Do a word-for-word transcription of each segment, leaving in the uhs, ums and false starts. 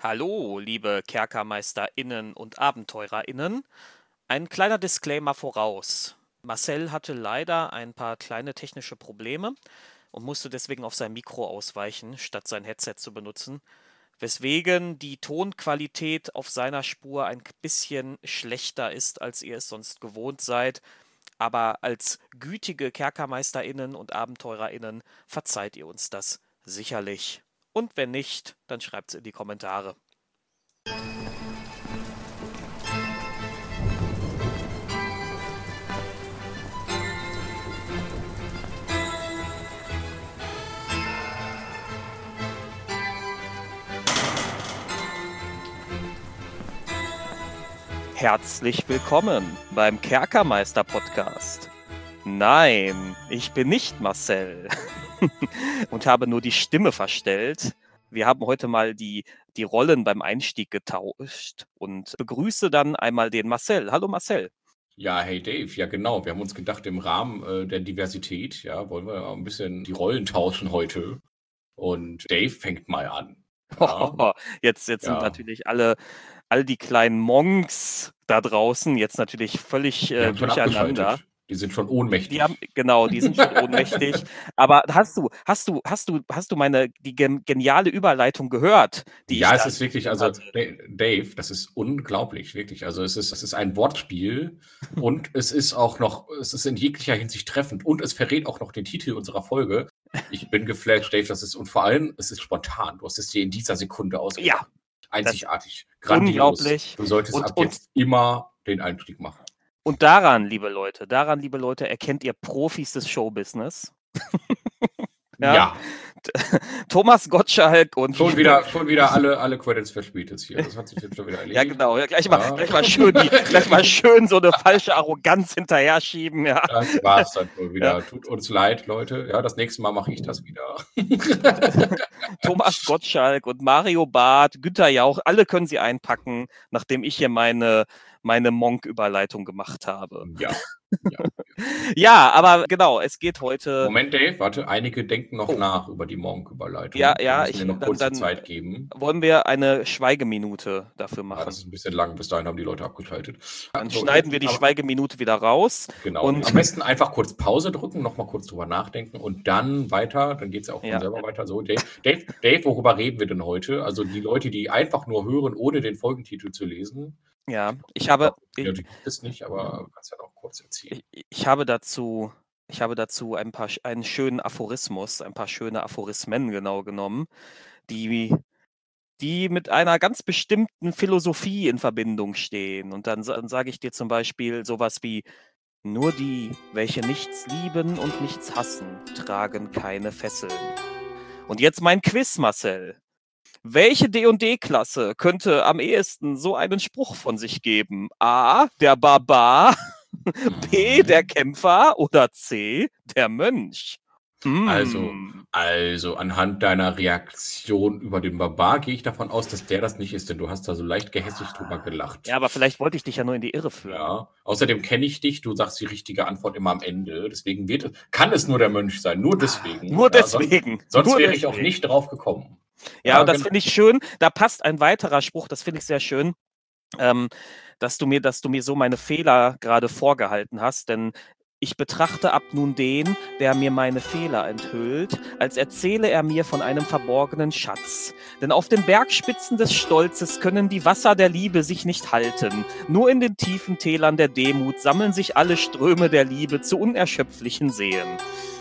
Hallo, liebe KerkermeisterInnen und AbenteurerInnen. Ein kleiner Disclaimer voraus. Marcel hatte leider ein paar kleine technische Probleme und musste deswegen auf sein Mikro ausweichen, statt sein Headset zu benutzen, weswegen die Tonqualität auf seiner Spur ein bisschen schlechter ist, als ihr es sonst gewohnt seid. Aber als gütige KerkermeisterInnen und AbenteurerInnen verzeiht ihr uns das sicherlich. Und wenn nicht, dann schreibt's in die Kommentare. Herzlich willkommen beim Kerkermeister-Podcast. Nein, ich bin nicht Marcel und habe nur die Stimme verstellt. Wir haben heute mal die, die Rollen beim Einstieg getauscht und begrüße dann einmal den Marcel. Hallo Marcel. Ja, hey Dave, ja genau. Wir haben uns gedacht, im Rahmen äh, der Diversität, ja, wollen wir ein bisschen die Rollen tauschen heute. Und Dave fängt mal an. Ja, jetzt jetzt sind ja. natürlich alle, all die kleinen Monks da draußen jetzt natürlich völlig Die äh, haben schon durcheinander. abgeschaltet. Die sind schon ohnmächtig. Die haben, genau, die sind schon ohnmächtig. Aber hast du, hast du, hast du, hast du meine die gen geniale Überleitung gehört? Die ja, ich es ist wirklich, also Dave, das ist unglaublich, wirklich. Also es ist, es ist ein Wortspiel und es ist auch noch, es ist in jeglicher Hinsicht treffend und es verrät auch noch den Titel unserer Folge. Ich bin geflasht, Dave, das ist, und vor allem, es ist spontan. Du hast es dir in dieser Sekunde ausgedacht. Ja. Einzigartig. Grandios. Unglaublich. Du solltest und, ab und, jetzt immer den Einstieg machen. Und daran, liebe Leute, daran, liebe Leute, erkennt ihr Profis des Showbusiness. ja. ja. Thomas Gottschalk und schon wieder, schon wieder alle, alle Credits verspielt jetzt hier. Das hat sich jetzt schon wieder erledigt. Ja, genau. Ja, gleich, ja. Mal, gleich, mal schön die, gleich mal schön so eine falsche Arroganz hinterher schieben. Ja. Das war's dann wohl wieder. Ja. Tut uns leid, Leute. Ja, das nächste Mal mache ich das wieder. Thomas Gottschalk und Mario Barth, Günther Jauch, alle können sie einpacken, nachdem ich hier meine, meine Monk-Überleitung gemacht habe. Ja. Ja. ja, aber genau, es geht heute. Moment, Dave, warte, einige denken noch oh. nach über die Monk-Überleitung. Ja, ja, ich mir noch kurz dann, die Zeit geben. Wollen wir eine Schweigeminute dafür machen? Ja, das ist ein bisschen lang, bis dahin haben die Leute abgeschaltet. Dann so, schneiden wir die aber, Schweigeminute wieder raus. Genau. Und am besten einfach kurz Pause drücken, nochmal kurz drüber nachdenken und dann weiter. Dann geht es ja auch von ja. selber weiter. So, Dave, Dave, Dave, worüber reden wir denn heute? Also die Leute, die einfach nur hören, ohne den Folgentitel zu lesen. Ja, ich habe. Ja, die gibt es nicht, aber du kannst ja noch kurz erzählen. Ich, ich habe dazu, ich habe dazu ein paar, einen schönen Aphorismus, ein paar schöne Aphorismen genau genommen, die, die mit einer ganz bestimmten Philosophie in Verbindung stehen. Und dann, dann sage ich dir zum Beispiel sowas wie: Nur die, welche nichts lieben und nichts hassen, tragen keine Fesseln. Und jetzt mein Quiz, Marcel. Welche D und D-Klasse könnte am ehesten so einen Spruch von sich geben? A, der Barbar, B, der Kämpfer oder C, der Mönch? Mm. Also, also anhand deiner Reaktion über den Barbar gehe ich davon aus, dass der das nicht ist, denn du hast da so leicht gehässig drüber gelacht. Ja, aber vielleicht wollte ich dich ja nur in die Irre führen. Ja, außerdem kenne ich dich, du sagst die richtige Antwort immer am Ende, deswegen wird es, kann es nur der Mönch sein, nur deswegen. Nur deswegen. Ja, sonst sonst nur wäre deswegen. ich auch nicht drauf gekommen. Ja, ja und das finde ich schön, da passt ein weiterer Spruch, das finde ich sehr schön. Ähm, dass du mir, dass du mir so meine Fehler gerade vorgehalten hast, denn ich betrachte ab nun den, der mir meine Fehler enthüllt, als erzähle er mir von einem verborgenen Schatz. Denn auf den Bergspitzen des Stolzes können die Wasser der Liebe sich nicht halten. Nur in den tiefen Tälern der Demut sammeln sich alle Ströme der Liebe zu unerschöpflichen Seen.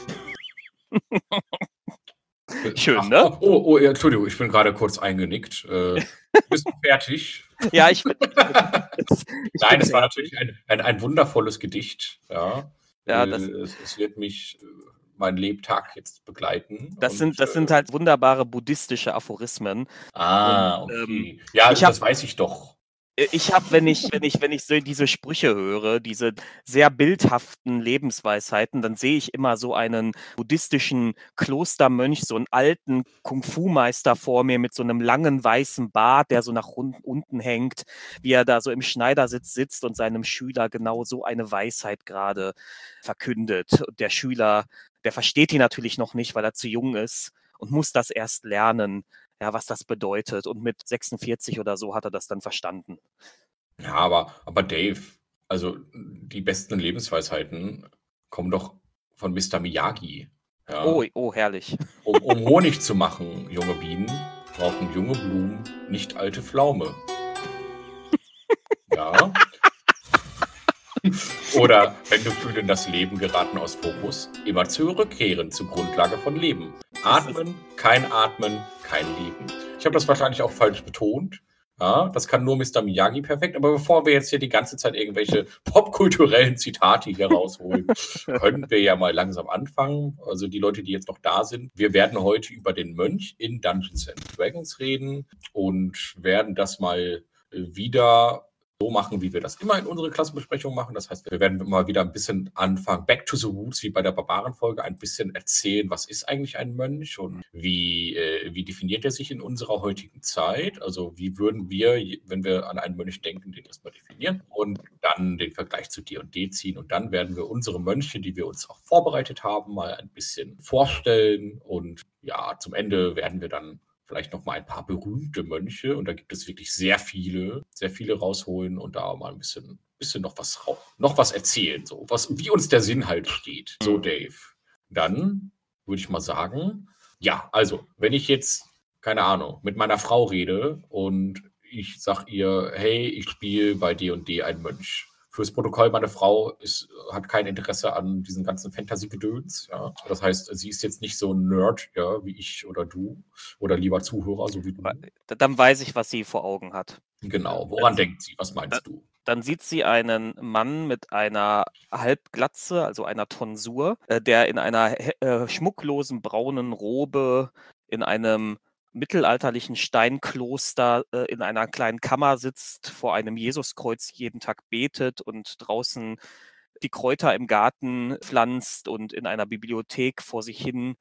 Schön, Ach, ne? Oh, oh, ja, Entschuldigung, ich bin gerade kurz eingenickt. Äh, bist du fertig? Ja, ich bin. ich Nein, es war natürlich ein, ein, ein wundervolles Gedicht. Ja, ja das, es, es wird mich mein Lebtag jetzt begleiten. Das, und, sind, das äh, sind halt wunderbare buddhistische Aphorismen. Ah, und, okay. Ähm, ja, also hab, das weiß ich doch. Ich habe, wenn ich, wenn ich, wenn ich so diese Sprüche höre, diese sehr bildhaften Lebensweisheiten, dann sehe ich immer so einen buddhistischen Klostermönch, so einen alten Kung-Fu-Meister vor mir mit so einem langen weißen Bart, der so nach unten hängt, wie er da so im Schneidersitz sitzt und seinem Schüler genau so eine Weisheit gerade verkündet. Und der Schüler, der versteht die natürlich noch nicht, weil er zu jung ist und muss das erst lernen. ja, was das bedeutet. Und mit sechsundvierzig oder so hat er das dann verstanden. Ja, aber, aber Dave, also die besten Lebensweisheiten kommen doch von Mister Miyagi. Ja? Oh, oh, herrlich. Um, um Honig zu machen, junge Bienen, brauchen junge Blumen nicht alte Pflaume. Ja. Oder wenn du fühlen das Leben geraten aus Fokus, immer zurückkehren zur Grundlage von Leben. Atmen, kein Atmen, kein Leben. Ich habe das wahrscheinlich auch falsch betont. Ja, das kann nur Mister Miyagi perfekt. Aber bevor wir jetzt hier die ganze Zeit irgendwelche popkulturellen Zitate hier rausholen, können wir ja mal langsam anfangen. Also die Leute, die jetzt noch da sind. Wir werden heute über den Mönch in Dungeons and Dragons reden und werden das mal wieder so machen, wie wir das immer in unsere Klassenbesprechung machen. Das heißt, wir werden mal wieder ein bisschen anfangen, back to the roots, wie bei der Barbarenfolge, ein bisschen erzählen, was ist eigentlich ein Mönch und wie, äh, wie definiert er sich in unserer heutigen Zeit? Also wie würden wir, wenn wir an einen Mönch denken, den erstmal definieren und dann den Vergleich zu D und D ziehen. Und dann werden wir unsere Mönche, die wir uns auch vorbereitet haben, mal ein bisschen vorstellen. Und ja, zum Ende werden wir dann vielleicht noch mal ein paar berühmte Mönche, und da gibt es wirklich sehr viele, sehr viele rausholen und da mal ein bisschen, bisschen noch was noch was erzählen, so was, wie uns der Sinn halt steht. So, Dave. Dann würde ich mal sagen, ja, also, wenn ich jetzt, keine Ahnung, mit meiner Frau rede und ich sag ihr, hey, ich spiele bei D und D einen Mönch. Fürs Protokoll, meine Frau ist, hat kein Interesse an diesen ganzen Fantasy-Gedöns. Ja. Das heißt, sie ist jetzt nicht so ein Nerd, ja, wie ich oder du oder lieber Zuhörer, so wie du. Dann weiß ich, was sie vor Augen hat. Genau, woran dann denkt sie? Was meinst dann, du? Dann sieht sie einen Mann mit einer Halbglatze, also einer Tonsur, äh, der in einer äh, schmucklosen braunen Robe in einem mittelalterlichen Steinkloster äh, in einer kleinen Kammer sitzt, vor einem Jesuskreuz jeden Tag betet und draußen die Kräuter im Garten pflanzt und in einer Bibliothek vor sich hin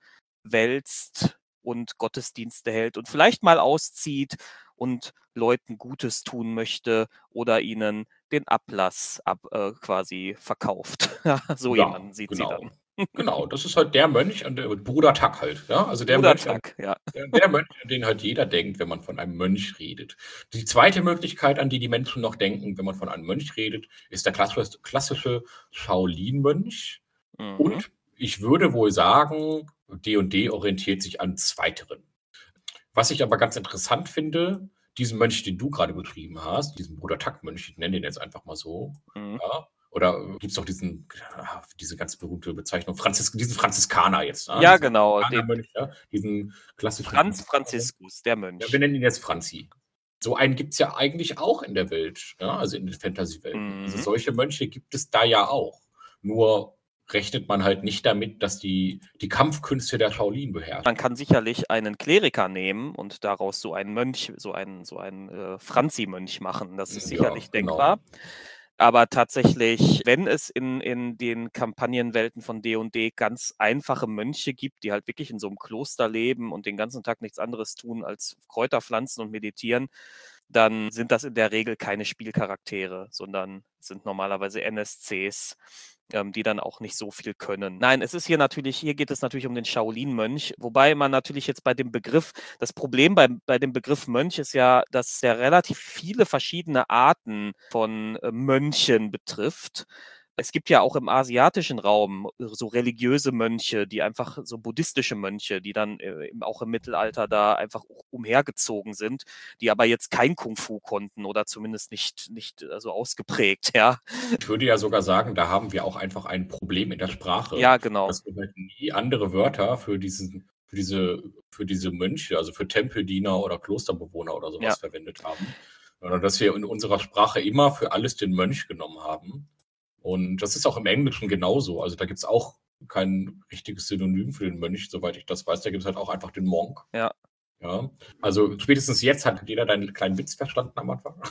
wälzt und Gottesdienste hält und vielleicht mal auszieht und Leuten Gutes tun möchte oder ihnen den Ablass ab, äh, quasi verkauft. So Ja, jemanden sieht genau. sie dann. Genau, das ist halt der Mönch, an der Bruder Tuck halt. Ja? Also der Bruder Mönch, an, Tuck, ja. der, der Mönch, an den halt jeder denkt, wenn man von einem Mönch redet. Die zweite Möglichkeit, an die die Menschen noch denken, wenn man von einem Mönch redet, ist der klassische, klassische Shaolin-Mönch. Mhm. Und ich würde wohl sagen, D und D orientiert sich an zweiteren. Was ich aber ganz interessant finde, diesen Mönch, den du gerade beschrieben hast, diesen Bruder Tuck-Mönch, ich nenne den jetzt einfach mal so, Mhm. ja, oder gibt es doch diesen, diese ganz berühmte Bezeichnung, Franzis, diesen Franziskaner jetzt. Ne? Ja, diesen genau. Mönch, ja? Diesen klassischen Franz Franziskus, der Mönch. Ja, wir nennen ihn jetzt Franzi. So einen gibt es ja eigentlich auch in der Welt, ja? Also in den Fantasy-Welten. Mhm. Also solche Mönche gibt es da ja auch. Nur rechnet man halt nicht damit, dass die die Kampfkünste der Shaolin beherrschen. Man kann sicherlich einen Kleriker nehmen und daraus so einen Mönch, so einen, so einen äh, Franzi-Mönch machen. Das ist sicherlich Ja, genau. denkbar. Aber tatsächlich, wenn es in, in den Kampagnenwelten von D und D ganz einfache Mönche gibt, die halt wirklich in so einem Kloster leben und den ganzen Tag nichts anderes tun als Kräuter pflanzen und meditieren, dann sind das in der Regel keine Spielcharaktere, sondern sind normalerweise N S Cs, ähm, die dann auch nicht so viel können. Nein, es ist hier natürlich, hier geht es natürlich um den Shaolin-Mönch, wobei man natürlich jetzt bei dem Begriff, das Problem bei, bei dem Begriff Mönch ist ja, dass er relativ viele verschiedene Arten von äh, Mönchen betrifft. Es gibt ja auch im asiatischen Raum so religiöse Mönche, die einfach so buddhistische Mönche, die dann äh, auch im Mittelalter da einfach umhergezogen sind, die aber jetzt kein Kung-Fu konnten oder zumindest nicht, nicht äh, so ausgeprägt, ja. Ich würde ja sogar sagen, da haben wir auch einfach ein Problem in der Sprache. Ja, genau. Dass wir halt nie andere Wörter für diesen, für diese, für diese Mönche, also für Tempeldiener oder Klosterbewohner oder sowas Ja. verwendet haben. Sondern dass wir in unserer Sprache immer für alles den Mönch genommen haben. Und das ist auch im Englischen genauso. Also da gibt es auch kein richtiges Synonym für den Mönch, soweit ich das weiß. Da gibt es halt auch einfach den Monk. Ja. Ja, also spätestens jetzt hat jeder deinen kleinen Witz verstanden am Anfang.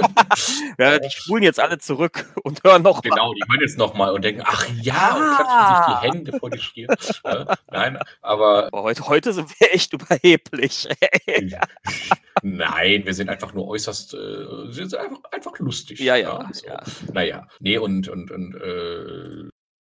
Ja, die spulen jetzt alle zurück und hören noch Genau, die hören jetzt nochmal und denken, ach ja, und klatschen sich die Hände vor die Stirn. Ja, nein, aber Boah, heute, heute sind wir echt überheblich. nein, wir sind einfach nur äußerst, äh, wir sind einfach, einfach lustig. Ja, ja, so. ja. Naja, nee, und, und, und äh,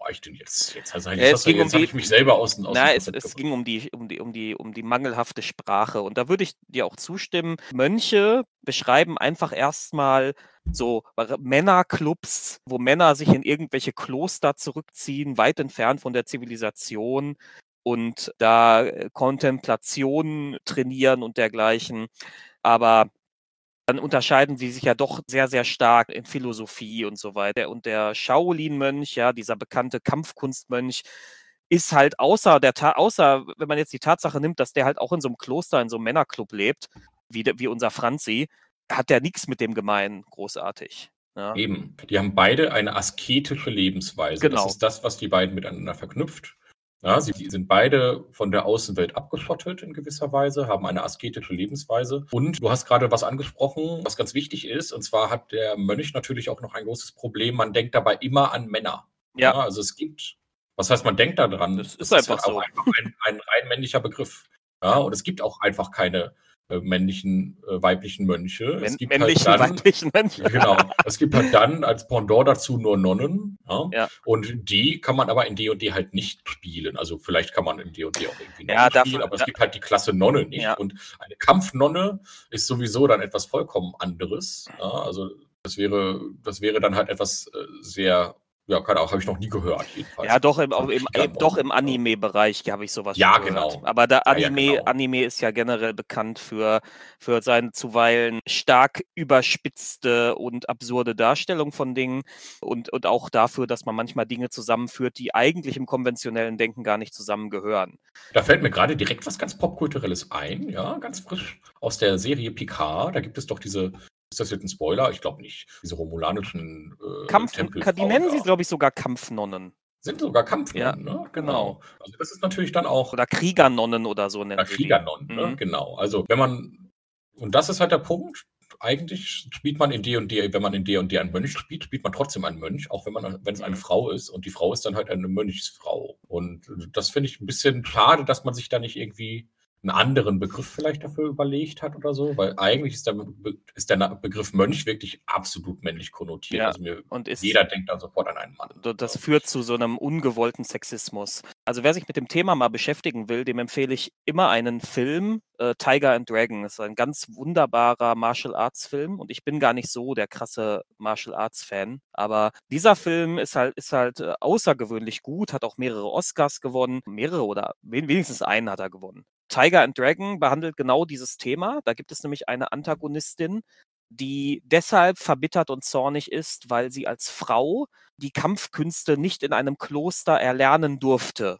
war ich denn jetzt? Jetzt, also, Ja, jetzt, es hast du, ging um jetzt habe die, ich mich selber aus dem, aus dem na, es, Konzept es gebracht. ging um die, um die, um die, um die mangelhafte Sprache. Und da würde ich dir auch zustimmen. Mönche beschreiben einfach erstmal so Männerclubs, wo Männer sich in irgendwelche Kloster zurückziehen, weit entfernt von der Zivilisation und da äh, Kontemplation trainieren und dergleichen. Aber dann unterscheiden sie sich ja doch sehr, sehr stark in Philosophie und so weiter. Und der Shaolin-Mönch, ja, dieser bekannte Kampfkunstmönch, ist halt außer der Ta außer, wenn man jetzt die Tatsache nimmt, dass der halt auch in so einem Kloster, in so einem Männerclub lebt, wie, de, wie unser Franzi, hat der nichts mit dem gemein, großartig. Ja. Eben, die haben beide eine asketische Lebensweise. Das Genau. ist das, was die beiden miteinander verknüpft. Ja, sie sind beide von der Außenwelt abgeschottet in gewisser Weise, haben eine asketische Lebensweise. Und du hast gerade was angesprochen, was ganz wichtig ist. Und zwar hat der Mönch natürlich auch noch ein großes Problem. Man denkt dabei immer an Männer. Ja. Ja, also es gibt, was heißt, man denkt daran? Das ist das einfach ist halt so. auch einfach ein, ein rein männlicher Begriff. Ja, und es gibt auch einfach keine äh, männlichen, äh, weiblichen Mönche. Män es gibt männlichen, halt dann, weiblichen Mönche. Genau. Es gibt halt dann als Pendant dazu nur Nonnen. Ja? Ja. Und die kann man aber in D und D halt nicht spielen. Also vielleicht kann man in D und D auch irgendwie Nonnen Ja, spielen, dafür, aber es da, gibt halt die Klasse Nonne nicht. Ja. Und eine Kampfnonne ist sowieso dann etwas vollkommen anderes. Ja? Also das wäre, das wäre dann halt etwas äh, sehr, ja, keine Ahnung, habe ich noch nie gehört, jedenfalls. Ja, doch im, Von im, im, Kriegernonnen, doch im ja. Anime-Bereich habe ich sowas Ja, schon gehört. genau. Aber der Ja, ja, Anime, genau. Anime ist ja generell bekannt für, für seine zuweilen stark überspitzte und absurde Darstellung von Dingen und, und auch dafür, dass man manchmal Dinge zusammenführt, die eigentlich im konventionellen Denken gar nicht zusammengehören. Da fällt mir gerade direkt was ganz Popkulturelles ein, ja, ganz frisch aus der Serie Picard. Da gibt es doch diese, ist das jetzt ein Spoiler? Ich glaube nicht. Diese romulanischen äh, Kampf, Tempelfrauen die nennen sie, da. glaube ich, sogar Kampfnonnen. Sind sogar Kampfnonnen, Ja, ne? genau. Also das ist natürlich dann auch. Oder Kriegernonnen oder so nennen Oder sie die. Kriegernonnen, ne? Mhm. Genau. Also wenn man, und das ist halt der Punkt, eigentlich spielt man in D und D, wenn man in D und D einen Mönch spielt, spielt man trotzdem einen Mönch, auch wenn man, wenn es eine Mhm. Frau ist. Und die Frau ist dann halt eine Mönchsfrau. Und das finde ich ein bisschen schade, dass man sich da nicht irgendwie einen anderen Begriff vielleicht dafür überlegt hat oder so, weil eigentlich ist der, Be ist der Begriff Mönch wirklich absolut männlich konnotiert. Ja, Also mir, und ist, jeder denkt dann sofort an einen Mann. das Ja. führt zu so einem ungewollten Sexismus. Also wer sich mit dem Thema mal beschäftigen will, dem empfehle ich immer einen Film, äh, Tiger and Dragon. Das ist ein ganz wunderbarer Martial Arts Film und ich bin gar nicht so der krasse Martial Arts Fan, aber dieser Film ist halt, ist halt äh, außergewöhnlich gut, hat auch mehrere Oscars gewonnen, mehrere oder wen wenigstens einen hat er gewonnen. Tiger and Dragon behandelt genau dieses Thema. Da gibt es nämlich eine Antagonistin, die deshalb verbittert und zornig ist, weil sie als Frau die Kampfkünste nicht in einem Kloster erlernen durfte.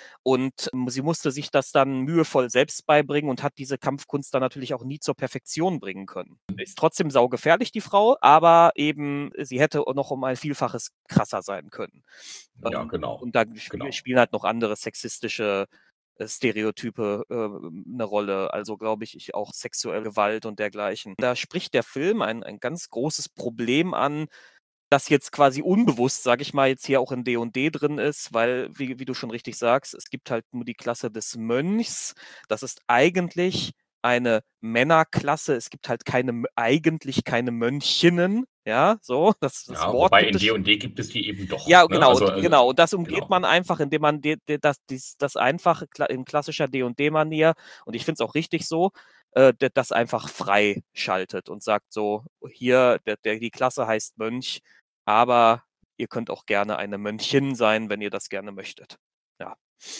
Und ähm, sie musste sich das dann mühevoll selbst beibringen und hat diese Kampfkunst dann natürlich auch nie zur Perfektion bringen können. Ist trotzdem saugefährlich, die Frau, aber eben sie hätte noch um ein Vielfaches krasser sein können. Ja, Ähm, genau. Und da Genau. spielen halt noch andere sexistische äh, Stereotype äh, eine Rolle. Also glaube ich, ich auch sexuelle Gewalt und dergleichen. Da spricht der Film ein, ein ganz großes Problem an, das jetzt quasi unbewusst, sage ich mal, jetzt hier auch in D und D drin ist, weil, wie, wie du schon richtig sagst, es gibt halt nur die Klasse des Mönchs. Das ist eigentlich eine Männerklasse. Es gibt halt keine, eigentlich keine Mönchinnen. Ja, so, das, das Ja, Wort wobei gibt in es D schon. und D gibt es die eben doch. Ja, Ne? genau, Also, und, also, genau. Und das umgeht genau. man einfach, indem man de, de, das, dies, das einfach kla- in klassischer D und D-Manier, und ich finde es auch richtig so, äh, de- das einfach frei schaltet und sagt so, hier, der, der, die Klasse heißt Mönch, aber ihr könnt auch gerne eine Mönchin sein, wenn ihr das gerne möchtet. Ja.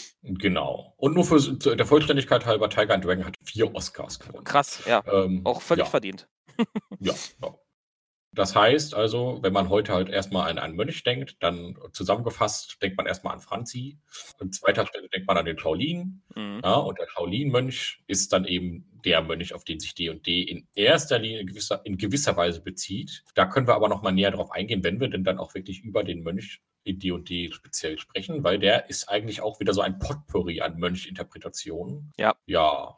Genau. Und nur für zu der Vollständigkeit halber, Tiger and Dragon hat vier Oscars gewonnen. Krass, ja. Ähm, Auch völlig ja, verdient. ja, ja. Das heißt also, wenn man heute halt erstmal an einen Mönch denkt, dann zusammengefasst denkt man erstmal an Franzi. An zweiter Stelle denkt man an den Shaolin. Mhm. Ja, und der Shaolin-Mönch ist dann eben der Mönch, auf den sich D und D in erster Linie in gewisser, in gewisser Weise bezieht. Da können wir aber noch mal näher drauf eingehen, wenn wir denn dann auch wirklich über den Mönch in D und D speziell sprechen, weil der ist eigentlich auch wieder so ein Potpourri an Mönch-Interpretationen. Ja. Ja.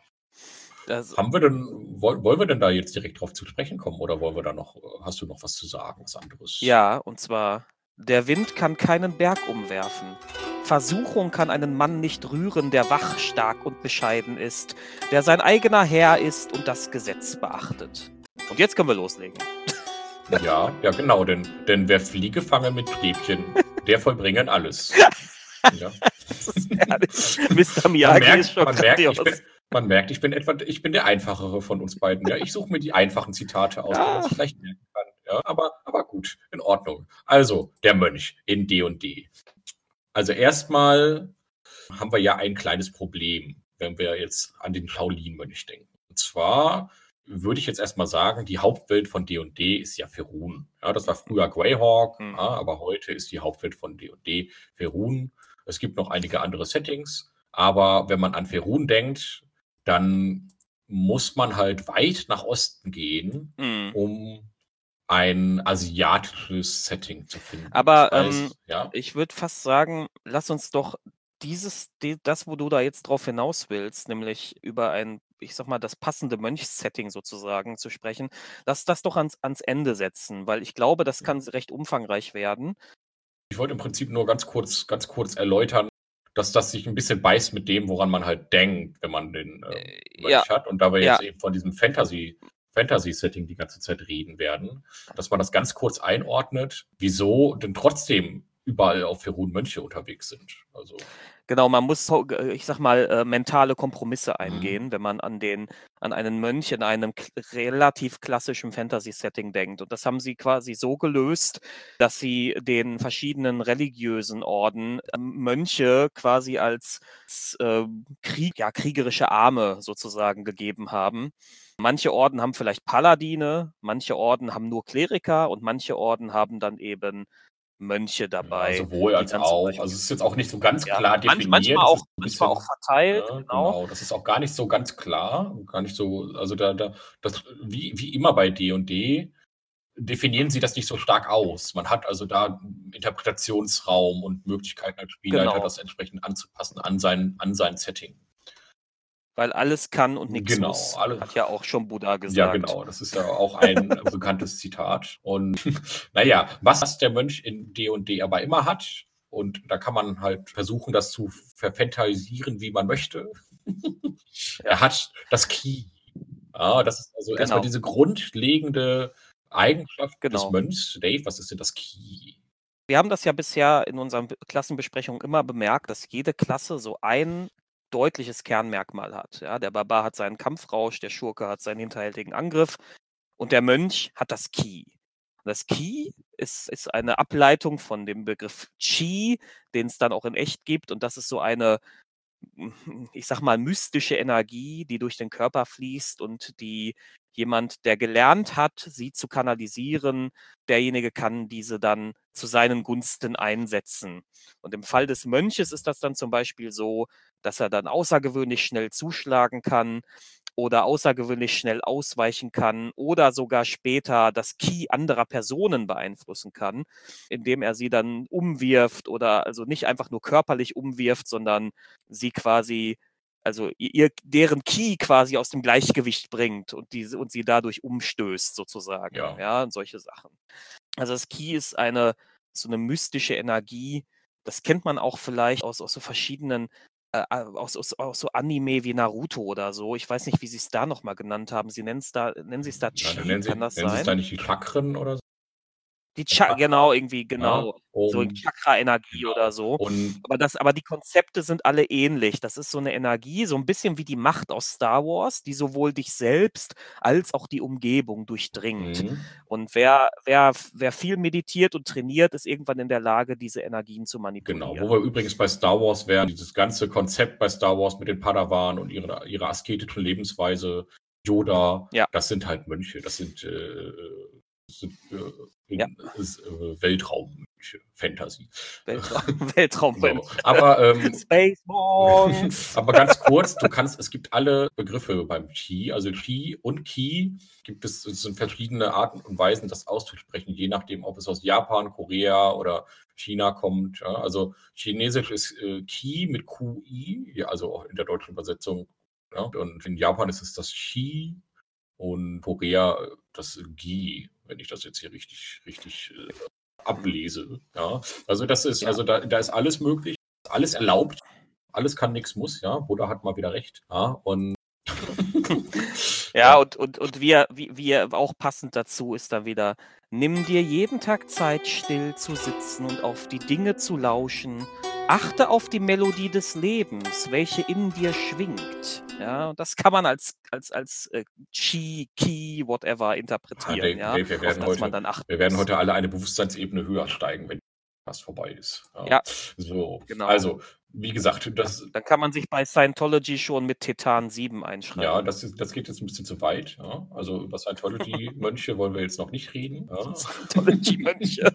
Das, Haben wir denn, wollen, wollen wir denn da jetzt direkt drauf zu sprechen kommen oder wollen wir da noch, hast du noch was zu sagen, was anderes? Ja, und zwar, der Wind kann keinen Berg umwerfen. Versuchung kann einen Mann nicht rühren, der wach, stark und bescheiden ist, der sein eigener Herr ist und das Gesetz beachtet. Und jetzt können wir loslegen. Ja, ja, genau, denn, denn wer Fliege fange mit Stäbchen, der vollbringen alles. Ja. Das ist herrlich. Mister Man Miyagi merkt, ist schon man, merkt, ich grandios. bin, man merkt, ich bin etwa, ich bin der einfachere von uns beiden. Ja, ich suche mir die einfachen Zitate aus, die man Ja. sich leicht merken kann. Ja, aber, aber gut, in Ordnung. Also, der Mönch in D und D. Also erstmal haben wir ja ein kleines Problem, wenn wir jetzt an den Shaolin-Mönch denken. Und zwar würde ich jetzt erstmal sagen, die Hauptwelt von D und D ist ja Faerun. Ja, das war früher Greyhawk, Mhm. ja, aber heute ist die Hauptwelt von D und D Faerun. Es gibt noch einige andere Settings, aber wenn man an Faerun denkt, dann muss man halt weit nach Osten gehen, Mhm. um ein asiatisches Setting zu finden. Aber Ich weiß, ähm, ja. ich würde fast sagen, lass uns doch dieses, die, das, wo du da jetzt drauf hinaus willst, nämlich über ein, ich sag mal, das passende Mönchssetting sozusagen zu sprechen, lass das doch ans, ans Ende setzen, weil ich glaube, das kann recht umfangreich werden. Ich wollte im Prinzip nur ganz kurz, ganz kurz erläutern, dass das sich ein bisschen beißt mit dem, woran man halt denkt, wenn man den äh, Mönch ja, hat. Und da wir ja. jetzt eben von diesem Fantasy, Fantasy-Setting die ganze Zeit reden werden, dass man das ganz kurz einordnet, wieso denn trotzdem überall auf Faerun Mönche unterwegs sind. Also Genau, man muss, so, äh, ich sag mal, äh, mentale Kompromisse Mhm. eingehen, wenn man an den, an einen Mönch in einem k- relativ klassischen Fantasy-Setting denkt. Und das haben sie quasi so gelöst, dass sie den verschiedenen religiösen Orden ähm, Mönche quasi als äh, Krieg, ja, kriegerische Arme sozusagen gegeben haben. Manche Orden haben vielleicht Paladine, manche Orden haben nur Kleriker und manche Orden haben dann eben Mönche dabei. Ja, sowohl die als dann zum auch. Beispiel, Also es ist jetzt auch nicht so ganz ja, klar manch, definiert. manchmal, Das auch, ist ein manchmal auch bisschen, verteilt, ja, genau. genau. Das ist auch gar nicht so ganz klar. Gar nicht so, also da, da, das, wie, wie immer bei D und D, definieren sie das nicht so stark aus. Man hat also da Interpretationsraum und Möglichkeiten als Spielleiter, Genau. das entsprechend anzupassen an sein, an sein Setting. Weil alles kann und nichts Genau, muss, alle- hat ja auch schon Buddha gesagt. Ja, genau. Das ist ja auch ein bekanntes Zitat. Und naja, was der Mönch in D und D aber immer hat, und da kann man halt versuchen, das zu verfantasisieren, wie man möchte. Er hat das Key. Ja, das ist also erstmal Genau. diese grundlegende Eigenschaft des Genau. Mönchs. Dave, was ist denn das Key? Wir haben das ja bisher in unseren Be- Klassenbesprechungen immer bemerkt, dass jede Klasse so ein deutliches Kernmerkmal hat. Ja, der Barbar hat seinen Kampfrausch, der Schurke hat seinen hinterhältigen Angriff und der Mönch hat das Ki. Und das Ki ist, ist eine Ableitung von dem Begriff Chi, den es dann auch in echt gibt. Und das ist so eine, ich sag mal, mystische Energie, die durch den Körper fließt und die jemand, der gelernt hat, sie zu kanalisieren, derjenige kann diese dann zu seinen Gunsten einsetzen. Und im Fall des Mönches ist das dann zum Beispiel so, dass er dann außergewöhnlich schnell zuschlagen kann oder außergewöhnlich schnell ausweichen kann oder sogar später das Ki anderer Personen beeinflussen kann, indem er sie dann umwirft oder also nicht einfach nur körperlich umwirft, sondern sie quasi, also ihr, deren Ki quasi aus dem Gleichgewicht bringt und, die, und sie dadurch umstößt sozusagen. Ja. Ja, und solche Sachen. Also das Ki ist eine so eine mystische Energie. Das kennt man auch vielleicht aus, aus so verschiedenen, äh, aus, aus, aus so Anime wie Naruto oder so. Ich weiß nicht, wie sie es da nochmal genannt haben. Sie nennen es da, nennen sie es da Ja, Chi, dann nennen sie, kann das nennen sie es sein? da nicht die Chakren oder so? Die Cha genau, irgendwie, genau. Ja, So und, Chakra-Energie genau. oder so. Und Aber, das, aber die Konzepte sind alle ähnlich. Das ist so eine Energie, so ein bisschen wie die Macht aus Star Wars, die sowohl dich selbst als auch die Umgebung durchdringt. Mhm. Und wer, wer, wer viel meditiert und trainiert, ist irgendwann in der Lage, diese Energien zu manipulieren. Genau, wo wir übrigens bei Star Wars wären, dieses ganze Konzept bei Star Wars mit den Padawan und ihrer ihre asketische Lebensweise, Yoda, Ja. das sind halt Mönche, das sind, äh, das sind äh, in, Ja. ist, äh, Weltraummönche, Fantasy. Weltraum, Weltraummönche. So, aber, ähm, Space Monks. aber ganz kurz, du kannst, es gibt alle Begriffe beim Chi, also Chi und Ki gibt es, es sind verschiedene Arten und Weisen, das auszusprechen, je nachdem, ob es aus Japan, Korea oder China kommt. Ja. Also Chinesisch ist äh, Ki mit Q I, ja, also auch in der deutschen Übersetzung. Ja. Und in Japan ist es das Chi und Korea das Gi, wenn ich das jetzt hier richtig, richtig äh, ablese. Ja. Also das ist, Ja. also da, da ist alles möglich, alles erlaubt, alles kann, nichts muss, ja. Buddha hat mal wieder recht. Ja. Und Ja, und, und, und wir, wie, wir auch passend dazu ist dann wieder: Nimm dir jeden Tag Zeit, still zu sitzen und auf die Dinge zu lauschen. Achte auf die Melodie des Lebens, welche in dir schwingt. Ja, und das kann man als, als, als äh, Chi, Ki, whatever Ah, interpretieren, Dave, ja, Dave, wir auf werden das man heute, dann achten wir werden muss. heute alle eine Bewusstseinsebene höher steigen, wenn das vorbei ist. Ja. Ja, So, genau. also, wie gesagt, das, Dann kann man sich bei Scientology schon mit Tetan sieben ja, einschreiben. das, ist, das geht jetzt ein bisschen zu weit. Ja. Also über Scientology-Mönche wollen wir jetzt noch nicht reden. Ja. Scientology-Mönche.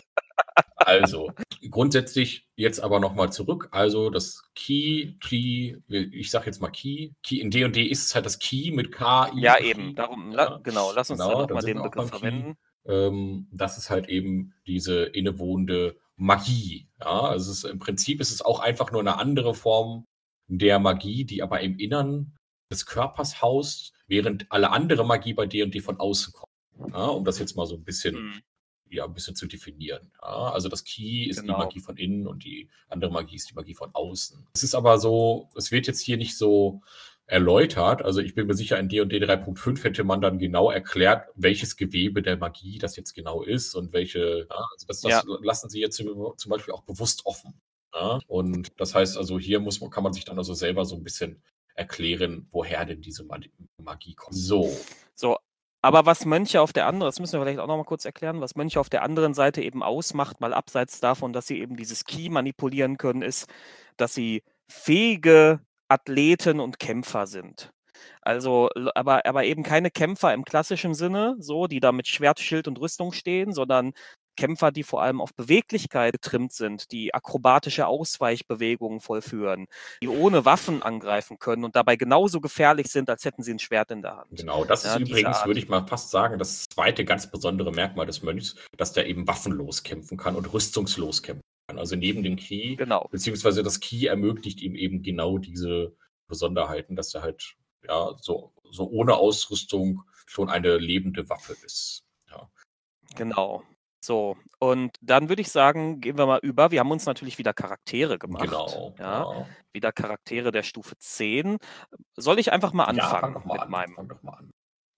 Also, grundsätzlich jetzt aber nochmal zurück. Also das Ki, Ki, ich sage jetzt mal Ki. Ki in D und D ist es halt das Ki mit K, I Ja, eben. geschrieben. Darum, la, Ja, genau, lass uns da genau, dann nochmal sind den wir auch Begriff beim Ki. verwenden. Ähm, das ist halt eben diese innewohnende Magie. Ja, also es ist, im Prinzip ist es auch einfach nur eine andere Form der Magie, die aber im Innern des Körpers haust, während alle andere Magie bei D und D von außen kommt. Ja, um das jetzt mal so ein bisschen, Mhm. ja, ein bisschen zu definieren. Ja, also das Ki ist die Genau. Magie von innen und die andere Magie ist die Magie von außen. Es ist aber so, es wird jetzt hier nicht so erläutert. Also ich bin mir sicher, in D und D drei Punkt fünf hätte man dann genau erklärt, welches Gewebe der Magie das jetzt genau ist und welche, ja, also das, das Ja. lassen sie jetzt zum Beispiel auch bewusst offen. Ja? Und das heißt also, hier muss man, kann man sich dann also selber so ein bisschen erklären, woher denn diese Magie kommt. So. So, aber was Mönche auf der anderen, das müssen wir vielleicht auch noch mal kurz erklären, was Mönche auf der anderen Seite eben ausmacht, mal abseits davon, dass sie eben dieses Ki manipulieren können, ist, dass sie fähige Athleten und Kämpfer sind. Also, l- aber, aber eben keine Kämpfer im klassischen Sinne, so, die da mit Schwert, Schild und Rüstung stehen, sondern Kämpfer, die vor allem auf Beweglichkeit getrimmt sind, die akrobatische Ausweichbewegungen vollführen, die ohne Waffen angreifen können und dabei genauso gefährlich sind, als hätten sie ein Schwert in der Hand. Genau, das ist Ja, diese übrigens, Art. würde ich mal fast sagen, das zweite ganz besondere Merkmal des Mönchs, dass der eben waffenlos kämpfen kann und rüstungslos kämpfen kann. Also neben dem Ki, Genau. beziehungsweise das Ki ermöglicht ihm eben genau diese Besonderheiten, dass er halt ja so, so ohne Ausrüstung schon eine lebende Waffe ist. Ja. Genau. So, und dann würde ich sagen, gehen wir mal über. Wir haben uns natürlich wieder Charaktere gemacht. Genau. Ja, Ja. wieder Charaktere der Stufe zehn. Soll ich einfach mal Ja, anfangen fang doch mal mit an. meinem? Fang doch mal an.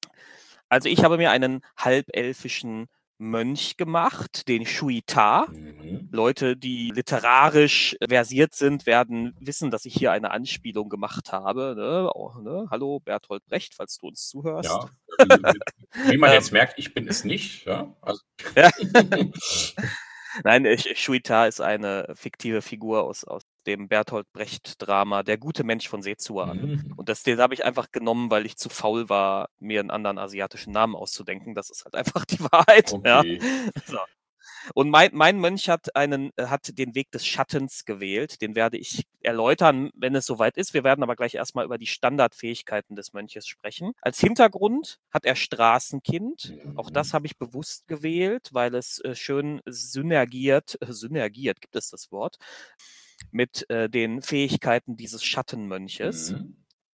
Also ich habe mir einen halbelfischen Mönch gemacht, den Shuita. Mhm. Leute, die literarisch versiert sind, werden wissen, dass ich hier eine Anspielung gemacht habe. Ne? Oh, ne? Hallo Bertolt Brecht, falls du uns zuhörst. Ja, wie, wie man Ähm, jetzt merkt, ich bin es nicht. Ja? Also Ja. Nein, äh, Sch- Shuita ist eine fiktive Figur aus, aus dem Bertolt Brecht-Drama Der gute Mensch von Sezuan. Mhm. Und das, den habe ich einfach genommen, weil ich zu faul war, mir einen anderen asiatischen Namen auszudenken. Das ist halt einfach die Wahrheit. Ja. Okay. So. Und mein, mein Mönch hat, einen, äh, hat den Weg des Schattens gewählt. Den werde ich erläutern, wenn es soweit ist. Wir werden aber gleich erstmal über die Standardfähigkeiten des Mönches sprechen. Als Hintergrund hat er Straßenkind. Auch Mhm. das habe ich bewusst gewählt, weil es äh, schön synergiert, äh, synergiert, gibt es das Wort, mit äh, den Fähigkeiten dieses Schattenmönches. Mhm.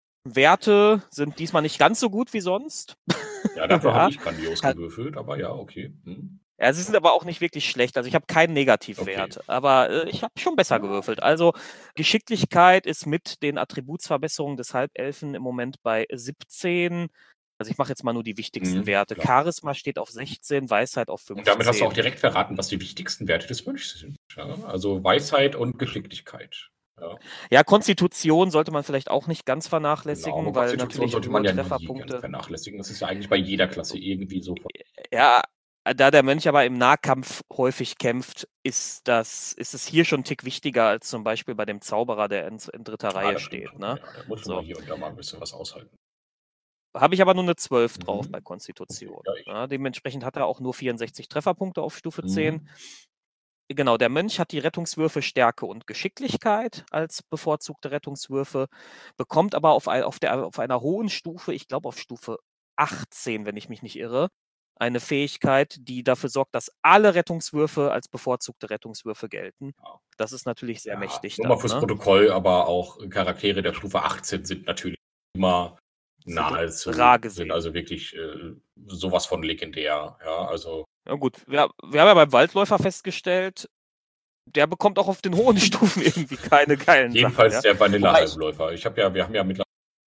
Werte sind diesmal nicht ganz so gut wie sonst. Ja, dafür Ja. habe ich grandios Hat- gewürfelt, aber ja, okay. Hm. Ja, sie sind aber auch nicht wirklich schlecht. Also ich habe keinen Negativwert, Okay. aber äh, ich habe schon besser Ja. gewürfelt. Also Geschicklichkeit ist mit den Attributsverbesserungen des Halbelfen im Moment bei siebzehn. Also ich mache jetzt mal nur die wichtigsten Mhm, Werte. klar. Charisma steht auf sechzehn, Weisheit auf Und damit hast du auch fünfzehn. direkt verraten, was die wichtigsten Werte des Mönchs sind. Ja? Also Weisheit und Geschicklichkeit. Ja, Ja, Konstitution sollte man vielleicht auch nicht ganz genau. vernachlässigen, Aber weil Konstitution natürlich sollte hohe man ja nie ganz Trefferpunkte. vernachlässigen. Das ist ja eigentlich bei jeder Klasse irgendwie so. Ja, da der Mönch aber im Nahkampf häufig kämpft, ist, das, ist es hier schon ein Tick wichtiger als zum Beispiel bei dem Zauberer, der in, in dritter Ah, Reihe das stimmt steht. schon. Ne? Ja, da muss man So. mal hier und da mal ein bisschen was aushalten. Habe ich aber nur eine zwölf drauf Mhm. bei Okay. Konstitution. Ja, ich. Ja, dementsprechend hat er auch nur vierundsechzig Trefferpunkte auf Stufe zehn. Mhm. Genau, der Mönch hat die Rettungswürfe Stärke und Geschicklichkeit als bevorzugte Rettungswürfe, bekommt aber auf, ein, auf, der, auf einer hohen Stufe, ich glaube auf Stufe achtzehn, wenn ich mich nicht irre, eine Fähigkeit, die dafür sorgt, dass alle Rettungswürfe als bevorzugte Rettungswürfe gelten. Ja. Das ist natürlich sehr Ja, mächtig nur mal dann. fürs Ne? Protokoll, aber auch Charaktere der Stufe achtzehn sind natürlich immer Sind nahezu, rar sind gesehen. also wirklich äh, sowas von legendär. Ja, also Ja gut, wir, wir haben ja beim Waldläufer festgestellt, der bekommt auch auf den hohen Stufen irgendwie keine geilen jedenfalls Sachen. Ja? der Wobei ich, Vanilla-Halbläufer. Ich habe ja, wir haben ja mittlerweile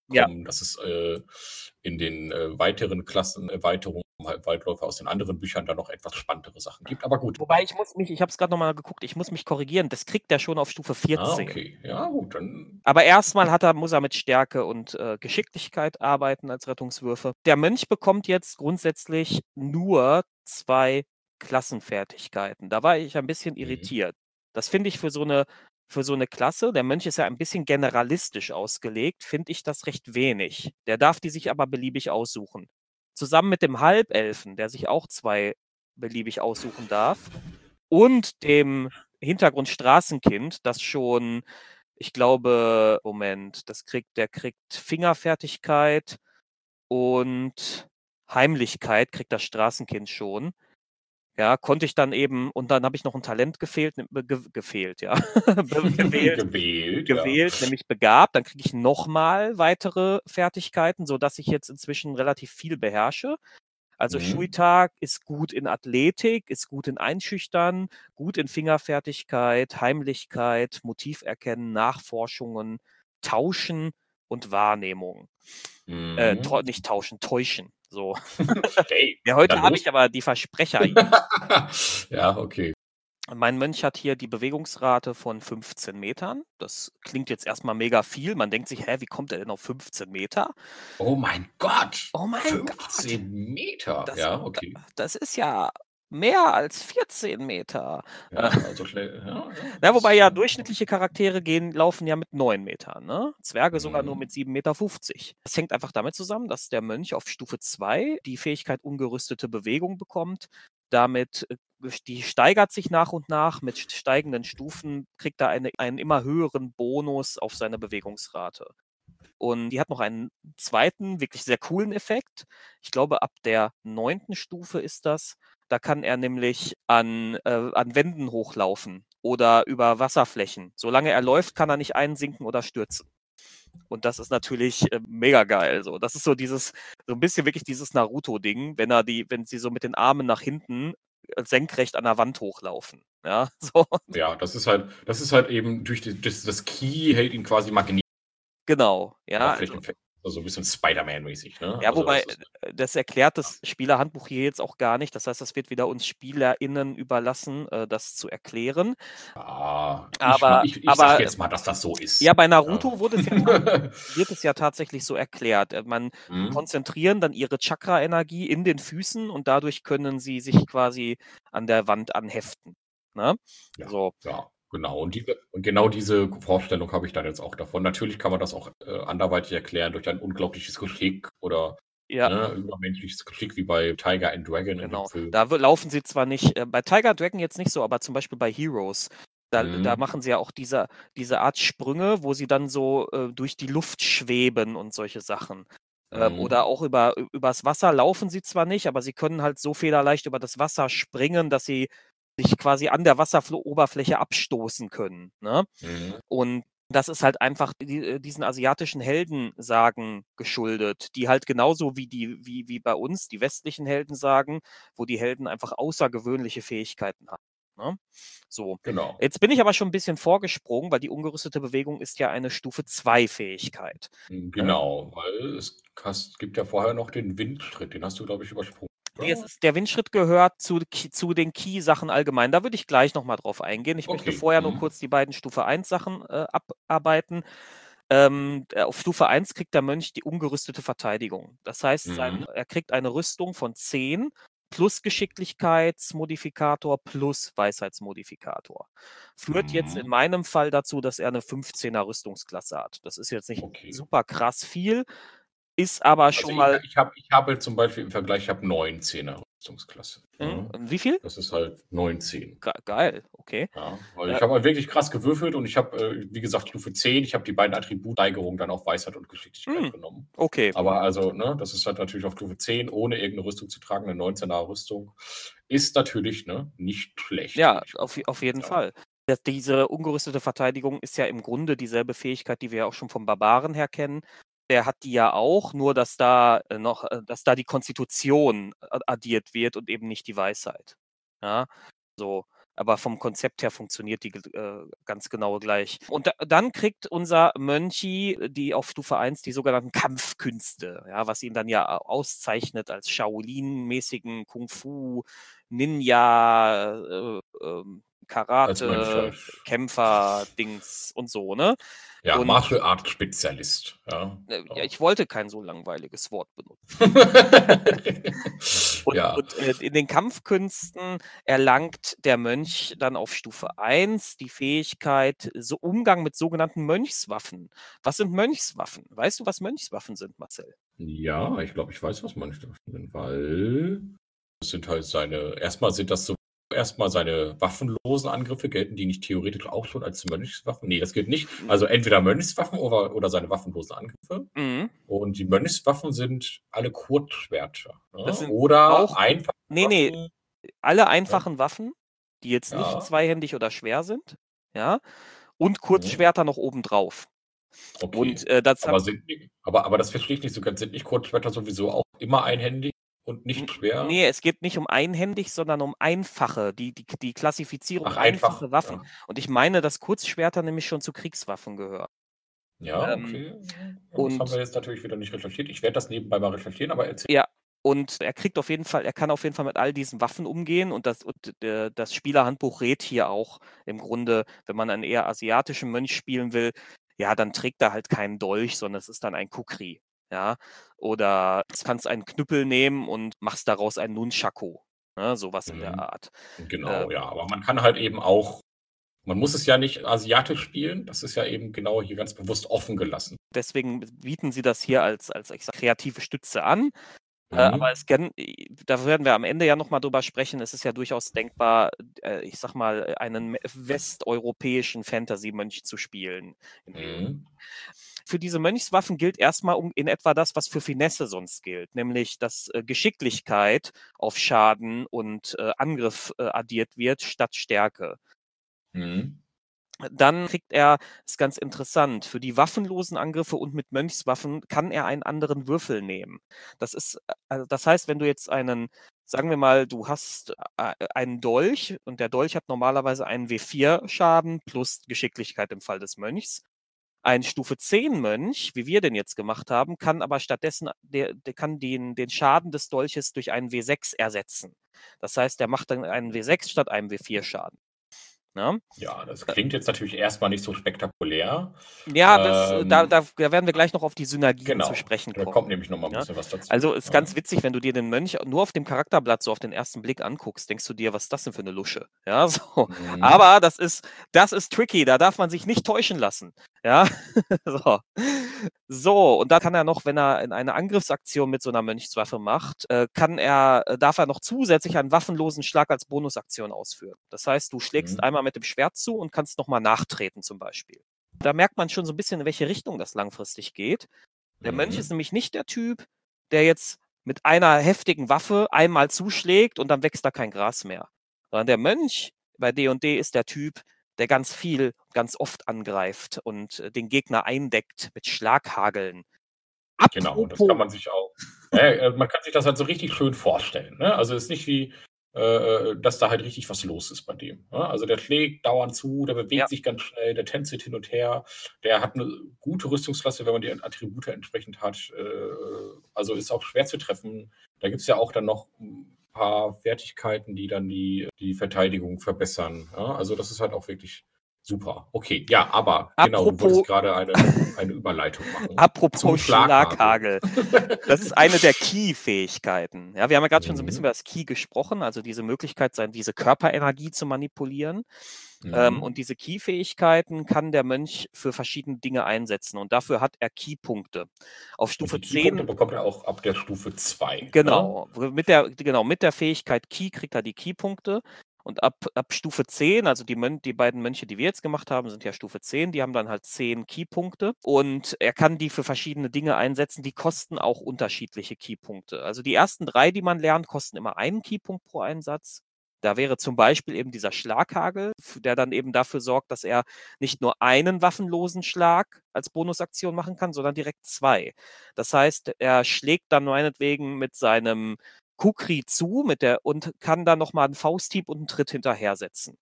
Ja. kommen, dass es äh, in den äh, weiteren Klassenerweiterungen, halt Waldläufer aus den anderen Büchern da noch etwas spannendere Sachen gibt. Aber gut. Wobei ich muss mich, ich habe es gerade nochmal geguckt, ich muss mich korrigieren, das kriegt er schon auf Stufe Ah, vierzehn. okay. Ja, gut, dann. Aber erstmal hat er, muss er mit Stärke und äh, Geschicklichkeit arbeiten als Rettungswürfe. Der Mönch bekommt jetzt grundsätzlich nur zwei Klassenfertigkeiten. Da war ich ein bisschen Mhm. irritiert. Das finde ich für so eine für so eine Klasse, der Mönch ist ja ein bisschen generalistisch ausgelegt, finde ich das recht wenig. Der darf die sich aber beliebig aussuchen. Zusammen mit dem Halbelfen, der sich auch zwei beliebig aussuchen darf, und dem Hintergrund Straßenkind, das schon, ich glaube, Moment, das kriegt, der kriegt Fingerfertigkeit und Heimlichkeit, kriegt das Straßenkind schon. Ja, konnte ich dann eben, und dann habe ich noch ein Talent gefehlt, ne, ge gefehlt, ja. gewählt, Gewählt, ja. gewählt, nämlich begabt. Dann kriege ich nochmal weitere Fertigkeiten, sodass ich jetzt inzwischen relativ viel beherrsche. Also Mhm. Shuitag ist gut in Athletik, ist gut in Einschüchtern, gut in Fingerfertigkeit, Heimlichkeit, Motiverkennen, Nachforschungen, Tauschen und Wahrnehmung. Äh, Mhm. tau nicht tauschen, täuschen. So. Hey, Ja, was ist heute da habe los? ich aber die Versprecher hier. Ja, okay. Mein Mönch hat hier die Bewegungsrate von fünfzehn Metern. Das klingt jetzt erstmal mega viel. Man denkt sich, hä, wie kommt er denn auf fünfzehn Meter? Oh mein Gott! Oh mein fünfzehn Meter. Das, Ja, okay. das ist ja mehr als vierzehn Meter. Ja, Äh, also schnell. Ja, ja, Na, wobei ja das, durchschnittliche Charaktere gehen, laufen ja mit neun Metern, ne? Zwerge sogar nur Mhm. mit sieben Meter fünfzig. Das hängt einfach damit zusammen, dass der Mönch auf Stufe zwei die Fähigkeit ungerüstete Bewegung bekommt. Damit, äh, die steigert sich nach und nach. Mit steigenden Stufen kriegt er eine, einen immer höheren Bonus auf seine Bewegungsrate. Und die hat noch einen zweiten, wirklich sehr coolen Effekt. Ich glaube, ab der neunten Stufe ist das. Da kann er nämlich an, äh, an Wänden hochlaufen oder über Wasserflächen. Solange er läuft, kann er nicht einsinken oder stürzen. Und das ist natürlich äh, mega geil. So. Das ist so dieses, so ein bisschen wirklich dieses Naruto-Ding, wenn er die, wenn sie so mit den Armen nach hinten äh, senkrecht an der Wand hochlaufen. Ja, so. Ja, das ist halt, das ist halt eben durch die, das, das Key hält ihn quasi magnetisch. Genau, ja. Also, Oberflächenfest. Also ein bisschen Spider-Man-mäßig, ne? Ja, Also wobei, das ist, äh, das erklärt das Spielerhandbuch hier jetzt auch gar nicht. Das heißt, das wird wieder uns SpielerInnen überlassen, äh, das zu erklären. ah, ich, Aber, ich, ich aber sag jetzt mal, dass das so ist. ja, bei Naruto Ja. wurde es ja, wird es ja tatsächlich so erklärt. Äh, Man Mhm. konzentrieren dann ihre Chakra-Energie in den Füßen und dadurch können sie sich quasi an der Wand anheften. Ne? Ja, So. ja, genau. Und, diese, und genau diese Vorstellung habe ich dann jetzt auch davon. Natürlich kann man das auch äh, anderweitig erklären durch ein unglaubliches Geschick oder Ja, ne, übermenschliches Geschick wie bei Tiger and Dragon in dem genau. Film. Da w- laufen sie zwar nicht, äh, bei Tiger Dragon jetzt nicht so, aber zum Beispiel bei Heroes. Da, da Mhm. machen sie ja auch diese, diese Art Sprünge, wo sie dann so äh, durch die Luft schweben und solche Sachen. Ähm, Mhm. oder auch über, übers Wasser laufen sie zwar nicht, aber sie können halt so federleicht über das Wasser springen, dass sie sich quasi an der Wasseroberfläche abstoßen können. Ne? Mhm. Und das ist halt einfach die, äh, diesen asiatischen Heldensagen geschuldet, die halt genauso wie die, wie, wie bei uns, die westlichen Heldensagen, wo die Helden einfach außergewöhnliche Fähigkeiten haben. Ne? So. Genau. Jetzt bin ich aber schon ein bisschen vorgesprungen, weil die ungerüstete Bewegung ist ja eine Stufe zwei Fähigkeit. Ne? Genau, weil es hast, gibt ja vorher noch den Windschritt, den hast du, glaube ich, übersprungen. Nee, es Oder? ist, der Windschritt gehört zu, Ki- zu den Key-Sachen allgemein. Da würde ich gleich nochmal drauf eingehen. Ich möchte Okay. vorher nur Mhm. kurz die beiden Stufe eins Sachen äh, abarbeiten. Ähm, äh, auf Stufe eins kriegt der Mönch die ungerüstete Verteidigung. Das heißt, sein, Mhm. er kriegt eine Rüstung von zehn plus Geschicklichkeitsmodifikator plus Weisheitsmodifikator. Führt jetzt in Mhm. meinem Fall dazu, dass er eine fünfzehner Rüstungsklasse hat. Das ist jetzt nicht Okay. super krass viel, ist aber Also schon ich, mal. ich habe ich habe zum Beispiel im Vergleich, ich habe neunzehner Rüstungsklasse. Hm, Ja. wie viel? Das ist halt neunzehn. Ge geil, okay. Ja, weil Äh, ich habe halt wirklich krass gewürfelt und ich habe, äh, wie gesagt, Stufe zehn, ich habe die beiden Attributsteigerungen dann auf Weisheit und Geschicklichkeit hm, genommen. okay. Aber also, ne, das ist halt natürlich auf Stufe zehn, ohne irgendeine Rüstung zu tragen, eine neunzehner Rüstung, ist natürlich ne, nicht schlecht. Ja, würde ich mal auf, auf jeden sagen. Fall. Das, diese ungerüstete Verteidigung ist ja im Grunde dieselbe Fähigkeit, die wir ja auch schon vom Barbaren her kennen. Der hat die ja auch, nur dass da äh, noch, äh, dass da die Konstitution äh, addiert wird und eben nicht die Weisheit. Ja, so. aber vom Konzept her funktioniert die äh, ganz genau gleich. Und da, dann kriegt unser Mönchi, die auf Stufe eins, die sogenannten Kampfkünste, ja, was ihn dann ja auszeichnet als Shaolin-mäßigen Kung-Fu, Ninja, äh, ähm, Als Mönch Karate, halt. Kämpfer, Dings und so, ne? Ja, Und Martial Art Spezialist. Ja, äh, ja, ja. ich wollte kein so langweiliges Wort benutzen. Und, Ja. und äh, in den Kampfkünsten erlangt der Mönch dann auf Stufe eins die Fähigkeit, so Umgang mit sogenannten Mönchswaffen. Was sind Mönchswaffen? Weißt du, was Mönchswaffen sind, Marcel? Ja, ich glaube, ich weiß, was Mönchswaffen sind, weil das sind halt seine, erstmal sind das so, erstmal seine waffenlosen Angriffe, gelten die nicht theoretisch auch schon als Mönchswaffen? Nee, das gilt nicht. Also entweder Mönchswaffen oder, oder seine waffenlosen Angriffe. Mhm. Und die Mönchswaffen sind alle Kurzschwerter. Ne? Das sind Oder auch, einfach nee, nee, Waffen. alle einfachen Waffen, die jetzt nicht Ja. zweihändig oder schwer sind, ja, und Mhm. Kurzschwerter noch obendrauf. Okay. Und äh, das Aber, haben, sind, die- aber, aber das verstehe ich nicht so ganz. Sind nicht Kurzschwerter sowieso auch immer einhändig und nicht N- schwer? Nee, es geht nicht um einhändig, sondern um einfache, die, die, die Klassifizierung Ach, einfach. einfache Waffen. Ja, Und ich meine, dass Kurzschwerter nämlich schon zu Kriegswaffen gehören. ja, Ähm, okay. Ja, das haben wir und jetzt natürlich wieder nicht recherchiert. Ich werde das nebenbei mal recherchieren, aber erzähl. ja, und er kriegt auf jeden Fall, er kann auf jeden Fall mit all diesen Waffen umgehen und das, und, äh, das Spielerhandbuch rät hier auch im Grunde, wenn man einen eher asiatischen Mönch spielen will, ja, dann trägt er halt keinen Dolch, sondern es ist dann ein Kukri. Ja, oder du kannst einen Knüppel nehmen und machst daraus ein Nunchaku. Ne, sowas in der Mhm. Art. Genau, Ähm, ja. Aber man kann halt eben auch, man muss es ja nicht asiatisch spielen. Das ist ja eben genau hier ganz bewusst offen gelassen. deswegen bieten sie das hier als, als ich sag, kreative Stütze an. Äh, aber Mhm. es kann, da werden wir am Ende ja nochmal drüber sprechen. Es ist ja durchaus denkbar, äh, ich sag mal, einen westeuropäischen Fantasy-Mönch zu spielen. Mhm. Für diese Mönchswaffen gilt erstmal um in etwa das, was für Finesse sonst gilt, nämlich dass äh, Geschicklichkeit auf Schaden und äh, Angriff äh, addiert wird statt Stärke. Mhm. Dann kriegt er, ist ganz interessant, für die waffenlosen Angriffe und mit Mönchswaffen kann er einen anderen Würfel nehmen. Das ist, also das heißt, wenn du jetzt einen, sagen wir mal, du hast äh, einen Dolch und der Dolch hat normalerweise einen W vier Schaden plus Geschicklichkeit im Fall des Mönchs. Ein Stufe zehn Mönch, wie wir den jetzt gemacht haben, kann aber stattdessen, der, der kann den, den Schaden des Dolches durch einen W sechs ersetzen. Das heißt, der macht dann einen W sechs statt einem W vier Schaden. Ja? Ja, das klingt jetzt natürlich erstmal nicht so spektakulär. Ja, das, äh, da, Ähm, da, da werden wir gleich noch auf die Synergien zu genau. sprechen Da kommen. kommt nämlich noch mal ein Ja? bisschen was dazu. Also ist Ja. ganz witzig, wenn du dir den Mönch nur auf dem Charakterblatt so auf den ersten Blick anguckst, denkst du dir, was ist das denn für eine Lusche? Ja, so. Mhm. Aber das ist, das ist tricky, da darf man sich nicht täuschen lassen. Ja, so. So, und da kann er noch, wenn er in eine Angriffsaktion mit so einer Mönchswaffe macht, äh, kann er, äh, darf er noch zusätzlich einen waffenlosen Schlag als Bonusaktion ausführen. Das heißt, du schlägst Mhm. einmal mit dem Schwert zu und kannst nochmal nachtreten zum Beispiel. Da merkt man schon so ein bisschen, in welche Richtung das langfristig geht. Der Mönch ist Mhm. nämlich nicht der Typ, der jetzt mit einer heftigen Waffe einmal zuschlägt und dann wächst da kein Gras mehr. Sondern der Mönch bei D und D ist der Typ, der ganz viel, ganz oft angreift und äh, den Gegner eindeckt mit Schlaghageln. Genau, und das kann Apropos, man sich auch, äh, äh, man kann sich das halt so richtig schön vorstellen. Ne? Also es ist nicht wie, äh, äh, dass da halt richtig was los ist bei dem. Ne? Also der schlägt dauernd zu, der bewegt ja, sich ganz schnell, der tänzelt hin und her, der hat eine gute Rüstungsklasse, wenn man die Attribute entsprechend hat. Äh, also ist auch schwer zu treffen. Da gibt es ja auch dann noch ein paar Fertigkeiten, die dann die, die Verteidigung verbessern. Ja? Also das ist halt auch wirklich super. Okay, ja, aber genau, du wolltest apropos, gerade eine, eine Überleitung machen zum apropos Schlaghagel. Schlaghagel. Das ist eine der Key-Fähigkeiten. Ja, wir haben ja gerade schon so ein bisschen Mhm. über das Key gesprochen, also diese Möglichkeit, sein, diese Körperenergie zu manipulieren. Ähm, Mhm. und diese Key-Fähigkeiten kann der Mönch für verschiedene Dinge einsetzen. Und dafür hat er Key-Punkte. Auf Und Stufe die Keypunkte zehn, bekommt er auch ab der Stufe zwei. Ne? genau, mit der, genau, mit der Fähigkeit Key kriegt er die Key-Punkte. Und ab, ab Stufe zehn, also die, Mön die beiden Mönche, die wir jetzt gemacht haben, sind ja Stufe zehn, die haben dann halt zehn Keypunkte. Und er kann die für verschiedene Dinge einsetzen, die kosten auch unterschiedliche Keypunkte. Also die ersten drei, die man lernt, kosten immer einen Keypunkt pro Einsatz. Da wäre zum Beispiel eben dieser Schlaghagel, der dann eben dafür sorgt, dass er nicht nur einen waffenlosen Schlag als Bonusaktion machen kann, sondern direkt zwei. Das heißt, er schlägt dann meinetwegen mit seinem Kukri zu mit der, und kann dann nochmal einen Fausthieb und einen Tritt hinterher setzen.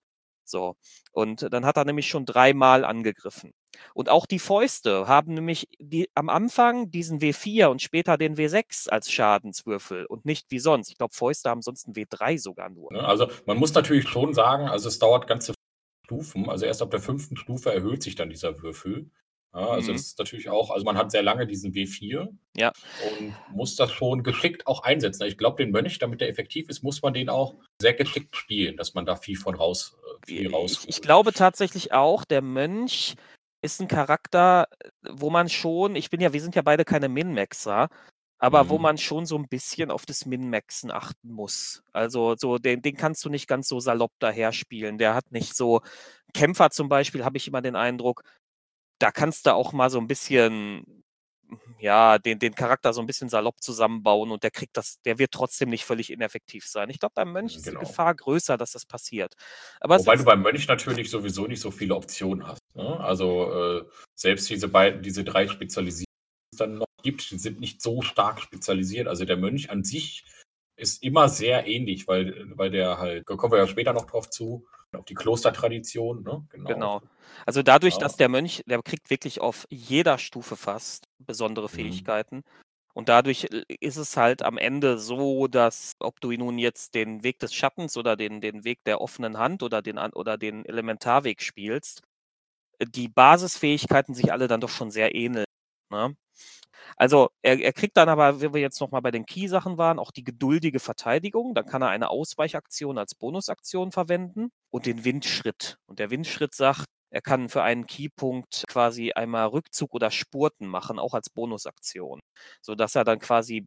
So. Und dann hat er nämlich schon dreimal angegriffen. Und auch die Fäuste haben nämlich die, am Anfang diesen W vier und später den W sechs als Schadenswürfel und nicht wie sonst. Ich glaube, Fäuste haben sonst einen W drei sogar nur. Ne, also man muss natürlich schon sagen, also es dauert ganze Stufen. Also erst ab der fünften Stufe erhöht sich dann dieser Würfel. Ja, also Mhm. das ist natürlich auch, also man hat sehr lange diesen W vier Ja. und muss das schon geschickt auch einsetzen. Ich glaube, den Mönch, damit der effektiv ist, muss man den auch sehr geschickt spielen, dass man da viel von raus, äh, viel Ich, rausholt. ich glaube tatsächlich auch, der Mönch ist ein Charakter, wo man schon, ich bin ja, wir sind ja beide keine Min-Maxer, aber wo Mhm. man schon so ein bisschen auf das Min-Maxen achten muss. Also so, den, den kannst du nicht ganz so salopp daher spielen. Der hat nicht so, Kämpfer zum Beispiel, habe ich immer den Eindruck, da kannst du auch mal so ein bisschen, ja, den, den Charakter so ein bisschen salopp zusammenbauen und der kriegt das, der wird trotzdem nicht völlig ineffektiv sein. Ich glaube, beim Mönch ist die Genau. Gefahr größer, dass das passiert. Aber es Wobei du ist, beim Mönch natürlich sowieso nicht so viele Optionen hast. Ne? Also äh, selbst diese beiden, diese drei Spezialisierungen, die es dann noch gibt, die sind nicht so stark spezialisiert. Also der Mönch an sich ist immer sehr ähnlich, weil, weil der halt, da kommen wir ja später noch drauf zu, auf die Klostertradition, ne? Genau. genau. Also dadurch, Ja. dass der Mönch, der kriegt wirklich auf jeder Stufe fast besondere Mhm. Fähigkeiten. Und dadurch äh, ist es halt am Ende so, dass, ob du nun jetzt den Weg des Schattens oder den, den Weg der offenen Hand oder den, An- oder den Elementarweg spielst, äh, die Basisfähigkeiten sich alle dann doch schon sehr ähneln. Ne? Also er, er kriegt dann aber, wenn wir jetzt nochmal bei den Key-Sachen waren, auch die geduldige Verteidigung. Dann kann er eine Ausweichaktion als Bonusaktion verwenden und den Windschritt. Und der Windschritt sagt, er kann für einen Keypunkt quasi einmal Rückzug oder Spurten machen, auch als Bonusaktion, sodass er dann quasi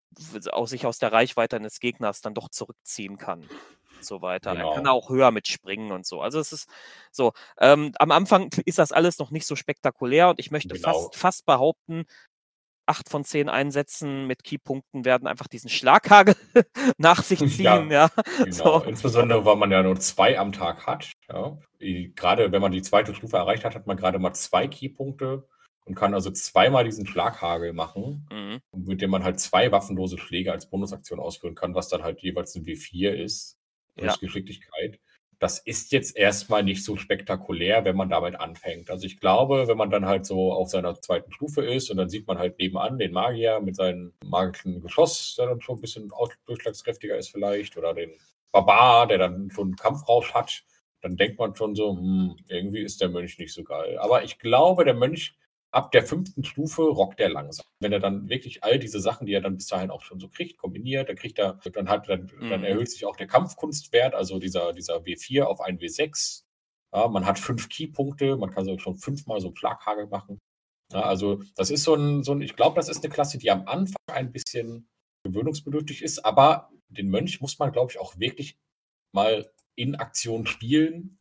aus sich aus der Reichweite eines Gegners dann doch zurückziehen kann. Und so weiter. Er kann Genau. auch höher mitspringen und so. Also es ist so, ähm, am Anfang ist das alles noch nicht so spektakulär und ich möchte Genau. fast, fast behaupten, acht von zehn Einsätzen mit Keypunkten werden einfach diesen Schlaghagel nach sich ziehen. Ja, Ja, genau. so. Insbesondere, weil man ja nur zwei am Tag hat. Ja. Gerade wenn man die zweite Stufe erreicht hat, hat man gerade mal zwei Keypunkte und kann also zweimal diesen Schlaghagel machen, Mhm. mit dem man halt zwei waffenlose Schläge als Bonusaktion ausführen kann, was dann halt jeweils ein W vier ist, plus Ja. Geschicklichkeit. Das ist jetzt erstmal nicht so spektakulär, wenn man damit anfängt. Also ich glaube, wenn man dann halt so auf seiner zweiten Stufe ist und dann sieht man halt nebenan den Magier mit seinem magischen Geschoss, der dann schon ein bisschen aus- durchschlagskräftiger ist vielleicht, oder den Barbar, der dann schon einen Kampfrausch hat, dann denkt man schon so, hm, irgendwie ist der Mönch nicht so geil. Aber ich glaube, der Mönch ab der fünften Stufe rockt er langsam. Wenn er dann wirklich all diese Sachen, die er dann bis dahin auch schon so kriegt, kombiniert, dann kriegt er, dann hat, dann, dann Mhm. erhöht sich auch der Kampfkunstwert, also dieser, dieser W vier auf einen W sechs. Ja, man hat fünf Keypunkte, man kann so schon fünfmal so einen Schlaghagel machen. Ja, also das ist so ein, so ein ich glaube, das ist eine Klasse, die am Anfang ein bisschen gewöhnungsbedürftig ist, aber den Mönch muss man, glaube ich, auch wirklich mal in Aktion spielen,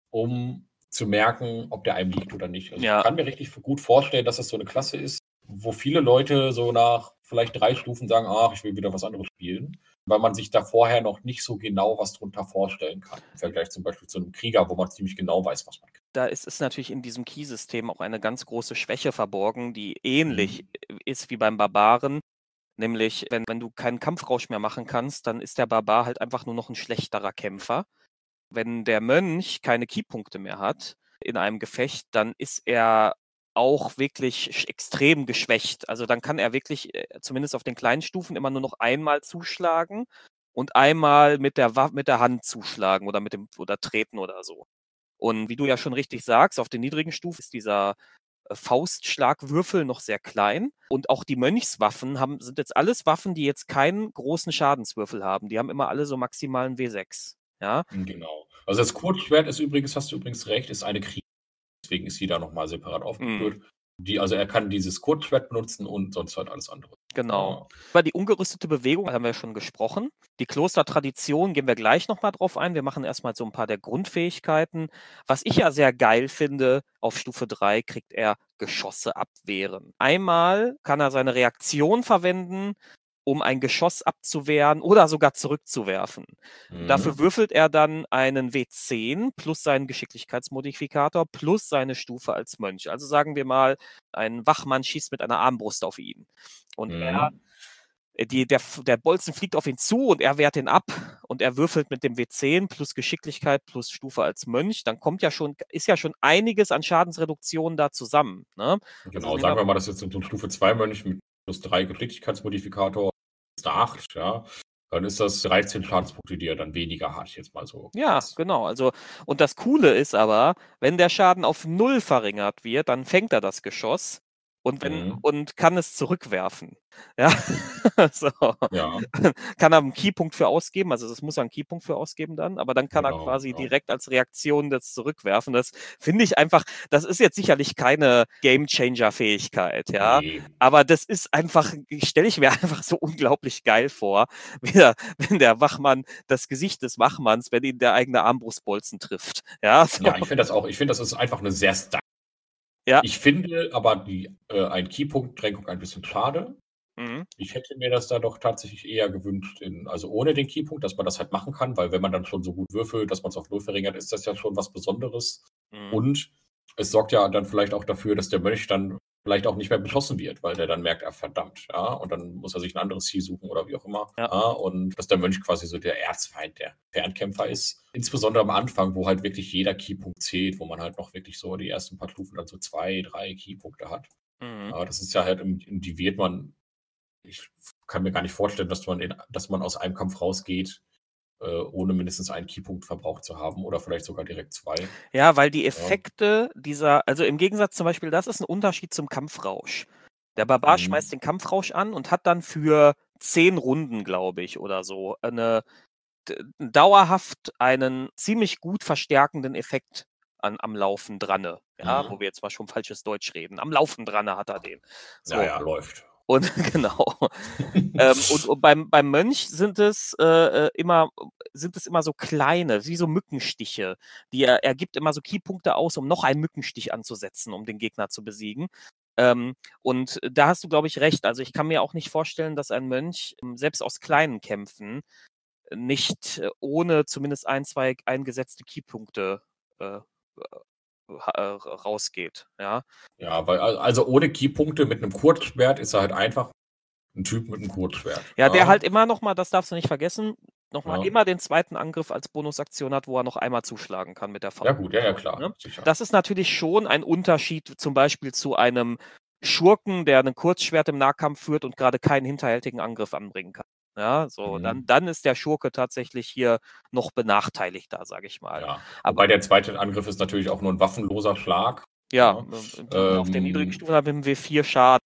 um zu merken, ob der einem liegt oder nicht. Also Ja. ich kann mir richtig gut vorstellen, dass das so eine Klasse ist, wo viele Leute so nach vielleicht drei Stufen sagen, ach, ich will wieder was anderes spielen, weil man sich da vorher noch nicht so genau was drunter vorstellen kann. Im Vergleich zum Beispiel zu einem Krieger, wo man ziemlich genau weiß, was man kriegt. Da ist es natürlich in diesem Key-System auch eine ganz große Schwäche verborgen, die ähnlich Mhm. ist wie beim Barbaren. Nämlich, wenn, wenn du keinen Kampfrausch mehr machen kannst, dann ist der Barbar halt einfach nur noch ein schlechterer Kämpfer. Wenn der Mönch keine Keypunkte mehr hat in einem Gefecht, dann ist er auch wirklich sch- extrem geschwächt. Also dann kann er wirklich, äh, zumindest auf den kleinen Stufen, immer nur noch einmal zuschlagen und einmal mit der, Wa- mit der Hand zuschlagen oder mit dem oder treten oder so. Und wie du ja schon richtig sagst, auf den niedrigen Stufen ist dieser äh, Faustschlagwürfel noch sehr klein. Und auch die Mönchswaffen haben, sind jetzt alles Waffen, die jetzt keinen großen Schadenswürfel haben. Die haben immer alle so maximalen W sechs. Ja, Genau. Also das Kurzschwert ist übrigens, hast du übrigens recht, ist eine Krieger. Deswegen ist die da nochmal separat Mhm. aufgeführt. Die, also er kann dieses Kurzschwert benutzen und sonst halt alles andere. genau. Ja. Über die ungerüstete Bewegung haben wir schon gesprochen. Die Klostertradition gehen wir gleich nochmal drauf ein. Wir machen erstmal so ein paar der Grundfähigkeiten. Was ich ja sehr geil finde, auf Stufe drei kriegt er Geschosse abwehren. Einmal kann er seine Reaktion verwenden, um ein Geschoss abzuwehren oder sogar zurückzuwerfen. Mhm. Dafür würfelt er dann einen W zehn plus seinen Geschicklichkeitsmodifikator plus seine Stufe als Mönch. Also sagen wir mal, ein Wachmann schießt mit einer Armbrust auf ihn. Und er Mhm. äh, die, der, F- der Bolzen fliegt auf ihn zu und er wehrt ihn ab und er würfelt mit dem W zehn plus Geschicklichkeit plus Stufe als Mönch. Dann kommt ja schon, ist ja schon einiges an Schadensreduktion da zusammen. Ne? Also Genau, nehmen sagen wir, wir mal, das ist jetzt so ein Stufe zwei Mönch mit plus drei Geschicklichkeitsmodifikator, ist eine acht, ja. Dann ist das dreizehn Schadenspunkte, die er dann weniger hat, jetzt mal so. ja, genau. Also, und das Coole ist aber, wenn der Schaden auf null verringert wird, dann fängt er das Geschoss und wenn Mhm. und kann es zurückwerfen. Ja, so. Ja, Kann er einen Keypunkt für ausgeben, also das muss er einen Keypunkt für ausgeben dann, aber dann kann er genau, quasi genau. direkt als Reaktion das zurückwerfen. Das finde ich einfach, das ist jetzt sicherlich keine Game-Changer-Fähigkeit, ja. Nee. Aber das ist einfach, stelle ich mir einfach so unglaublich geil vor, wie der, wenn der Wachmann das Gesicht des Wachmanns, wenn ihn der eigene Armbrustbolzen trifft. Ja, so. Ja, ich finde das auch, ich finde, das ist einfach eine sehr starke. Ja. Ich finde aber die äh, ein Keypunkt-Drängung ein bisschen schade. Mhm. Ich hätte mir das da doch tatsächlich eher gewünscht, in, also ohne den Keypunkt, dass man das halt machen kann, weil wenn man dann schon so gut würfelt, dass man es auf null verringert, ist das ja schon was Besonderes. Mhm. Und es sorgt ja dann vielleicht auch dafür, dass der Mönch dann vielleicht auch nicht mehr beschossen wird, weil der dann merkt, ah, verdammt, ja, und dann muss er sich ein anderes Ziel suchen oder wie auch immer. Ja. Ja, und dass der Mönch quasi so der Erzfeind, der Fernkämpfer ist. Insbesondere am Anfang, wo halt wirklich jeder Keypunkt zählt, wo man halt noch wirklich so die ersten paar Stufen dann so zwei, drei Keypunkte hat. Mhm. Aber das ist ja halt, im, im Diviert man, ich kann mir gar nicht vorstellen, dass man, in, dass man aus einem Kampf rausgeht, äh, ohne mindestens einen Keypunkt verbraucht zu haben oder vielleicht sogar direkt zwei. Ja, weil die Ja. Effekte dieser, also im Gegensatz zum Beispiel, das ist ein Unterschied zum Kampfrausch. Der Barbar Mhm. schmeißt den Kampfrausch an und hat dann für zehn Runden, glaube ich, oder so, eine d- dauerhaft einen ziemlich gut verstärkenden Effekt an, am Laufen dranne. Ja, wo Mhm. wir jetzt mal schon falsches Deutsch reden. Am Laufen dranne hat er den. Ja, So. ja, läuft. Und genau. ähm, und, und beim, beim Mönch sind es äh, äh, immer sind es immer so kleine, wie so Mückenstiche. Die er, er gibt immer so Keypunkte aus, um noch einen Mückenstich anzusetzen, um den Gegner zu besiegen. Ähm, und da hast du, glaube ich, recht. Also ich kann mir auch nicht vorstellen, dass ein Mönch ähm, selbst aus kleinen Kämpfen nicht äh, ohne zumindest ein, zwei eingesetzte Keypunkte äh, ha- äh, rausgeht. Ja. Ja, weil, al- also ohne Keypunkte mit einem Kurzschwert ist er halt einfach ein Typ mit einem Kurzschwert. Ja, der Ja, halt immer noch mal, das darfst du nicht vergessen, noch mal ja. immer den zweiten Angriff als Bonusaktion hat, wo er noch einmal zuschlagen kann mit der Ja, Faust. gut, ja, ja, klar, Ne? sicher. Das ist natürlich schon ein Unterschied zum Beispiel zu einem Schurken, der ein Kurzschwert im Nahkampf führt und gerade keinen hinterhältigen Angriff anbringen kann. Ja, so, dann, Mhm. dann ist der Schurke tatsächlich hier noch benachteiligter, sage ich mal. Ja, Aber wobei der zweite Angriff ist natürlich auch nur ein waffenloser Schlag. ja, Ja, äh, die, auf den niedrigen ähm, Stufen haben wir W vier Schaden.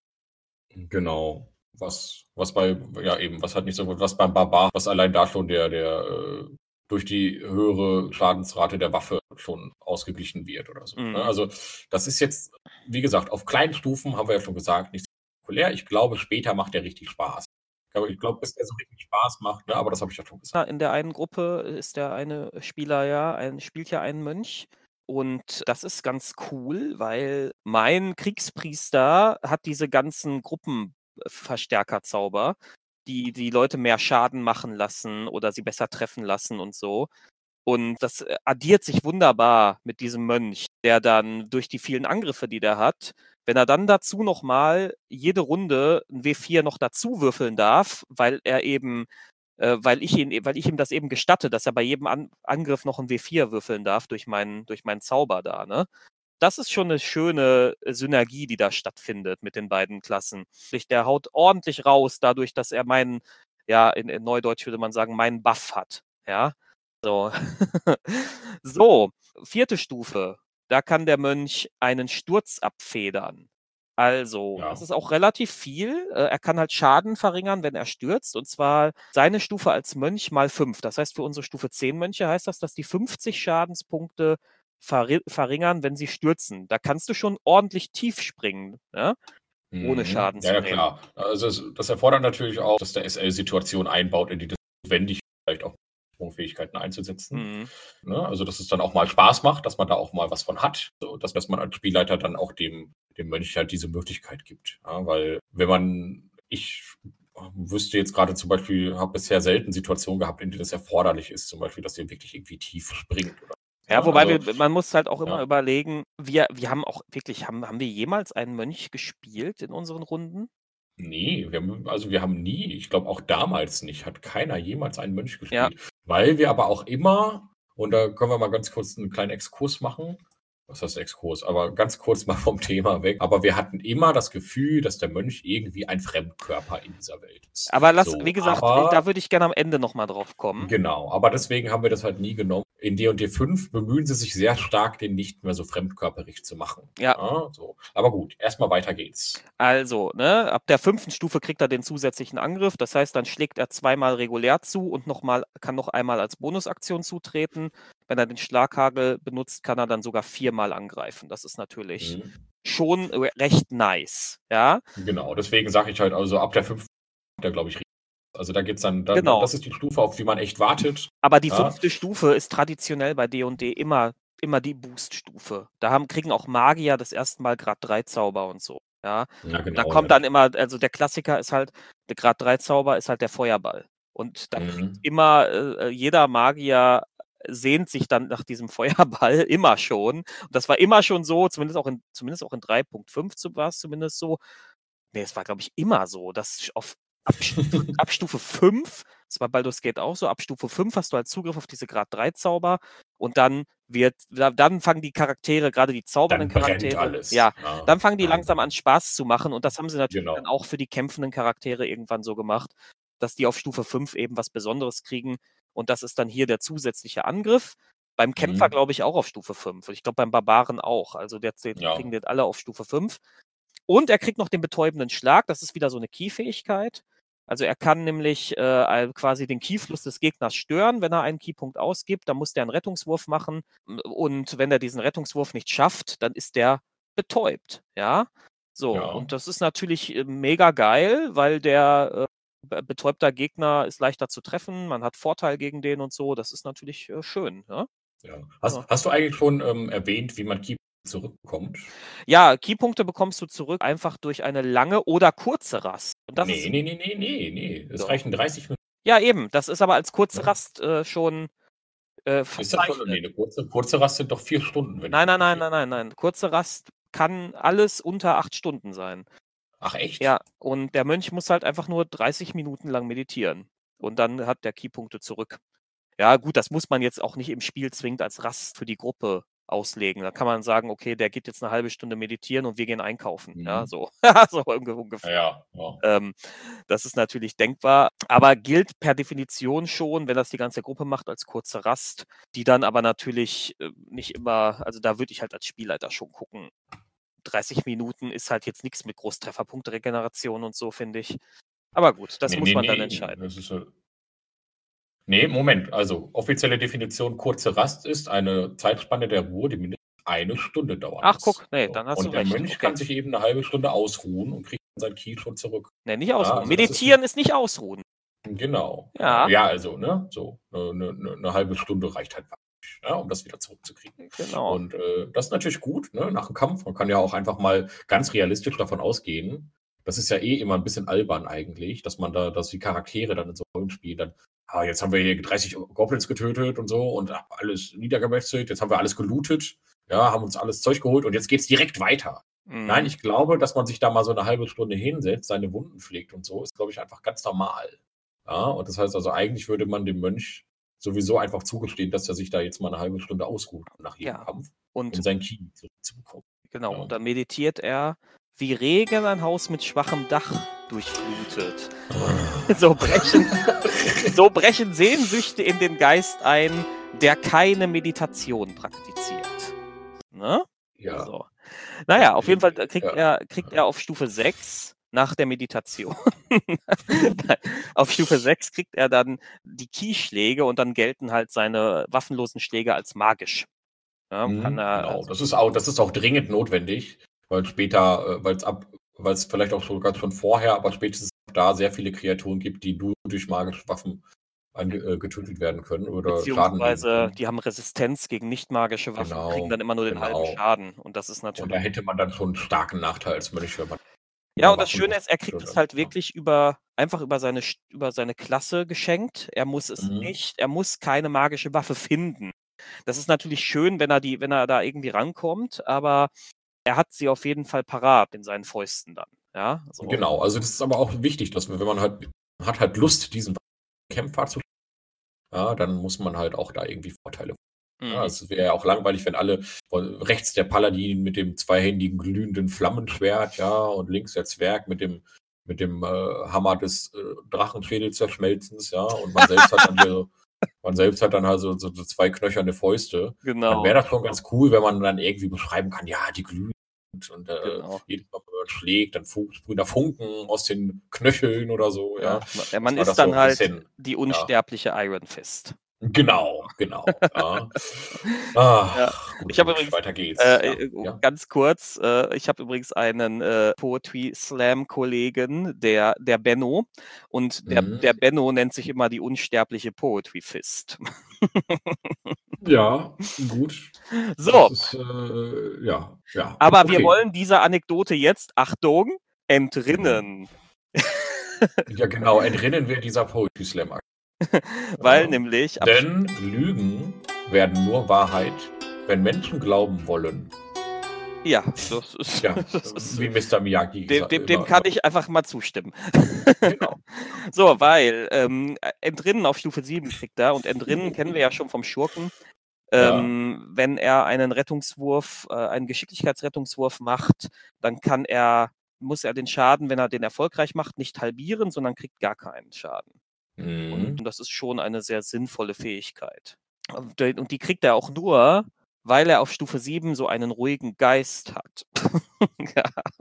genau. Was, was bei, ja eben, was halt nicht so gut, was beim Barbar, was allein da schon der, der äh, durch die höhere Schadensrate der Waffe schon ausgeglichen wird oder so. Ne? Mhm. Also das ist jetzt, wie gesagt, auf kleinen Stufen haben wir ja schon gesagt, nicht so populär. Ich glaube, später macht der richtig Spaß. Ich glaube, ich glaube bis der so richtig Spaß macht, ne? Aber das habe ich ja schon gesagt. In der einen Gruppe ist der eine Spieler ja ein, spielt ja einen Mönch. Und das ist ganz cool, weil mein Kriegspriester hat diese ganzen Gruppenverstärkerzauber, die die Leute mehr Schaden machen lassen oder sie besser treffen lassen und so. Und das äh, addiert sich wunderbar mit diesem Mönch, der dann durch die vielen Angriffe, die der hat, wenn er dann dazu nochmal jede Runde ein W vier noch dazu würfeln darf, weil er eben äh, weil ich ihn, weil ich ihm das eben gestatte, dass er bei jedem An Angriff noch ein W vier würfeln darf durch meinen, durch meinen Zauber da, ne? Das ist schon eine schöne äh, Synergie, die da stattfindet mit den beiden Klassen. Sprich, der haut ordentlich raus, dadurch, dass er meinen, ja, in, in Neudeutsch würde man sagen, meinen Buff hat. Ja. So. So, vierte Stufe. Da kann der Mönch einen Sturz abfedern. Also, das Ja. ist auch relativ viel. Äh, er kann halt Schaden verringern, wenn er stürzt. Und zwar seine Stufe als Mönch mal fünf. Das heißt, für unsere Stufe zehn Mönche heißt das, dass die fünfzig Schadenspunkte verri verringern, wenn sie stürzen. Da kannst du schon ordentlich tief springen, ne? Ohne Mhm. Schaden Ja, zu ja, nehmen. klar. Also es, das erfordert natürlich auch, dass der S L-Situation einbaut, in die das notwendig ist, vielleicht auch Sprungfähigkeiten einzusetzen. Mhm. Ne? Also dass es dann auch mal Spaß macht, dass man da auch mal was von hat. So, dass, dass man als Spielleiter dann auch dem, dem Mönch halt diese Möglichkeit gibt. Ja? Weil wenn man, ich wüsste jetzt gerade zum Beispiel, habe bisher selten Situationen gehabt, in denen das erforderlich ist, zum Beispiel, dass ihr wirklich irgendwie tief springt. Oder, Ja, ne? wobei Also, wir, man muss halt auch immer ja. überlegen, wir, wir haben auch wirklich, haben, haben wir jemals einen Mönch gespielt in unseren Runden? Ne, wir haben also, wir haben nie ich glaube auch damals nicht, hat keiner jemals einen Mönch Ja. gespielt, weil wir aber auch immer und da können wir mal ganz kurz 'n kleinen Exkurs machen. Was heißt Exkurs? Aber ganz kurz mal vom Thema weg. Aber wir hatten immer das Gefühl, dass der Mönch irgendwie ein Fremdkörper in dieser Welt ist. Aber lass So, wie gesagt, äh, da aber würde ich gerne am Ende noch mal drauf kommen. Genau, aber deswegen haben wir das halt nie genommen. In D und D fünf bemühen sie sich sehr stark, den nicht mehr so fremdkörperig zu machen. Ja. Ja, so. Aber gut, erst mal weiter geht's. Also, ne, ab der fünften Stufe kriegt er den zusätzlichen Angriff. Das heißt, dann schlägt er zweimal regulär zu und noch mal kann noch einmal als Bonusaktion zutreten. Wenn er den Schlaghagel benutzt, kann er dann sogar viermal angreifen. Das ist natürlich Mhm. schon re recht nice, ja? Genau, deswegen sage ich halt, also, ab der fünften der glaube ich also, da geht's dann dann Genau. das ist die Stufe, auf die man echt wartet, Aber die ja? fünfte Stufe ist traditionell bei D und D immer immer die Boost-Stufe. Da haben kriegen auch Magier das erste Mal Grad drei Zauber und so, ja? Ja, Und da genau, kommt ja. dann immer also, der Klassiker ist halt der Grad drei Zauber ist halt der Feuerball. Und da kriegt Mhm. immer äh, äh, jeder Magier sehnt sich dann nach diesem Feuerball immer schon. Und das war immer schon so, zumindest auch in zumindest auch in drei Punkt fünf zu war's zumindest so. Ne, es war, glaube ich, immer so, dass auf ab Stufe ab Stufe fünf, das war Baldur's Gate auch so, ab Stufe fünf hast du halt Zugriff auf diese Grad drei Zauber und dann wird da dann fangen die Charaktere, grade die zaubernden Dann brennt Charaktere alles, ja, ja. dann fangen die Ja, langsam genau. an Spaß zu machen und das haben sie natürlich dann Genau. auch für die kämpfenden Charaktere irgendwann so gemacht, dass die auf Stufe fünf eben was Besonderes kriegen und das ist dann hier der zusätzliche Angriff. Beim Kämpfer, Mhm. glaube ich, auch auf Stufe fünf und ich glaube beim Barbaren auch. Also, der zählt kriegen Ja. den alle auf Stufe fünf. Und er kriegt noch den betäubenden Schlag. Das ist wieder so 'ne Ki-Fähigkeit. Also, er kann nämlich, äh, al quasi den Ki-Fluss des Gegners stören, wenn er einen Ki-Punkt ausgibt. Dann muss der 'n Rettungswurf machen. M und wenn er diesen Rettungswurf nicht schafft, dann ist der betäubt, ja? So, Ja. und das ist natürlich, äh, mega geil, weil der, äh, be betäubter Gegner ist leichter zu treffen. Man hat Vorteil gegen den und so. Das ist natürlich, äh, schön, ne? Ja. Hast Ja. hast du eigentlich schon, ähm, erwähnt, wie man Ki zurückbekommt? Ja, Ki-Punkte bekommst du zurück einfach durch eine lange oder kurze Rast. Und das Ne, ist ne, ne, ne, ne, ne. Es Doch. reichen dreißig Min Ja, eben. Das ist aber als kurze Ne? Rast, äh, schon, äh, Ist das schon verzeichnet. ne, 'ne kurze kurze Rast sind doch vier Stunden, wenn ich Nein, mich nein, nicht nein, irre. nein, nein, nein. Kurze Rast kann alles unter acht Stunden sein. Ach echt? Ja, und der Mönch muss halt einfach nur dreißig Minuten lang meditieren und dann hat der Ki-Punkte zurück. Ja gut, das muss man jetzt auch nicht im Spiel zwingend als Rast für die Gruppe auslegen. Da kann man sagen: „Okay, der geht jetzt 'ne halbe Stunde meditieren und wir gehen einkaufen.“ Ja, Mhm. so. So unge ungefähr. Ja, ja. Ähm, das ist natürlich denkbar, aber gilt per Definition schon, wenn das die ganze Gruppe macht, als kurze Rast, die dann aber natürlich, äh, nicht immer also, da würde ich halt als Spielleiter schon gucken. dreißig Minuten ist halt jetzt nix mit Groß-Trefferpunkte-Regeneration und so, finde ich. Aber gut, das Ne, muss ne, man dann ne, entscheiden. das ist ja Ne, Moment. Also, offizielle Definition kurze Rast ist eine Zeitspanne der Ruhe, die mindestens eine Stunde dauern Ach muss. guck, ne, So. dann hast du Und der recht. Mönch Okay. kann sich eben 'ne halbe Stunde ausruhen und kriegt sein Ki schon zurück. Ne, nicht Ja, ausruhen. also, das ist 'n Meditieren ist nicht ausruhen. Genau, genau. Ja. Ja, also, ne, so, ne ne ne 'ne halbe Stunde reicht halt praktisch, ja, um das wieder zurückzukriegen. Genau. Und, äh, das ist natürlich gut, ne, nach 'm Kampf. Man kann ja auch einfach mal ganz realistisch davon ausgehen das ist ja eh immer 'n bisschen albern eigentlich, dass man da dass die Charaktere dann in so Rollenspielen dann: „Ah, jetzt haben wir hier dreißig Goblins getötet und so und alles niedergemetzelt. Jetzt haben wir alles gelootet, ja, haben uns alles Zeug geholt und jetzt geht's direkt weiter.“ Nein, Mhm. ich glaube, dass man sich da mal so 'ne halbe Stunde hinsetzt, seine Wunden pflegt und so, ist, glaube ich, einfach ganz normal. Ja, und das heißt also, eigentlich würde man dem Mönch sowieso einfach zugestehen, dass er sich da jetzt mal 'ne halbe Stunde ausruht nach jedem Ja, Kampf, und um sein Ki zurückzubekommen. Genau, Ja. und dann meditiert er: „Wie Regen ein Haus mit schwachem Dach durchflutet. So brechen so brechen Sehnsüchte in den Geist ein, der keine Meditation praktiziert.“ Ne? Ja. So. Na ja, auf jeden Fall, äh, kriegt Ja. er kriegt er auf Stufe sechs nach der Meditation auf Stufe sechs kriegt er dann die Ki-Schläge und dann gelten halt seine waffenlosen Schläge als magisch. Ja, kann Mhm, er genau. also Das ist auch das ist auch dringend notwendig, weil später, äh weil's ab weil's vielleicht auch sogar schon vorher, aber spätestens da sehr viele Kreaturen gibt, die nur durch magische Waffen ange äh, getötet werden können oder Schaden nehmen Beziehungsweise können. die haben Resistenz gegen nicht magische Waffen, kriegen dann Genau, immer nur den halben genau. Schaden und das ist Und natürlich da hätte man dann schon 'n starken Nachteil als Mönch, wenn man Ja, immer und das Schöne waffenlos ist, er kriegt es halt wirklich über einfach über seine st über seine Klasse geschenkt. Er muss es Mhm. nicht er muss keine magische Waffe finden. Das ist natürlich schön, wenn er die wenn er da irgendwie rankommt, aber er hat sie auf jeden Fall parat in seinen Fäusten dann, Ja, so. Genau, also das ist aber auch wichtig, dass man, wenn man halt hat halt Lust, diesen Kämpfer zu ja, dann muss man halt auch da irgendwie Vorteile ja, Mhm. es wäre ja auch langweilich, wenn alle rechts der Paladin mit dem zweihändigen glühenden Flammenschwert, ja, und links der Zwerg mit dem mit dem, äh, Hammer des, äh, Drachenschädelzerschmelzens, ja, und man selbst hat dann hier so man selbst hat dann halt so so zwei knöcherne Fäuste. Dann Genau. wäre das schon ganz cool, wenn man dann irgendwie beschreiben kann, ja, die glühen und, äh, Genau. jedes Mal, wenn man schlägt, dann fu sprühen da Funken aus den Knöcheln oder so, ja. Ja, man Dass ist das so dann 'n halt bisschen die ja. unsterbliche Iron Fist. Genau, genau, ja. Ja. Ach, gut, Ich habe gut, übrigens, weiter geht's. äh, Ja, äh, ja. ganz kurz, äh, ich habe übrigens einen, äh, Poetry Slam Kollegen, der der Benno und der Mhm. der Benno nennt sich immer die unsterbliche Poetry Fist. Ja, gut. So. Das ist, äh, ja, ja. Aber wir Okay. wollen dieser Anekdote jetzt, Achtung, Mhm. entrinnen. Ja, genau, entrinnen wir dieser Poetry Slam Aktion. Weil Ja. nämlich ab Denn Lügen werden nur Wahrheit, wenn Menschen glauben wollen. Ja, das ist Ja, das ist wie Mister Miyagi dem gesa dem dem immer kann immer ich einfach mal zustimmen. Genau. So, weil, ähm, äh, entrinnen auf Stufe sieben kriegt er und entrinnen kennen wir ja schon vom Schurken. Ja. Ähm, wenn er einen Rettungswurf äh, einen Geschicklichkeitsrettungswurf macht, dann kann er muss er den Schaden, wenn er den erfolgreich macht, nicht halbieren, sondern kriegt gar keinen Schaden. Mhm. Und das ist schon eine sehr sinnvolle Fähigkeit. Und de und die kriegt er auch nur, weil er auf Stufe sieben so einen ruhigen Geist hat. Ja,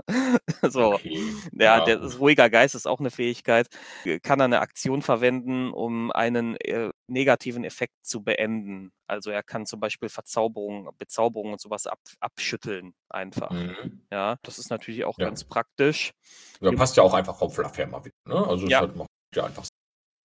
so. Okay, Ja, ja, der gut. ruhiger Geist ist auch 'ne Fähigkeit. Äh, kann er 'ne Aktion verwenden, um einen, äh, negativen Effekt zu beenden. Also, er kann zum Beispiel Verzauberung Bezauberung und so was ab abschütteln einfach. Mhm. Ja, das ist natürlich auch Ja. ganz praktisch. Ja, Im passt ja auch einfach vom Fluff her mal wieder, ne? Also, es Ja. halt macht ja einfach Sinn.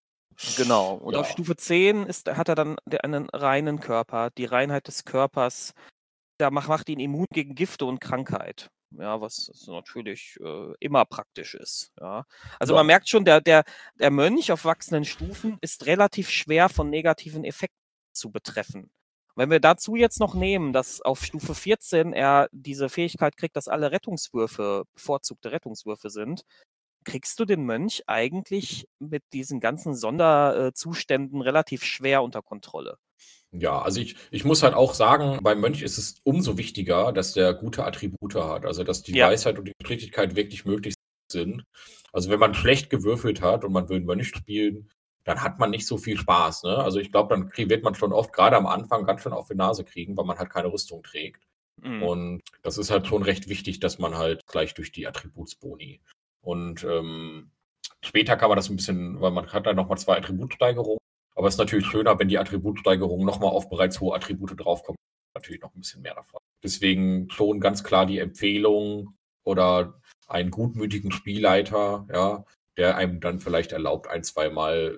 Genau. Und auf Ja. Stufe zehn ist hat er dann de einen reinen Körper. Die Reinheit des Körpers, da mach macht ihn immun gegen Gifte und Krankheit. Ja, was was natürlich, äh, immer praktisch ist, ja. Also, man Ja. merkt schon, der der der Mönch auf wachsenden Stufen ist relativ schwer von negativen Effekten zu betreffen. Wenn wir dazu jetzt noch nehmen, dass auf Stufe vierzehn er diese Fähigkeit kriegt, dass alle Rettungswürfe bevorzugte Rettungswürfe sind, kriegst du den Mönch eigentlich mit diesen ganzen Sonder äh, Zuständen relativ schwer unter Kontrolle. Ja, also, ich ich muss halt auch sagen, beim Mönch ist es umso wichtiger, dass der gute Attribute hat, also, dass die Ja. Weisheit und die Geschicklichkeit wirklich möglich sind. Also, wenn man schlecht gewürfelt hat und man will 'n Mönch spielen, dann hat man nicht so viel Spaß, ne? Also, ich glaube, dann krie wird man schon oft grade am Anfang ganz schön auf die Nase kriegen, weil man halt keine Rüstung trägt. Mhm. Und das ist halt schon recht wichtig, dass man halt gleich durch die Attributsboni und, ähm, später kann man das 'n bisschen weil man hat dann noch mal zwei Attributsteigerungen, aber es ist natürlich schöner, wenn die Attributsteigerungen noch mal auf bereits hohe Attribute draufkommen, natürlich noch 'n bisschen mehr davon. Deswegen schon ganz klar die Empfehlung oder einen gutmütigen Spielleiter, ja, der einem dann vielleicht erlaubt, ein zweimal,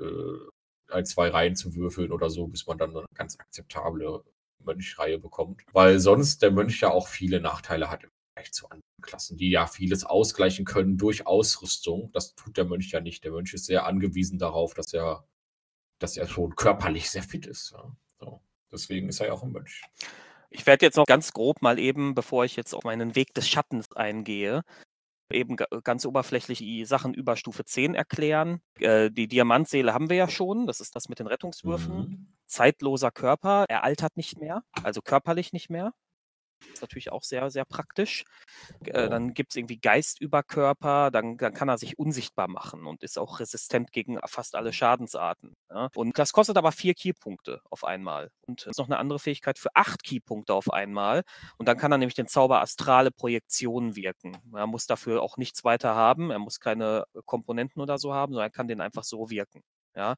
äh ein, zwei Reihen zu würfeln oder so, bis man dann 'ne ganz akzeptable Mönchreihe bekommt. Weil sonst der Mönch ja auch viele Nachteile hat im Vergleich zu anderen Klassen, die ja vieles ausgleichen können durch Ausrüstung. Das tut der Mönch ja nicht. Der Mönch ist sehr angewiesen darauf, dass er dass er schon körperlich sehr fit ist, ja, so. Deswegen ist er ja auch 'n Mönch. Ich werde jetzt noch ganz grob mal eben, bevor ich jetzt auf meinen Weg des Schattens eingehe, eben ga ganz oberflächlich die Sachen über Stufe zehn erklären. Äh, die Diamantseele haben wir ja schon, das ist das mit den Rettungswürfen. Mhm. Zeitloser Körper, er altert nicht mehr, also, körperlich nicht mehr. Ist natürlich auch sehr, sehr praktisch. Äh, Ja. dann gibt's irgendwie Geist über Körper, dann dann kann er sich unsichtbar machen und ist auch resistent gegen fast alle Schadensarten, ja? Und das kostet aber vier Keypunkte auf einmal. Und ist noch 'ne andere Fähigkeit für acht Keypunkte auf einmal. Und dann kann er nämlich den Zauber Astrale Projektion wirken. Er muss dafür auch nichts weiter haben. Er muss keine Komponenten oder so haben, sondern er kann den einfach so wirken, ja?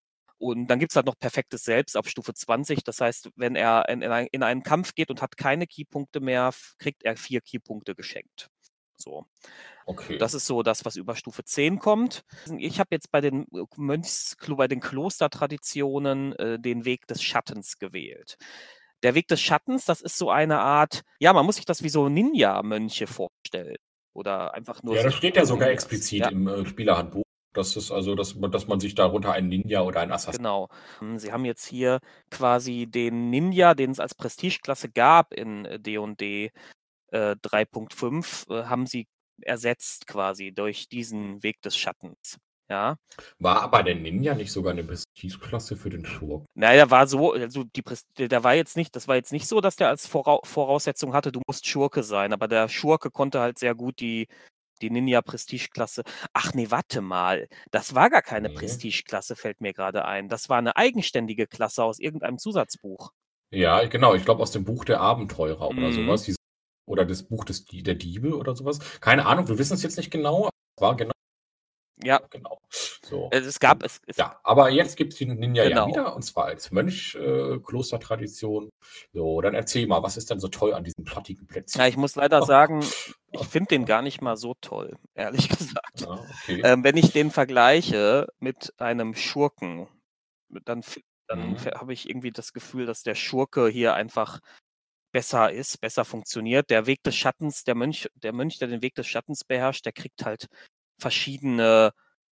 Und dann gibt's halt noch perfektes Selbst auf Stufe zwanzig. Das heißt, wenn er in in ein in einen Kampf geht und hat keine Keypunkte mehr, f kriegt er vier Keypunkte geschenkt. So. Okay. Das ist so das, was über Stufe zehn kommt. Ich habe jetzt bei den äh, Mönchsklo bei den Klostertraditionen, äh, den Weg des Schattens gewählt. Der Weg des Schattens, das ist so eine Art ja, man muss sich das wie so Ninja-Mönche vorstellen oder einfach nur Ja, so das steht ja sogar Ninjas, explizit ja. im, äh, Spielerhandbuch. Das ist also, dass man dass man sich darunter einen Ninja oder einen Assassin Genau. Hm, sie haben jetzt hier quasi den Ninja, den es als Prestigeklasse gab in D und D, äh, drei Punkt fünf, äh, haben sie ersetzt quasi durch diesen Weg des Schattens. Ja. War aber der Ninja nicht sogar eine Prestigeklasse für den Schurken? Naja, der war so, also die Pres der war jetzt nicht, das war jetzt nicht so, dass der als Vorau Voraussetzung hatte, du musst Schurke sein, aber der Schurke konnte halt sehr gut die, die Ninja-Prestigeklasse. Ach nee, warte mal. Das war gar keine Nee. Prestigeklasse, fällt mir gerade ein. Das war eine eigenständige Klasse aus irgendeinem Zusatzbuch. Ja, genau. Ich glaube aus dem Buch der Abenteurer oder Mhm. sowas. Dies oder das Buch des, der Diebe oder sowas. Keine Ahnung, wir wissen es jetzt nicht genau. Es war genau. Ja. Genau. So. Es es gab es, es Ja, aber jetzt gibt es den Ninja ja Genau. wieder, und zwar als Mönch, äh, Klostertradition. So, dann erzähl mal, was ist denn so toll an diesem plattigen Plätzchen? Ja, ich muss leider sagen, ich finde den gar nicht mal so toll, ehrlich gesagt. Ja, okay. Ähm, wenn ich den vergleiche mit einem Schurken, dann f dann Mhm. f habe ich irgendwie das Gefühl, dass der Schurke hier einfach besser ist, besser funktioniert. Der Weg des Schattens, der Mönch der Mönch, der den Weg des Schattens beherrscht, der kriegt halt verschiedene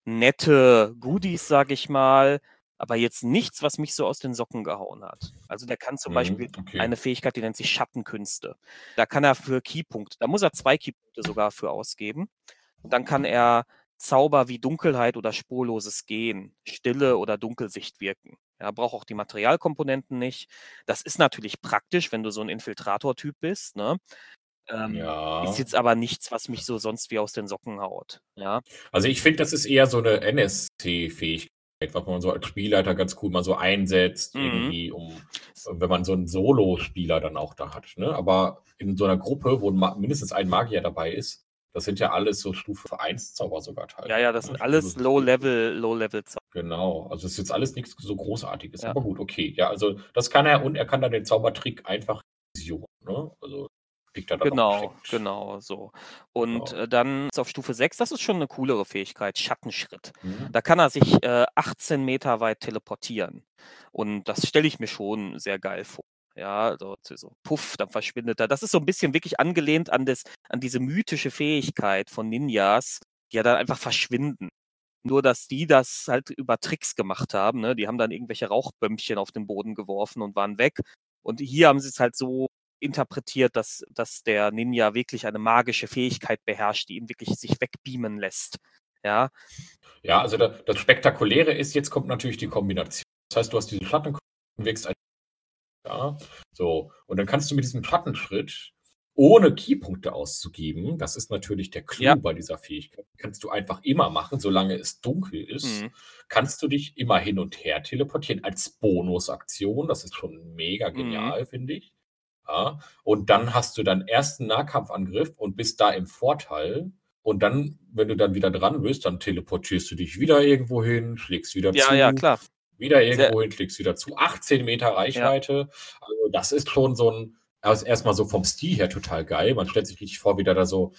nette Goodies, sage ich mal, aber jetzt nichts, was mich so aus den Socken gehauen hat. Also, der kann zum Mhm, Beispiel okay. eine Fähigkeit, die nennt sich Schattenkünste. Da kann er für Keypunkte da muss er zwei Keypunkte sogar für ausgeben. Und dann kann er Zauber wie Dunkelheit oder spurloses Gehen, Stille oder Dunkelsicht wirken. Er braucht auch die Materialkomponenten nicht. Das ist natürlich praktisch, wenn du so 'n Infiltrator-Typ bist, ne? Ähm, Ja. ist jetzt aber nichts, was mich so sonst wie aus den Socken haut, ja? Also, ich finde, das ist eher so 'ne N S C-Fähigkeit, was man so als Spielleiter ganz cool mal so einsetzt, Mhm. irgendwie, um wenn man so 'n Solospieler dann auch da hat, ne? Aber in so 'ner Gruppe, wo ma mindestens ein Magier dabei ist, das sind ja alles so Stufe eins Zauber sogar teilweise. Ja, ja, das ne? sind alles Low-Level Low-Level-Zau Genau, also ist jetzt alles nix so Großartiges, Ja. aber gut, okay. Ja, also das kann er, und er kann dann den Zaubertrick einfach Vision, ne? Also kriegt er dann noch Genau, geschenkt. genau so. Und, Genau. äh, dann ist auf Stufe sechs, das ist schon 'ne coolere Fähigkeit, Schattenschritt. Mhm. Da kann er sich, äh, achtzehn Meter weit teleportieren. Und das stelle ich mir schon sehr geil vor. Ja, so so puff, dann verschwindet er. Das ist so 'n bisschen wirklich angelehnt an das an diese mythische Fähigkeit von Ninjas, die ja dann einfach verschwinden. Nur, dass die das halt über Tricks gemacht haben, ne? Die haben dann irgendwelche Rauchbömmchen auf den Boden geworfen und waren weg. Und hier haben sie's halt so interpretiert, dass dass der Ninja wirklich eine magische Fähigkeit beherrscht, die ihn wirklich sich wegbeamen lässt, ja? Ja, also da das Spektakuläre ist, jetzt kommt natürlich die Kombination. Das heißt, du hast diesen Schatten wirkst ein ja, so. Und dann kannst du mit diesem Schattenschritt, ohne Keypunkte auszugeben, das ist natürlich der Clou Ja. bei dieser Fähigkeit, kannst du einfach immer machen, solange es dunkel ist, Mhm. kannst du dich immer hin und her teleportieren als Bonusaktion. Das ist schon mega Mhm. genial, finde ich. Ja, und dann hast du deinen ersten Nahkampfangriff und bist da im Vorteil. Und dann, wenn du dann wieder dran bist, dann teleportierst du dich wieder irgendwo hin, schlägst wieder Ja, zu, ja, klar. wieder Sehr irgendwo hin, schlägst wieder zu. achtzehn Meter Ja. Reichweite. Also, das ist schon so 'n also erst mal so vom Stil her total geil. Man stellt sich richtig vor, wie der da so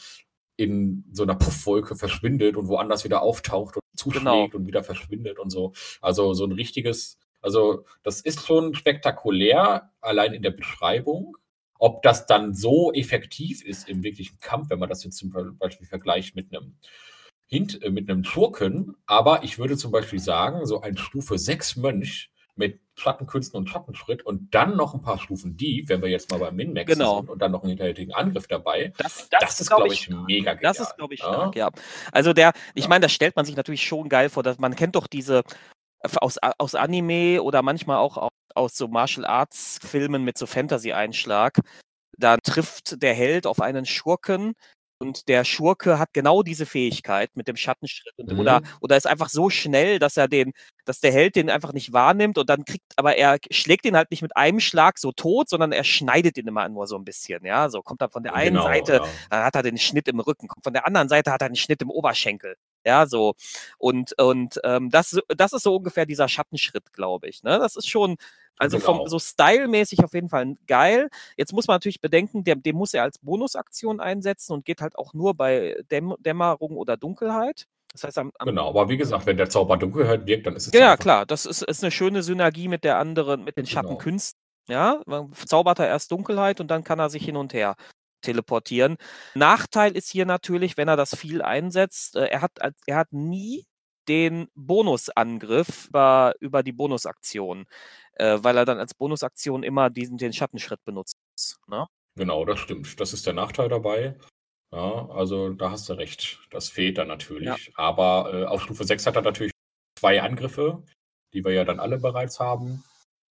in so 'ner Puffwolke verschwindet und woanders wieder auftaucht und Genau. zuschlägt und wieder verschwindet und so. Also, so 'n richtiges also, das ist schon spektakulär, allein in der Beschreibung. Ob das dann so effektiv ist im wirklichen Kampf, wenn man das jetzt zum Be Beispiel vergleicht mit 'nem Hint äh, mit 'nem Schurken. Aber ich würde zum Beispiel sagen, so ein Stufe sechs Mönch mit Schattenkünsten und Schattenschritt und dann noch 'n paar Stufen Dieb, wenn wir jetzt mal beim Min-Maxen Genau. sind und dann noch 'n hinterhältigen Angriff dabei, Das das das ist, ist, glaube glaube ich, ich, stark. mega Das ist, genial, glaube ich, ne? stark, ja. Also der ich Ja. meine, das stellt man sich natürlich schon geil vor, dass man kennt doch diese f aus A aus Anime oder manchmal auch au aus so Martial-Arts-Filmen mit so Fantasy-Einschlag. Da trifft der Held auf einen Schurken und der Schurke hat genau diese Fähigkeit mit dem Schattenschritt und oder Mhm. oder ist einfach so schnell, dass er den dass der Held den einfach nicht wahrnimmt und dann kriegt aber er schlägt ihn halt nicht mit einem Schlag so tot, sondern er schneidet ihn immer nur so 'n bisschen, ja? So kommt er von der einen Genau, Seite, ja. dann hat er den Schnitt im Rücken, kommt von der anderen Seite, hat er 'n Schnitt im Oberschenkel, ja, so. Und und, ähm, das das ist so ungefähr dieser Schattenschritt, glaube ich, ne? Das ist schon also vom Genau. so stylmäßig auf jeden Fall geil. Jetzt muss man natürlich bedenken, der den muss er als Bonusaktion einsetzen und geht halt auch nur bei Dämm Dämmerung oder Dunkelheit. Das heißt, am am Genau, aber wie gesagt, wenn der Zauber Dunkelheit wirkt, dann ist es Ja, ja ja, einfach klar, das ist ist 'ne schöne Synergie mit der anderen mit den Genau. Schattenkünsten, ja? Zaubert er erst Dunkelheit und dann kann er sich hin und her teleportieren. Nachteil ist hier natürlich, wenn er das viel einsetzt, äh, er hat als er hat nie den Bonusangriff über über die Bonusaktion, äh, weil er dann als Bonusaktion immer diesen den Schattenschritt benutzt, ne? Genau, das stimmt. Das ist der Nachteil dabei. Ja, also da hast du recht. Das fehlt dann Ja. natürlich. Aber äh, auf Stufe sechs hat er natürlich zwei Angriffe, die wir ja dann alle bereits haben.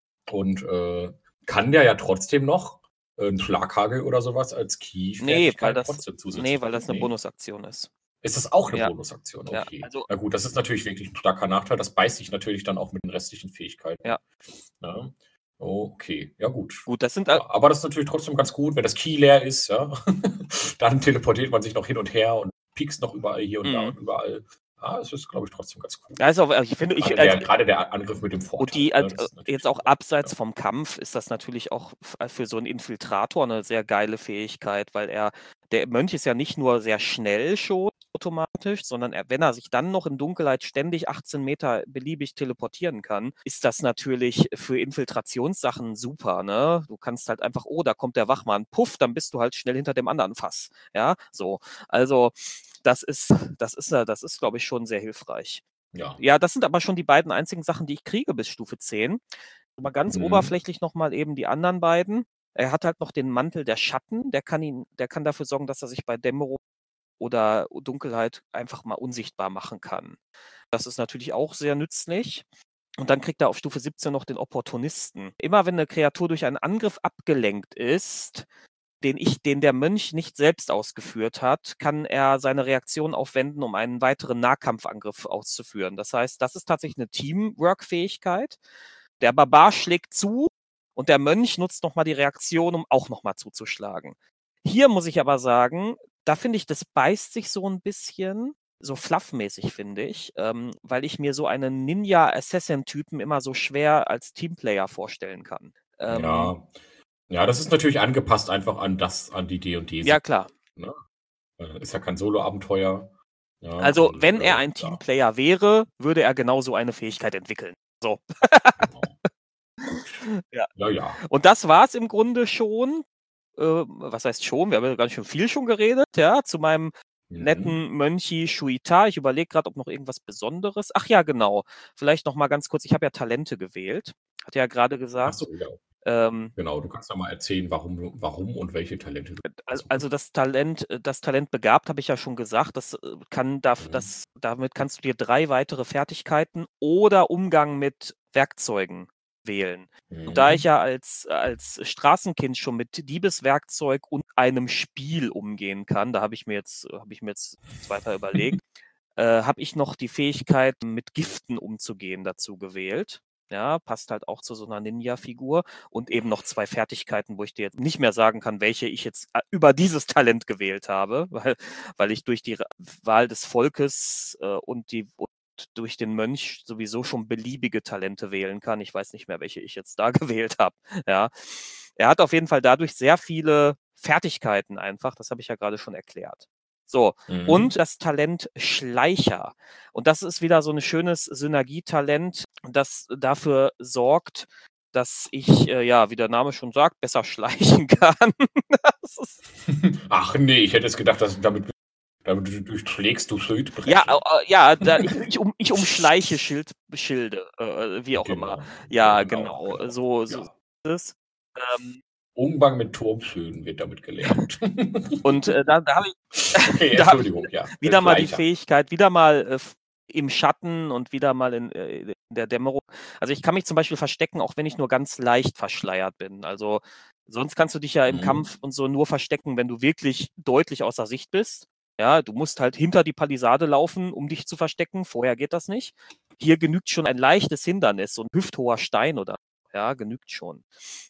Und äh, kann der ja trotzdem noch äh, einen Schlaghagel oder sowas als Nee, weil Key-Fertigkeit das trotzdem zusätzlich nee, weil das machen? eine Nee? Bonusaktion ist. Ist das auch 'ne Ja, Bonusaktion? ja, Okay. also Na gut, das ist natürlich wirklich 'n starker Nachteil. Das beißt sich natürlich dann auch mit den restlichen Fähigkeiten, Ja. ne? Okay, ja gut. Gut, das sind Ja, al aber das ist natürlich trotzdem ganz gut, wenn das Key leer ist, ja, dann teleportiert man sich noch hin und her und piekst noch überall hier und da Mhm. und überall. Ah, es ist, glaube ich, trotzdem ganz cool. Ja, ist auch ich finde, Grade ich der also grade der Angriff mit dem und Vorteil, die ne? als Das äh, ist natürlich jetzt auch super, abseits ja. vom Kampf ist das natürlich auch f für so 'n Infiltrator 'ne sehr geile Fähigkeit, weil er der Mönch ist ja nicht nur sehr schnell schon automatisch, sondern er wenn er sich dann noch in Dunkelheit ständig achtzehn Meter beliebig teleportieren kann, ist das natürlich für Infiltrationssachen super, ne? Du kannst halt einfach: „Oh, da kommt der Wachmann." Puff, dann bist du halt schnell hinter dem anderen Fass, ja, so. Also, das ist das ist ja das ist, glaube ich, schon sehr hilfreich. Ja. Ja, das sind aber schon die beiden einzigen Sachen, die ich kriege bis Stufe zehn. Aber ganz Mhm. oberflächlich noch mal eben die anderen beiden. Er hat halt noch den Mantel der Schatten, der kann ihn der kann dafür sorgen, dass er sich bei Dämmerung oder Dunkelheit einfach mal unsichtbar machen kann. Das ist natürlich auch sehr nützlich. Und dann kriegt er auf Stufe siebzehn noch den Opportunisten. Immer wenn 'ne Kreatur durch einen Angriff abgelenkt ist, den ich den der Mönch nicht selbst ausgeführt hat, kann er seine Reaktion aufwenden, um einen weiteren Nahkampfangriff auszuführen. Das heißt, das ist tatsächlich 'ne Teamwork-Fähigkeit. Der Barbar schlägt zu und der Mönch nutzt noch mal die Reaktion, um auch noch mal zuzuschlagen. Hier muss ich aber sagen, da finde ich, das beißt sich so 'n bisschen, so fluffmäßig, finde ich, ähm, weil ich mir so einen Ninja-Assassin-Typen immer so schwer als Teamplayer vorstellen kann. Ähm Ja. Ja, das ist natürlich angepasst einfach an das an die D und D-Serie, Ja, klar. ne? Äh, ist ja kein Soloabenteuer, ja, Also, und, wenn er äh, ein ja. Teamplayer wäre, würde er genau so eine Fähigkeit entwickeln. So. Genau. Gut. Ja. Ja, ja. Und das war's im Grunde schon. Äh, was heißt schon? Wir haben ja ganz schön viel schon geredet, ja, zu meinem Mhm. netten Mönchi Shuita. Ich überlege grad, ob noch irgendwas Besonderes ach ja, genau. Vielleicht noch mal ganz kurz, ich habe ja Talente gewählt. Hatte ja grade Ach gesagt. so, ja. Ähm Genau, du kannst ja mal erzählen, warum du warum und welche Talente du Al ausgesucht also hast. das Talent äh, das Talent begabt, habe ich ja schon gesagt, das, äh, kann darf Mhm. das damit kannst du dir drei weitere Fertigkeiten oder Umgang mit Werkzeugen wählen. Und da ich Mhm. ja als als Straßenkind schon mit Diebeswerkzeug und einem Spiel umgehen kann, da habe ich mir jetzt habe ich mir jetzt weiter überlegt, äh, habe ich noch die Fähigkeit, mit Giften umzugehen, dazu gewählt. Ja, passt halt auch zu so 'ner Ninja-Figur und eben noch zwei Fertigkeiten, wo ich dir jetzt nicht mehr sagen kann, welche ich jetzt a über dieses Talent gewählt habe, weil weil ich durch die Ra Wahl des Volkes, äh, und die und durch den Mönch sowieso schon beliebige Talente wählen kann. Ich weiß nicht mehr, welche ich jetzt da gewählt habe, ja. Er hat auf jeden Fall dadurch sehr viele Fertigkeiten einfach, das habe ich ja grade schon erklärt. So, und Mhm. das Talent Schleicher. Und das ist wieder so 'n schönes Synergietalent, das dafür sorgt, dass ich, äh, ja, wie der Name schon sagt, besser schleichen kann. Das ist Ach ne, ich hätte jetzt gedacht, dass damit damit du durchschlägst du Ja, Schildbrecher. äh, äh, ja, da ich ich um ich umschleiche Schild Schilde, äh, äh, wie auch immer. Genau. Ja, Ja, genau, genau, genau. so so Ja. ist es. Ähm Umgang mit Turmschilden wird damit gelernt. Und, äh, da da habe ich Okay, da habe ich Entschuldigung, ja. Der wieder mal die Schleicher. Fähigkeit, wieder mal, äh, f im Schatten und wieder mal in äh, in der Dämmerung. Also, ich kann mich zum Beispiel verstecken, auch wenn ich nur ganz leicht verschleiert bin. Also, sonst kannst du dich ja im Mhm. Kampf und so nur verstecken, wenn du wirklich deutlich außer Sicht bist. Ja, du musst halt hinter die Palisade laufen, um dich zu verstecken. Vorher geht das nicht. Hier genügt schon ein leichtes Hindernis, so 'n hüfthoher Stein oder ja, genügt schon.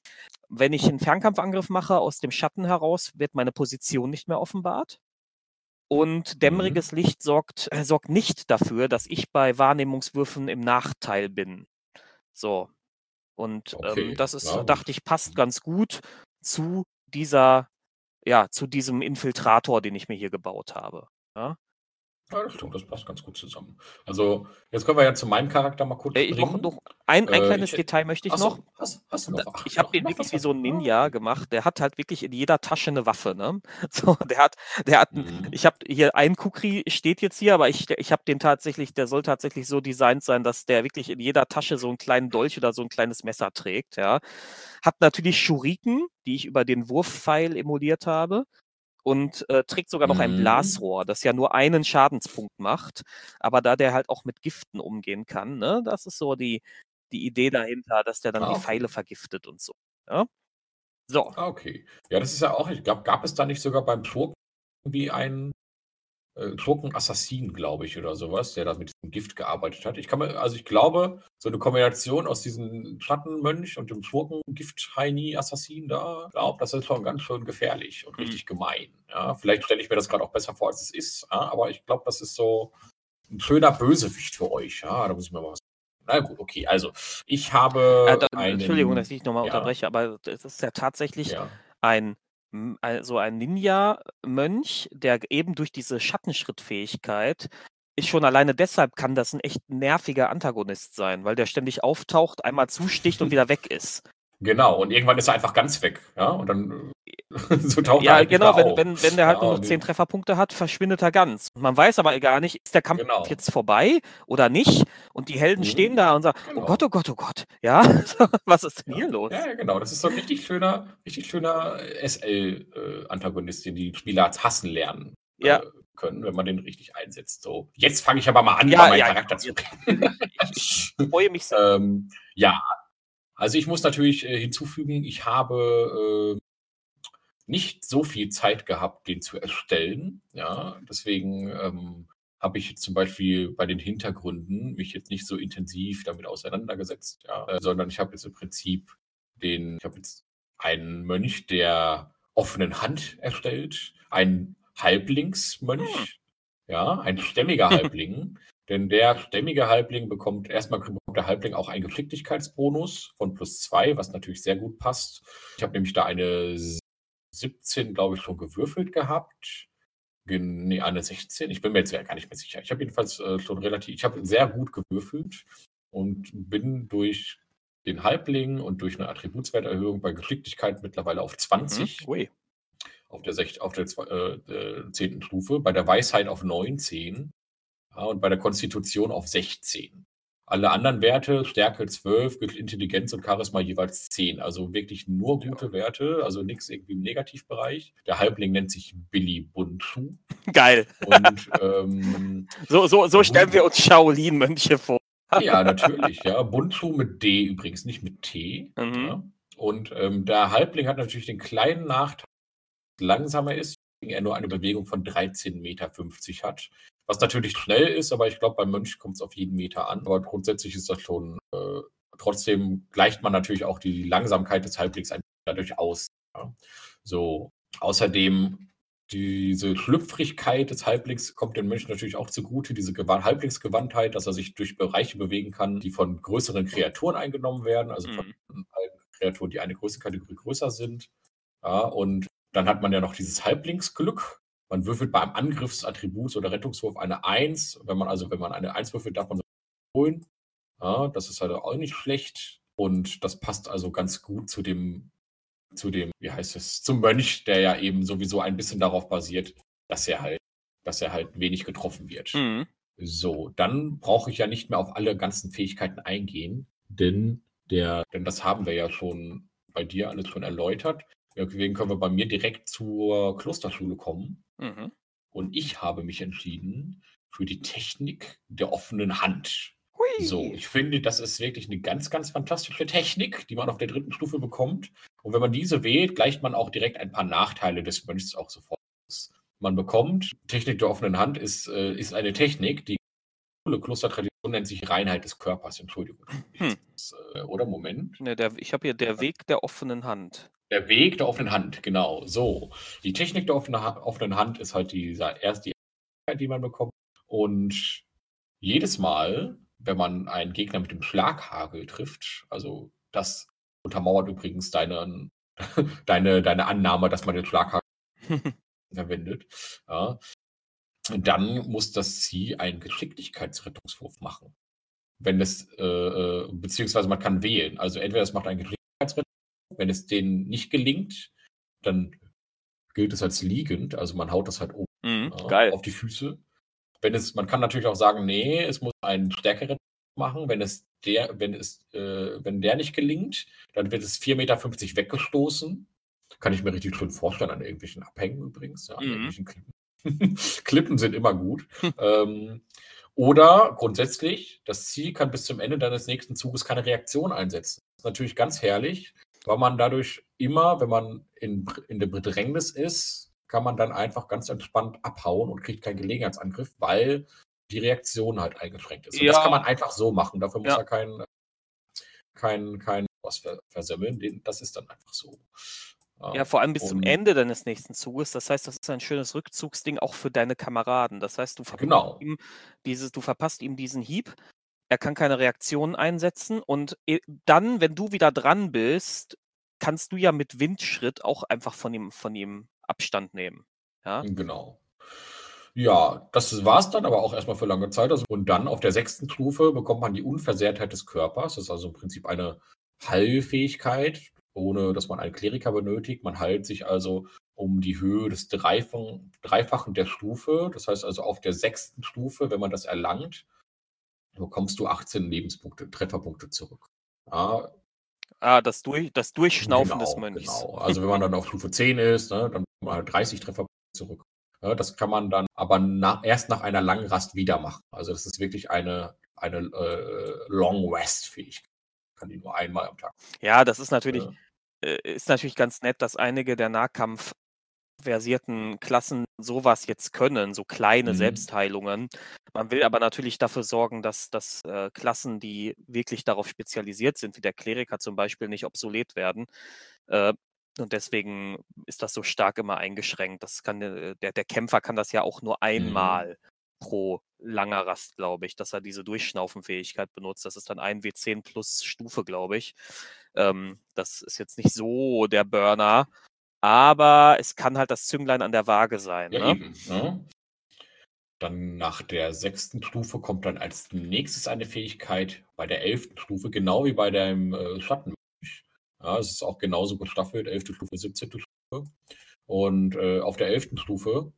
Wenn ich 'n Fernkampfangriff mache aus dem Schatten heraus, wird meine Position nicht mehr offenbart. Und Mhm. dämmeriges Licht sorgt äh, sorgt nicht dafür, dass ich bei Wahrnehmungswürfen im Nachteil bin. So. Und, ähm, Okay, das ist na dachte gut. ich, passt Mhm. ganz gut zu dieser ja, zu diesem Infiltrator, den ich mir hier gebaut habe, ja? Ja, das stimmt, das passt ganz gut zusammen. Also, jetzt können wir ja zu meinem Charakter mal Äh, kurz ich noch springen. noch ein ein Äh, ich kleines hätte Detail möchte ich ach noch. so, hast hast du Da noch? Ach ich habe ja, den mach wirklich das wie so einfach. 'n Ah, Ninja okay. gemacht. Der hat halt wirklich in jeder Tasche 'ne Waffe, ne? So, der hat der hat 'n Mhm. ich habe hier ein Kukri steht jetzt hier, aber ich ich habe den tatsächlich der soll tatsächlich so designt sein, dass der wirklich in jeder Tasche so 'n kleinen Dolch oder so 'n kleines Messer trägt, ja. Hat natürlich Schuriken, die ich über den Wurfpfeil emuliert habe. und äh, trägt sogar noch ein Mhm. Blasrohr, das ja nur einen Schadenspunkt macht. Aber da der halt auch mit Giften umgehen kann, ne, das ist so die, die Idee dahinter, dass der dann Ah, die okay. Pfeile vergiftet und so. Ja? So. Ah, okay. Ja, das ist ja auch, ich glaube, gab es da nicht sogar beim Schurken irgendwie einen äh, Schurken-Assassin, glaube ich, oder sowas, der da mit diesem Gift gearbeitet hat? Ich kann mir, also ich glaube, so eine Kombination aus diesem Schattenmönch und dem Schurken-Gift-Heini-Assassin da, glaube, das ist schon ganz schön gefährlich und Mhm. richtig gemein. Ja, vielleicht stelle ich mir das gerade auch besser vor, als es ist, ja, aber ich glaube, das ist so ein schöner Bösewicht für euch. Ja, da muss ich mir mal was. Na gut, okay, also ich Äh, habe da, Entschuldigung, dass einen. ich nochmal Ja, unterbreche, aber es ist ja tatsächlich ja. ein, m- also ein Ninja-Mönch, der eben durch diese Schattenschrittfähigkeit ist schon alleine deshalb kann das ein echt nerviger Antagonist sein, weil der ständig auftaucht, einmal zusticht und wieder weg ist. Genau, und irgendwann ist er einfach ganz weg. Ja, und dann äh, so taucht er Ja, halt nicht genau, mehr wenn, auf. wenn, wenn der Ja, halt nur noch und zehn die, Trefferpunkte hat, verschwindet er ganz. Man weiß aber gar nicht, ist der Kampf genau. jetzt vorbei oder nicht? Und die Helden stehen Mhm, da und sagen, oh Gott, genau. oh Gott, oh Gott. Ja, was ist denn Ja, hier los? ja, ja, genau. Das ist so ein richtig schöner, richtig schöner S L-Antagonist, den die Spieler hassen lernen Ja, äh, können, wenn man den richtig einsetzt. So, jetzt fange ich aber mal an, über ja, meinen ja, Charakter genau. zu Jetzt, reden. ich, ich freue mich sehr. ähm, ja, also ich muss natürlich äh, hinzufügen, ich habe äh, nicht so viel Zeit gehabt, den zu erstellen. Ja, deswegen ähm, habe ich jetzt zum Beispiel bei den Hintergründen mich jetzt nicht so intensiv damit auseinandergesetzt, ja, äh, sondern ich habe jetzt im Prinzip den, ich habe jetzt einen Mönch der offenen Hand erstellt, einen Hm. Halblingsmönch, ja, ein stämmiger Halbling. Denn der stämmige Halbling bekommt, erstmal bekommt der Halbling auch einen Geschicklichkeitsbonus von plus zwei, was natürlich sehr gut passt. Ich habe nämlich da eine siebzehn, glaube ich, schon gewürfelt gehabt. Gen ne, eine sechzehn. Ich bin mir jetzt ja gar nicht mehr sicher. Ich habe jedenfalls äh, schon relativ, ich habe sehr gut gewürfelt und bin durch den Halbling und durch eine Attributswerterhöhung bei Geschicklichkeit mittlerweile auf Mhm. zwanzig, Ui. auf der, sech, auf der zwei- äh, äh, zehnten Stufe, bei der Weisheit auf neunzehn, ja, und bei der Konstitution auf sechzehn. Alle anderen Werte, Stärke zwölf, Intelligenz und Charisma jeweils zehn. Also wirklich nur Ja. gute Werte, also nichts irgendwie im Negativbereich. Der Halbling nennt sich Billy Bunchu. Geil. Und ähm, So, so, so stellen Bun wir uns Shaolin-Mönche vor. ja, natürlich, ja. Bunchu mit D übrigens, nicht mit T. Mhm. Ja. Und ähm, der Halbling hat natürlich den kleinen Nachteil, dass er langsamer ist, weswegen er nur eine Bewegung von dreizehn Meter fünfzig hat. Was natürlich schnell ist, aber ich glaube, beim Mönch kommt es auf jeden Meter an. Aber grundsätzlich ist das schon, äh, trotzdem gleicht man natürlich auch die Langsamkeit des Halblings ein- dadurch aus. Ja. So, außerdem diese Schlüpfrigkeit des Halblings kommt den Menschen natürlich auch zugute, diese Gewa Halblingsgewandtheit, dass er sich durch Bereiche bewegen kann, die von größeren Kreaturen eingenommen werden, also von Mhm. Kreaturen, die eine Größenkategorie größer sind. Ja, und dann hat man ja noch dieses Halblingsglück. Man würfelt beim Angriffsattribut oder Rettungswurf eine eins. Wenn man also, wenn man eine eins würfelt, darf man so holen. Ja, das ist halt auch nicht schlecht. Und das passt also ganz gut zu dem, zu dem, wie heißt es, zum Mönch, der ja eben sowieso ein bisschen darauf basiert, dass er halt, dass er halt wenig getroffen wird. Mhm. So, dann brauche ich ja nicht mehr auf alle ganzen Fähigkeiten eingehen, denn der, denn das haben wir ja schon bei dir alles schon erläutert. Deswegen können wir bei mir direkt zur Klosterschule kommen. Mhm. Und ich habe mich entschieden für die Technik der offenen Hand. So, Hui. ich finde, das ist wirklich eine ganz, ganz fantastische Technik, die man auf der dritten Stufe bekommt. Und wenn man diese wählt, gleicht man auch direkt ein paar Nachteile des Mönchs auch sofort aus. Man bekommt, Technik der offenen Hand ist, äh, ist eine Technik, die Klostertradition nennt sich Reinheit des Körpers. Entschuldigung. Hm. Jetzt, äh, oder Moment. Ne, der, ich habe hier der Weg der offenen Hand. Der Weg der offenen Hand, genau. So. Die Technik der offenen, Ha- offenen Hand ist halt dieser erste, die man bekommt. Und jedes Mal, wenn man einen Gegner mit dem Schlaghagel trifft, also das untermauert übrigens deine, deine, deine Annahme, dass man den Schlaghagel verwendet, ja, dann muss das Ziel einen Geschicklichkeitsrettungswurf machen. Wenn es, äh, äh, beziehungsweise man kann wählen. Also entweder es macht einen Geschicklichkeitsrettungswurf, wenn es denen nicht gelingt, dann gilt es als liegend, also man haut das halt oben Mhm. ja, Geil. auf die Füße. Wenn es, man kann natürlich auch sagen, nee, es muss einen stärkeren machen. Wenn es der, wenn es, äh, wenn der nicht gelingt, dann wird es vier Meter fünfzig weggestoßen. Kann ich mir richtig schön vorstellen an irgendwelchen Abhängen übrigens, ja, an Mhm. irgendwelchen Klippen. Klippen sind immer gut. Ähm, oder grundsätzlich, das Ziel kann bis zum Ende deines nächsten Zuges keine Reaktion einsetzen. Das ist natürlich ganz herrlich, weil man dadurch immer, wenn man in, in der Bedrängnis ist, kann man dann einfach ganz entspannt abhauen und kriegt keinen Gelegenheitsangriff, weil die Reaktion halt eingeschränkt ist. Und das kann Ja, man einfach so machen. Dafür muss ja. er kein, kein, kein was ver versemmeln. Den- Das ist dann einfach so. Ja, vor allem bis zum Und Ende deines nächsten Zuges. Das heißt, das ist ein schönes Rückzugsding auch für deine Kameraden. Das heißt, du verpasst genau. ihm dieses, du verpasst ihm diesen Hieb. Er kann keine Reaktion einsetzen und e dann, wenn du wieder dran bist, kannst du ja mit Windschritt auch einfach von ihm von ihm Abstand nehmen, ja? Genau. Ja, das war's dann aber auch erstmal für lange Zeit. Also, und dann auf der sechsten Stufe bekommt man die Unversehrtheit des Körpers. Das ist also im Prinzip eine Heilfähigkeit, ohne dass man einen Kleriker benötigt. Man heilt sich also um die Höhe des Dreifachen, Dreifachen der Stufe. Das heißt also auf der sechsten Stufe, wenn man das erlangt, bekommst du achtzehn Lebenspunkte, Trefferpunkte zurück. Ja, Ah, das durch das Durchschnaufen des genau, Mönchs. genau. Also wenn man dann auf Stufe zehn ist, ne, dann bekommt man halt dreißig Trefferpunkte zurück. Ja, das kann man dann aber nach, erst nach einer langen Rast wieder machen. Also das ist wirklich eine, eine äh, Long Rest-Fähigkeit. Kann die nur einmal am Tag. Ja, das ist natürlich Ja. äh, ist natürlich ganz nett, dass einige der Nahkampf-versierten Klassen sowas jetzt können, so kleine Mhm. Selbstheilungen. Man will aber natürlich dafür sorgen, dass dass, äh, Klassen, die wirklich darauf spezialisiert sind, wie der Kleriker zum Beispiel, nicht obsolet werden. Äh, und deswegen ist das so stark immer eingeschränkt. Das kann, äh der der Kämpfer kann das ja auch nur Mhm. einmal pro langer Rast, glaube ich, dass er diese Durchschnaufenfähigkeit benutzt. Das ist dann ein W zehn plus Stufe, glaube ich. Ähm, das ist jetzt nicht so der Burner, aber es kann halt das Zünglein an der Waage sein, Ja, ne? eben. Ne? Dann nach der sechsten Stufe kommt dann als nächstes eine Fähigkeit bei der elften Stufe, genau wie bei deinem äh, Schattenmönch. Ja, es ist auch genauso gestaffelt, elfte Stufe, siebzehnte Stufe. Und äh, auf der elften Stufe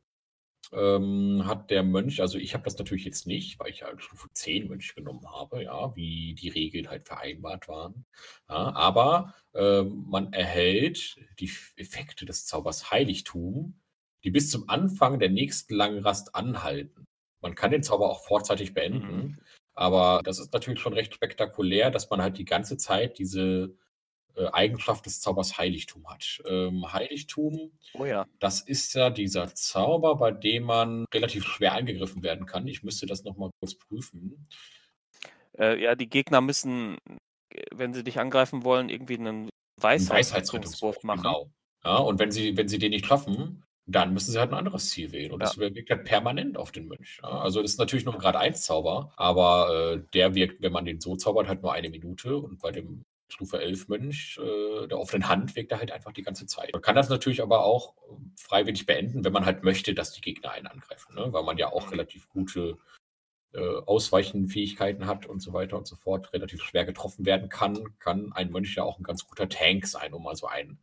ähm, hat der Mönch, also ich habe das natürlich jetzt nicht, weil ich halt Stufe zehn Mönch genommen habe, ja, wie die Regeln halt vereinbart waren. Ja, aber ähm, man erhält die Effekte des Zaubers Heiligtum, die bis zum Anfang der nächsten langen Rast anhalten. Man kann den Zauber auch vorzeitig beenden, Mhm. aber das ist natürlich schon recht spektakulär, dass man halt die ganze Zeit diese äh, Eigenschaft des Zaubers Heiligtum hat. Ähm, Heiligtum, Oh ja. das ist ja dieser Zauber, bei dem man relativ schwer angegriffen werden kann. Ich müsste das noch mal kurz prüfen. Äh, ja, die Gegner müssen, äh, wenn sie dich angreifen wollen, irgendwie 'nen 'N Weisheitsrettungswurf Weisheitsrettungswurf, machen. genau. Ja, und wenn sie wenn sie den nicht schaffen, dann müssen sie halt 'n anderes Ziel wählen. Und Ja. das wirkt halt permanent auf den Mönch, ja. Also, das ist natürlich nur 'n Grad eins Zauber, aber, äh, der wirkt, wenn man den so zaubert, halt nur eine Minute. Und bei dem Stufe elf Mönch, äh, der offenen Hand, wirkt er halt einfach die ganze Zeit. Man kann das natürlich aber auch freiwillig beenden, wenn man halt möchte, dass die Gegner einen angreifen, ne? Weil man ja auch Mhm. relativ gute äh, Ausweichenfähigkeiten hat und so weiter und so fort, relativ schwer getroffen werden kann, kann ein Mönch ja auch ein ganz guter Tank sein, um mal so einen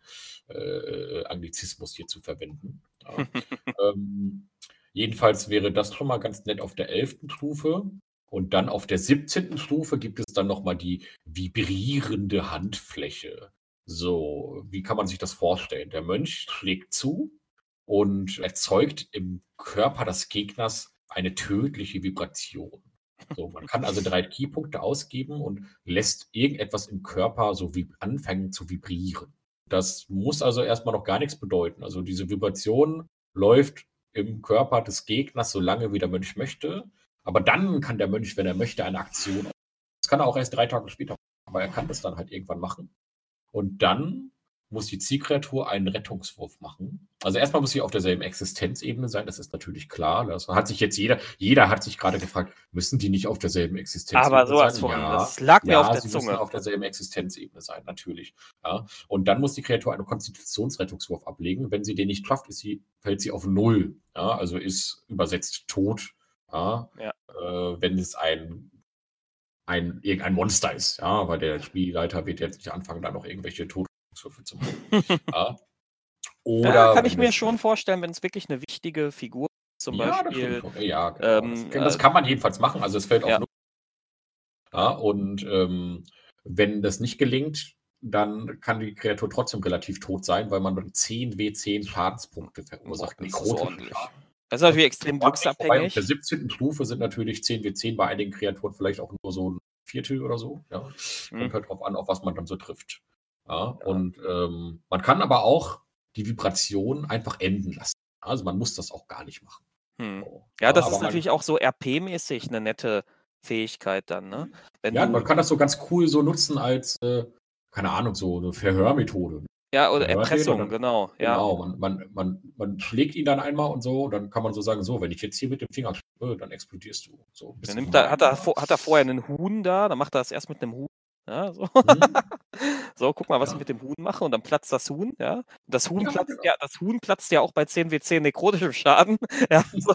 äh, Anglizismus hier zu verwenden. Ja. ähm, jedenfalls wäre das schon mal ganz nett auf der elften Stufe. Und dann auf der siebzehnten Stufe gibt es dann noch mal die vibrierende Handfläche. So, wie kann man sich das vorstellen? Der Mönch schlägt zu und erzeugt im Körper des Gegners eine tödliche Vibration. So, man kann also drei Keypunkte ausgeben und lässt irgendetwas im Körper so wie anfangen zu vibrieren. Das muss also erstmal noch gar nichts bedeuten. Also diese Vibration läuft im Körper des Gegners so lange, wie der Mönch möchte. Aber dann kann der Mönch, wenn er möchte, eine Aktion. Das kann er auch erst drei Tage später machen, aber er kann das dann halt irgendwann machen. Und dann muss die Zielkreatur einen Rettungswurf machen. Also erstmal muss sie auf derselben Existenzebene sein, das ist natürlich klar. Das hat sich jetzt jeder, jeder hat sich gerade gefragt, müssen die nicht auf derselben Aber Existenzebene sowas sein? von, Ja, das lag mir auf ja, der sie müssen Zunge. auf derselben Existenzebene sein, natürlich. Ja. Und dann muss die Kreatur einen Konstitutionsrettungswurf ablegen. Wenn sie den nicht schafft, ist sie, fällt sie auf null. Ja, also ist übersetzt tot. Ja. Ja. Äh, wenn es ein ein, irgendein Monster ist, ja, weil der Spielleiter wird jetzt nicht anfangen, da noch irgendwelche Todeswürfe zu machen. Ja. Ja, Oder kann ich wenn mir es. schon vorstellen, wenn es wirklich eine wichtige Figur ist, zum Ja, das stimmt Beispiel, schon. Ja, genau. Das, ähm, das äh kann man jedenfalls machen. Also es fällt auf ja. null. Ja, und ähm, wenn das nicht gelingt, dann kann die Kreatur trotzdem relativ tot sein, weil man dann zehn W zehn Schadenspunkte verursacht. Boah, das ist Nekrotischen ordentlich. Schaden. Das ist natürlich Das ist extrem ordentlich, wobei auf der glücksabhängig. siebzehnten Stufe sind natürlich zehn W zehn bei einigen Kreaturen vielleicht auch nur so ein Viertel oder so. Ja. Hm. Kommt halt drauf an, auf was man dann so trifft. Ja. Ja. Und ähm, man kann aber auch die Vibration einfach enden lassen. Also man muss das auch gar nicht machen. Hm. So. Ja, das aber ist man, natürlich auch so R P-mäßig eine nette Fähigkeit dann, ne? Wenn ja, du, man kann das so ganz cool so nutzen als, äh, keine Ahnung, so eine Verhörmethode. ja, oder Verhört den und Erpressung, dann, genau, ja. genau, man, man, man, man schlägt ihn dann einmal und so, dann kann man so sagen, so, wenn ich jetzt hier mit dem Finger schläge, dann explodierst du. So, ein Dann bisschen nimmt er, hat, gemein, er, ja. vo- hat er vorher einen Huhn da, dann macht er das erst mit einem Huhn. Ja, so. Mhm. So, guck mal, was ich Ja. mit dem Huhn mache, und dann platzt das Huhn, ja. Das Huhn Ja, platzt genau. ja, das Huhn platzt ja auch bei zehn W zehn nekrotischem Schaden. Ja, so.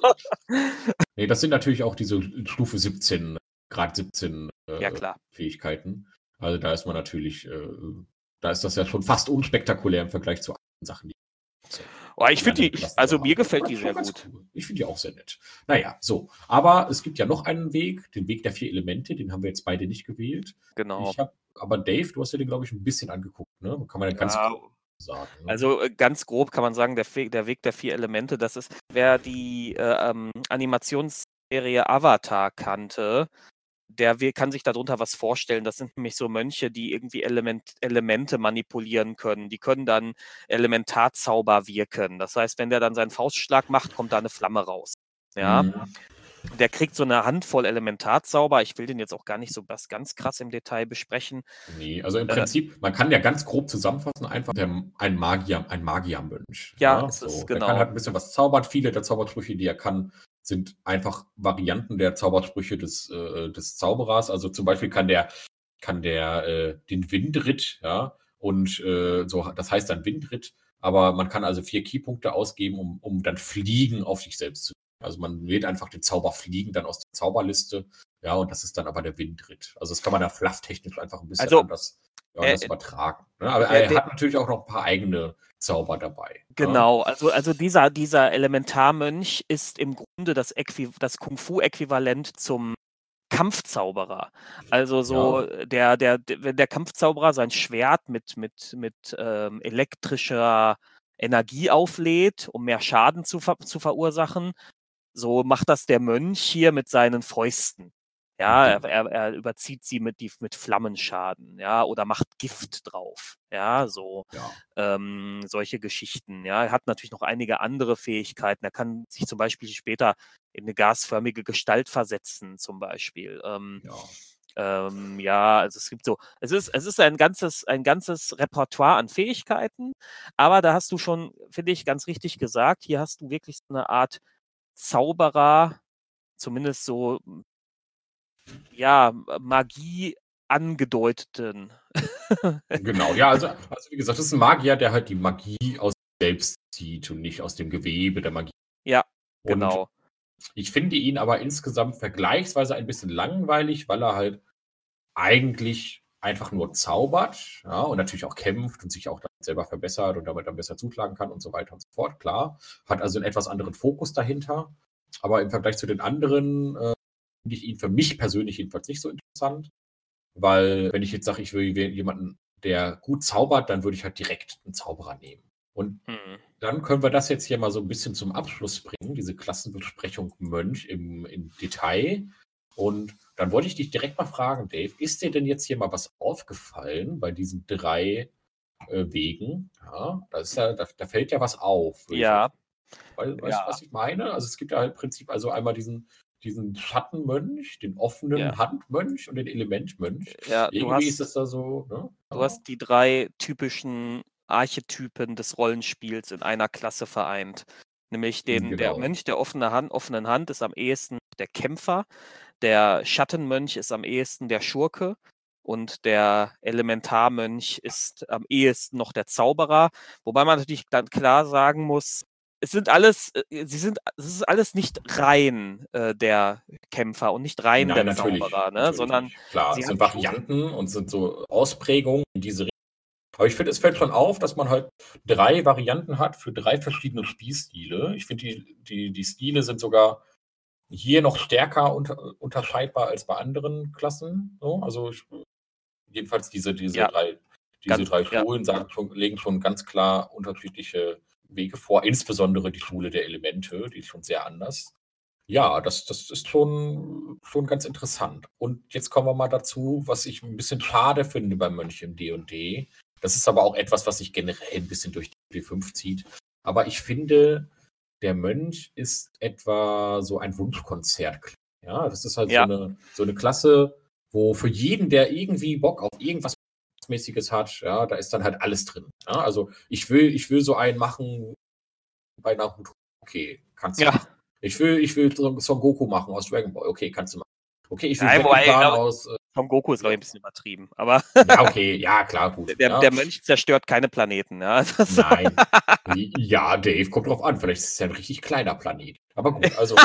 Nee, das sind natürlich auch diese Stufe siebzehn, Grad siebzehn Ja, äh, klar. Fähigkeiten. Also da ist man natürlich, äh, da ist das ja schon fast unspektakulär im Vergleich zu anderen Sachen, die Oh, ich die finde die, anderen ich, Klassen also so mir haben. gefällt Aber die das ist schon sehr ganz gut. cool. Ich finde die auch sehr nett. Naja, so. Aber es gibt ja noch einen Weg, den Weg der vier Elemente, den haben wir jetzt beide nicht gewählt. Genau. Ich habe, aber Dave, du hast dir den, glaube ich, ein bisschen angeguckt, ne? Kann man ja ganz Ja, grob sagen. Ne? also äh, ganz grob kann man sagen, der, Fe- der Weg der vier Elemente, das ist, wer die äh, ähm, Animationsserie Avatar kannte, der we- kann sich darunter was vorstellen. Das sind nämlich so Mönche, die irgendwie Element, Elemente manipulieren können. Die können dann Elementarzauber wirken. Das heißt, wenn der dann seinen Faustschlag macht, kommt da eine Flamme raus. Ja. Mhm. Der kriegt so eine Handvoll Elementarzauber. Ich will den jetzt auch gar nicht so was ganz krass im Detail besprechen. Nee, also im Äh, Prinzip, man kann ja ganz grob zusammenfassen, einfach der, ein Magier, ein Magiermönch. ja, Ja, ist es, so. Der kann genau. halt ein bisschen was zaubern. Viele der Zaubersprüche, die er kann, sind einfach Varianten der Zaubersprüche des, äh, des Zauberers. Also zum Beispiel kann der, kann der äh, den Windritt, ja, und äh, so, das heißt dann Windritt, aber man kann also vier Keypunkte ausgeben, um, um dann Fliegen auf sich selbst zu. Also man wählt einfach den Zauber Fliegen dann aus der Zauberliste. Ja, und das ist dann aber der Windritt. Also das kann man da flufftechnisch einfach ein bisschen Also, anders, ja, äh, anders übertragen. Ne? Aber der, er der, hat natürlich auch noch ein paar eigene Zauber dabei. Ne? genau, also, also dieser, dieser Elementarmönch ist im Grunde das, Äqui das Kung-Fu-Äquivalent zum Kampfzauberer. Also so Ja. der, der, der, wenn der Kampfzauberer sein Schwert mit, mit, mit ähm, elektrischer Energie auflädt, um mehr Schaden zu, ver zu verursachen, so macht das der Mönch hier mit seinen Fäusten. Ja, er, Genau. er, er überzieht sie mit, die, mit Flammenschaden, ja, oder macht Gift drauf, ja, so Ja. ähm, solche Geschichten, ja. Er hat natürlich noch einige andere Fähigkeiten. Er kann sich zum Beispiel später in eine gasförmige Gestalt versetzen, zum Beispiel. Ähm, Ja. ähm, ja, also es gibt so, es ist, es ist ein ganzes, ein ganzes Repertoire an Fähigkeiten, aber da hast du schon, finde ich, ganz richtig gesagt, hier hast du wirklich so eine Art Zauberer, zumindest so, ja, Magie angedeuteten. Genau, ja, also, also wie gesagt, das ist ein Magier, der halt die Magie aus sich selbst zieht und nicht aus dem Gewebe der Magie. Ja, Und genau. ich finde ihn aber insgesamt vergleichsweise ein bisschen langweilig, weil er halt eigentlich einfach nur zaubert, ja, und natürlich auch kämpft und sich auch dann selber verbessert und damit dann besser zuschlagen kann und so weiter und so fort, klar. Hat also einen etwas anderen Fokus dahinter. Aber im Vergleich zu den anderen äh, finde ich ihn für mich persönlich jedenfalls nicht so interessant. Weil, wenn ich jetzt sage, ich will jemanden, der gut zaubert, dann würde ich halt direkt einen Zauberer nehmen. Und Hm. dann können wir das jetzt hier mal so ein bisschen zum Abschluss bringen, diese Klassenbesprechung Mönch im, im Detail. Und dann wollte ich dich direkt mal fragen, Dave, ist dir denn jetzt hier mal was aufgefallen bei diesen drei äh, Wegen? Ja, da, ist ja, da, da fällt ja was auf. würde ich Ja. jetzt- Weißt du, Ja. was ich meine? Also es gibt ja halt im Prinzip also einmal diesen, diesen Schattenmönch, den offenen Ja. Handmönch und den Elementmönch. Ja, du Irgendwie ist hast, das da so, ne? du Ja. hast die drei typischen Archetypen des Rollenspiels in einer Klasse vereint. Nämlich den, der Genau. Mönch der offene Hand, offenen Hand ist am ehesten der Kämpfer, der Schattenmönch ist am ehesten der Schurke und der Elementarmönch ist am ehesten noch der Zauberer. Wobei man natürlich dann klar sagen muss, es sind alles, äh, sie sind, es ist alles nicht rein äh, der Kämpfer und nicht rein Nein, der natürlich, Zauberer, ne? natürlich Sondern nicht. Klar, sie es haben sind schon, Varianten und sind so Ausprägungen in diese Richtung. Aber ich finde, es fällt schon auf, dass man halt drei Varianten hat für drei verschiedene Spielstile. Ich finde, die, die, die Stile sind sogar hier noch stärker unter, unterscheidbar als bei anderen Klassen. So. Also ich, jedenfalls diese, diese ja, drei, Diese Ganz, drei ja. Schulen sagen schon, legen schon ganz klar unterschiedliche Wege vor, insbesondere die Schule der Elemente, die ist schon sehr anders. Ja, das, das ist schon, schon ganz interessant. Und jetzt kommen wir mal dazu, was ich ein bisschen schade finde bei Mönch im D und D. Das ist aber auch etwas, was sich generell ein bisschen durch die D fünf zieht. Aber ich finde, der Mönch ist etwa so ein Wunschkonzert. Ja, das ist halt so Ja. eine, so eine Klasse, wo für jeden, der irgendwie Bock auf irgendwas Mäßiges hat, ja, da ist dann halt alles drin. Ja, also ich will, ich will so einen machen bei Naruto. Okay, kannst du Ja. machen. Ich will, ich will Son Son Goku machen aus Dragon Ball. Okay, kannst du machen. Okay, ich will Nein, Jackie wobei, Chan glaub, aus. Äh, Son Goku ist, glaube ich, ein bisschen übertrieben. Aber ja, okay, ja, klar, gut. der, Ja. der Mönch zerstört keine Planeten. Ja. Das Nein. Ja, Dave, kommt drauf an. Vielleicht ist es ja ein richtig kleiner Planet. Aber gut, also.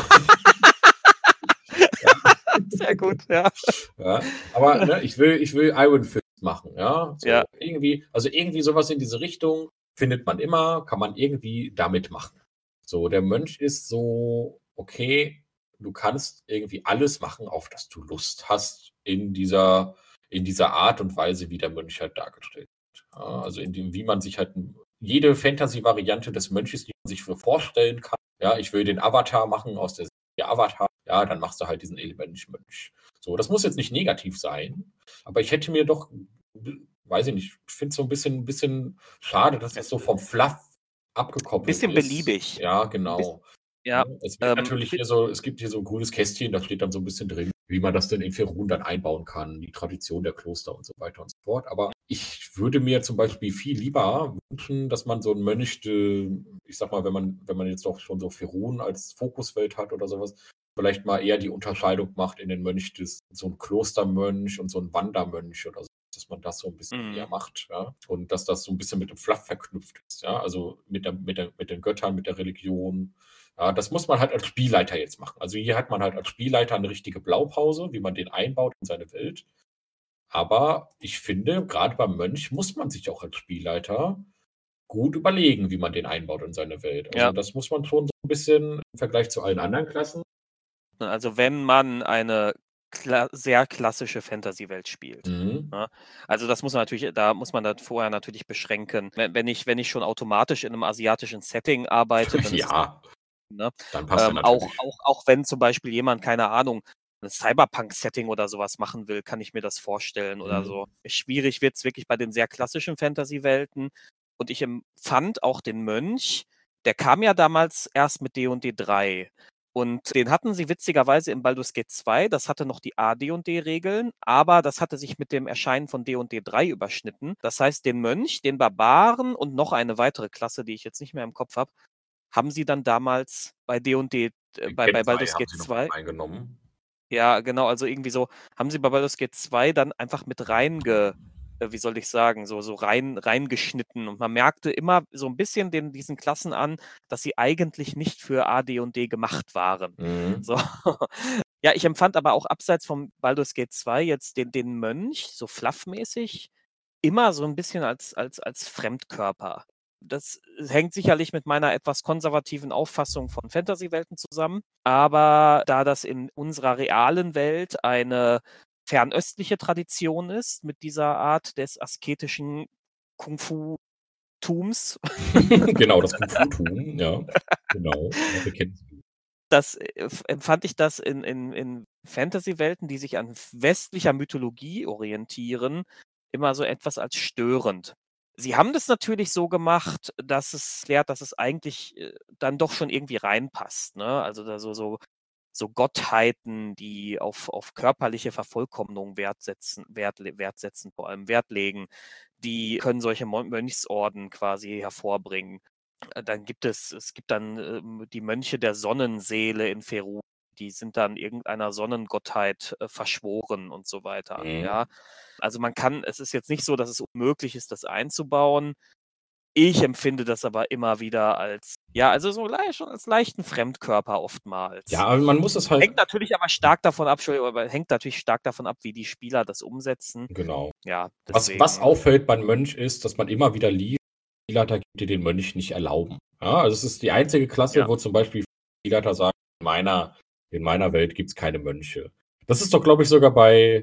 Sehr gut, ja. Ja, aber ne, ich will, ich will Iron Fist machen, ja. So, Ja. irgendwie, also irgendwie sowas in diese Richtung findet man immer, kann man irgendwie damit machen. So, der Mönch ist so, okay, du kannst irgendwie alles machen, auf das du Lust hast, in dieser, in dieser Art und Weise, wie der Mönch halt dargestellt wird. Ja, also in dem, wie man sich halt jede Fantasy-Variante des Mönches, die man sich so vorstellen kann. Ja, ich will den Avatar machen aus der Serie Avatar, ja, dann machst du halt diesen Elementmönch. So, das muss jetzt nicht negativ sein, aber ich hätte mir doch, weiß ich nicht, ich finde es so ein bisschen, bisschen schade, dass das so vom Fluff abgekoppelt Bisschen ist. beliebig. Ja, genau. Ja. Es gibt Ähm, natürlich hier so, es gibt hier so ein grünes Kästchen, da steht dann so ein bisschen drin, wie man das denn in Ferun dann einbauen kann, die Tradition der Kloster und so weiter und so fort. Aber ich würde mir zum Beispiel viel lieber wünschen, dass man so ein Mönch, äh, ich sag mal, wenn man, wenn man jetzt doch schon so Ferun als Fokuswelt hat oder sowas, vielleicht mal eher die Unterscheidung macht in den Mönch, des, so ein Klostermönch und so ein Wandermönch oder so, dass man das so ein bisschen Mhm. eher macht, ja. Und dass das so ein bisschen mit dem Fluff verknüpft ist, ja. Also mit, der, mit, der, mit den Göttern, mit der Religion. Ja, das muss man halt als Spielleiter jetzt machen. Also hier hat man halt als Spielleiter eine richtige Blaupause, wie man den einbaut in seine Welt. Aber ich finde, gerade beim Mönch muss man sich auch als Spielleiter gut überlegen, wie man den einbaut in seine Welt. Also Ja. das muss man schon so ein bisschen im Vergleich zu allen anderen Klassen. Also wenn man eine kla sehr klassische Fantasy-Welt spielt. Mhm. Ne? Also das muss man natürlich, da muss man das vorher natürlich beschränken. Wenn, wenn ich, wenn ich schon automatisch in einem asiatischen Setting arbeite, dann ist es, Ja, ne? dann passt er Ähm, auch, natürlich. auch, auch wenn zum Beispiel jemand, keine Ahnung, ein Cyberpunk-Setting oder sowas machen will, kann ich mir das vorstellen oder Mhm. so. Schwierig wird es wirklich bei den sehr klassischen Fantasy-Welten. Und ich empfand auch den Mönch, der kam ja damals erst mit D und D drei. Und den hatten sie witzigerweise in Baldur's Gate zwei, das hatte noch die A D und D-Regeln, aber das hatte sich mit dem Erscheinen von D und D drei überschnitten. Das heißt, den Mönch, den Barbaren und noch eine weitere Klasse, die ich jetzt nicht mehr im Kopf habe, haben sie dann damals bei D und D, äh, bei, bei Baldur's Gate zwei, eingenommen. ja, genau, also irgendwie so, haben sie bei Baldur's Gate zwei dann einfach mit reinge, äh, wie soll ich sagen, so, so rein, reingeschnitten. Und man merkte immer so ein bisschen den, diesen Klassen an, dass sie eigentlich nicht für A D und D gemacht waren. Mhm. So. Ja, ich empfand aber auch abseits vom Baldur's Gate zwei jetzt den, den Mönch, so fluffmäßig, immer so ein bisschen als, als, als Fremdkörper. Das hängt sicherlich mit meiner etwas konservativen Auffassung von Fantasy-Welten zusammen. Aber da das in unserer realen Welt eine fernöstliche Tradition ist, mit dieser Art des asketischen Kung-Fu-Tums, Genau, das Kung-Fu-Tun, ja. Genau, ja, wir kennen es. das äh, f- empfand ich das in, in, in Fantasy-Welten, die sich an westlicher Mythologie orientieren, immer so etwas als störend. Sie haben das natürlich so gemacht, dass es klärt, dass es eigentlich äh, dann doch schon irgendwie reinpasst. Ne? Also da so, so, so Gottheiten, die auf, auf körperliche Vervollkommnung Wert setzen, Wert, le- Wert setzen, vor allem Wert legen, die können solche Mon- Mönchsorden quasi hervorbringen. Äh, Dann gibt es, es gibt dann ähm, die Mönche der Sonnenseele in Ferun, die sind dann irgendeiner Sonnengottheit äh, verschworen und so weiter. Mhm. Ja, also man kann, es ist jetzt nicht so, dass es unmöglich ist, das einzubauen. Ich empfinde das aber immer wieder als, ja, also so leicht, schon als leichten Fremdkörper oftmals. Ja, aber man muss es halt. Hängt natürlich aber stark davon ab, Entschuldigung, aber hängt natürlich stark davon ab, wie die Spieler das umsetzen. Genau. Ja, Was, deswegen. was auffällt beim Mönch ist, dass man immer wieder liest, Spielleiter gibt, die den Mönch nicht erlauben. Ja, also es ist die einzige Klasse, Ja. wo zum Beispiel Spielleiter sagen, in meiner, in meiner Welt gibt es keine Mönche. Das ist doch, glaube ich, sogar bei,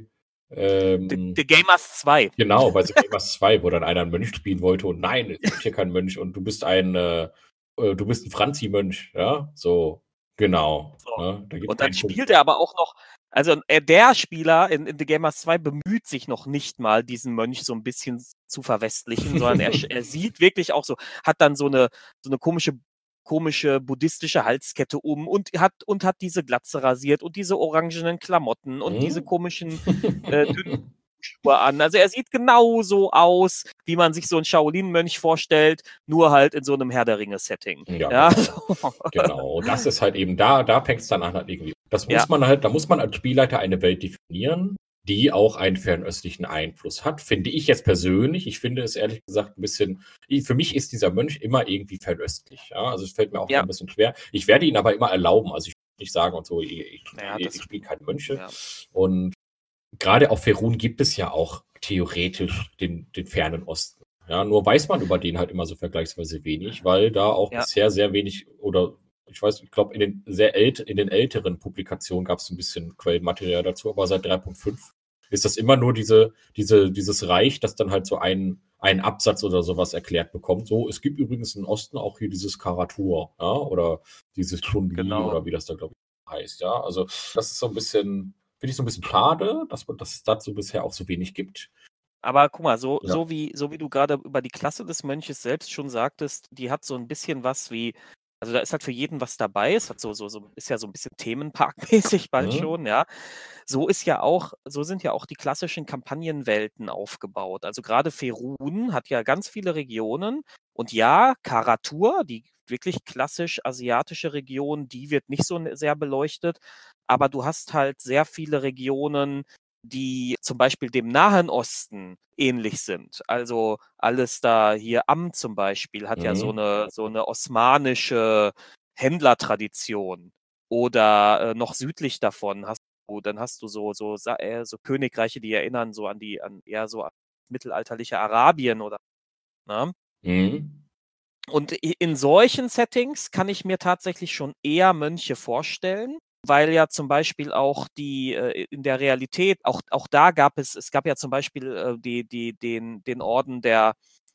The, Ähm, The Gamers zwei. Genau, bei The Gamers zwei, wo dann einer einen Mönch spielen wollte und nein, es gibt hier keinen Mönch und du bist ein, äh, äh, du bist ein Franzi-Mönch, ja, so, genau. So. Ne? Da gibt's Und dann keinen Kung spielt Fu. er aber auch noch, also äh, der Spieler in, in The Gamers zwei bemüht sich noch nicht mal, diesen Mönch so ein bisschen zu verwestlichen, sondern er, er sieht wirklich auch so, hat dann so eine, so eine komische, komische buddhistische Halskette um und hat, und hat diese Glatze rasiert und diese orangenen Klamotten und diese Hm? komischen äh, dünnen Schuhe an. Also er sieht genauso aus, wie man sich so einen Shaolin-Mönch vorstellt, nur halt in so einem Herr der Ringe-Setting. Ja, Ja, genau. Genau. Und das ist halt eben da, da fängt es dann an halt irgendwie. Das muss ja, man halt, da muss man als Spielleiter eine Welt definieren, die auch einen fernöstlichen Einfluss hat, finde ich jetzt persönlich. Ich finde es ehrlich gesagt ein bisschen, ich, für mich ist dieser Mönch immer irgendwie fernöstlich. Ja? Also es fällt mir auch immer ja, ein bisschen schwer. Ich werde ihn aber immer erlauben. Also ich will nicht sagen und so, ich, ich, ja, ich das, spiele keine Mönche. ja. Und gerade auf Ferun gibt es ja auch theoretisch den, den fernen Osten. Ja, nur weiß man über den halt immer so vergleichsweise wenig, weil da auch Ja. bisher sehr wenig oder ich weiß, ich glaube, in den sehr ält in den älteren Publikationen gab es ein bisschen Quellenmaterial dazu, aber seit drei Punkt fünf ist das immer nur diese, diese, dieses Reich, das dann halt so einen, einen Absatz oder sowas erklärt bekommt. So, es gibt übrigens im Osten auch hier dieses Karatur, ja, oder dieses Chun-Li Genau. oder wie das da, glaube ich, heißt, ja. Also, das ist so ein bisschen, finde ich so ein bisschen schade, dass, man, dass es dazu bisher auch so wenig gibt. Aber guck mal, so, Ja. so, wie, so wie du gerade über die Klasse des Mönches selbst schon sagtest, die hat so ein bisschen was wie, also da ist halt für jeden was dabei, es hat so, so, so, ist ja so ein bisschen Themenparkmäßig bald Mhm. schon, ja. So ist ja auch, so sind ja auch die klassischen Kampagnenwelten aufgebaut. Also gerade Ferun hat ja ganz viele Regionen und ja, Karatur, die wirklich klassisch asiatische Region, die wird nicht so sehr beleuchtet, aber du hast halt sehr viele Regionen, die zum Beispiel dem Nahen Osten ähnlich sind. Also alles da hier Am zum Beispiel hat ja so Mhm. eine, so eine osmanische Händlertradition. Oder äh, noch südlich davon hast du, dann hast du so, so, Sa- äh, so Königreiche, die erinnern so an die, an eher so an mittelalterliche Arabien oder, ne? Mhm. Und i- in solchen Settings kann ich mir tatsächlich schon eher Mönche vorstellen, weil ja zum Beispiel auch die äh, in der Realität, auch, auch da gab es, es gab ja zum Beispiel äh, die, die, den, den Orden der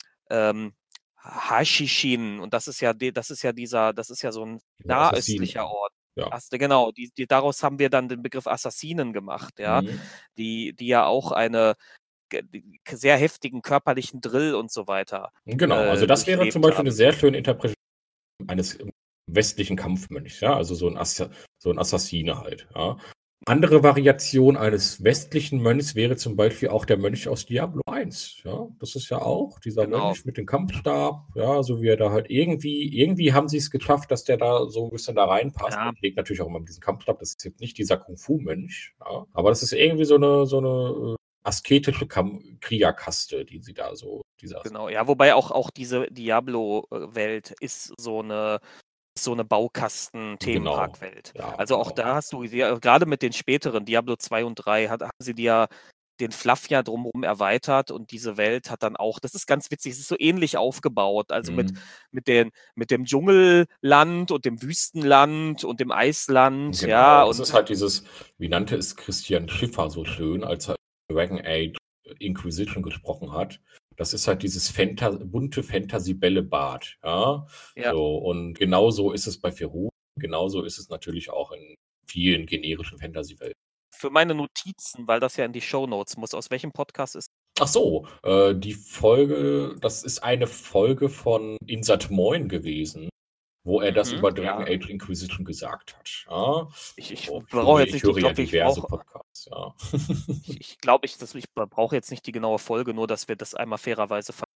ähm, Hashishin und das ist ja, die, das ist ja dieser, das ist ja so ein Ja, Assassinen. nahöstlicher Orden. Ja. As- Genau, die, die, daraus haben wir dann den Begriff Assassinen gemacht, ja, Mhm. die, die ja auch eine ge- die sehr heftigen körperlichen Drill und so weiter Genau, also äh, das wäre zum durchlebt Beispiel eine haben. sehr schöne Interpretation eines westlichen Kampfmönchs, ja, also so ein, Assa so ein Assassine halt, ja. Andere Variation eines westlichen Mönchs wäre zum Beispiel auch der Mönch aus Diablo eins, ja. Das ist ja auch dieser Genau. Mönch mit dem Kampfstab, ja, so wie er da halt irgendwie, irgendwie haben sie es geschafft, dass der da so ein bisschen da reinpasst. Ja. Der trägt natürlich auch immer mit diesem Kampfstab, das ist jetzt nicht dieser Kung-Fu-Mönch, ja. Aber das ist irgendwie so eine, so eine äh, asketische Kam Kriegerkaste, die sie da so, dieser. Genau, ja, wobei auch, auch diese Diablo-Welt ist so eine, so eine Genau, Baukasten-Themenparkwelt. ja, Also auch genau. da hast du, ja, gerade mit den späteren, Diablo zwei und drei, hat, haben sie dir den Fluff ja drumherum erweitert und diese Welt hat dann auch, das ist ganz witzig, es ist so ähnlich aufgebaut, also mit, Mhm. mit, den, mit dem Dschungelland und dem Wüstenland und dem Eisland, ja, Genau, das ist und halt dieses, wie nannte es Christian Schiffer so schön, als er Dragon Age Inquisition gesprochen hat. Das ist halt dieses Fanta bunte Fantasy-Bällebad, ja. ja, So, und genauso ist es bei Ferun, genauso ist es natürlich auch in vielen generischen Fantasy-Welten. für meine Notizen, weil das ja in die Shownotes muss, aus welchem Podcast ist Ach so, äh, die Folge, das ist eine Folge von Insat Moin gewesen, wo er das mhm, über Dragon ja. Age Inquisition gesagt hat. Ja, Ich, ich so, ich höre brauche mir jetzt ich nicht, ich höre ja glaube, ich diverse brauche Podcasts, ja. Ich, ich glaube, ich, das- ich brauche jetzt nicht die genaue Folge, nur dass wir das einmal fairerweise ver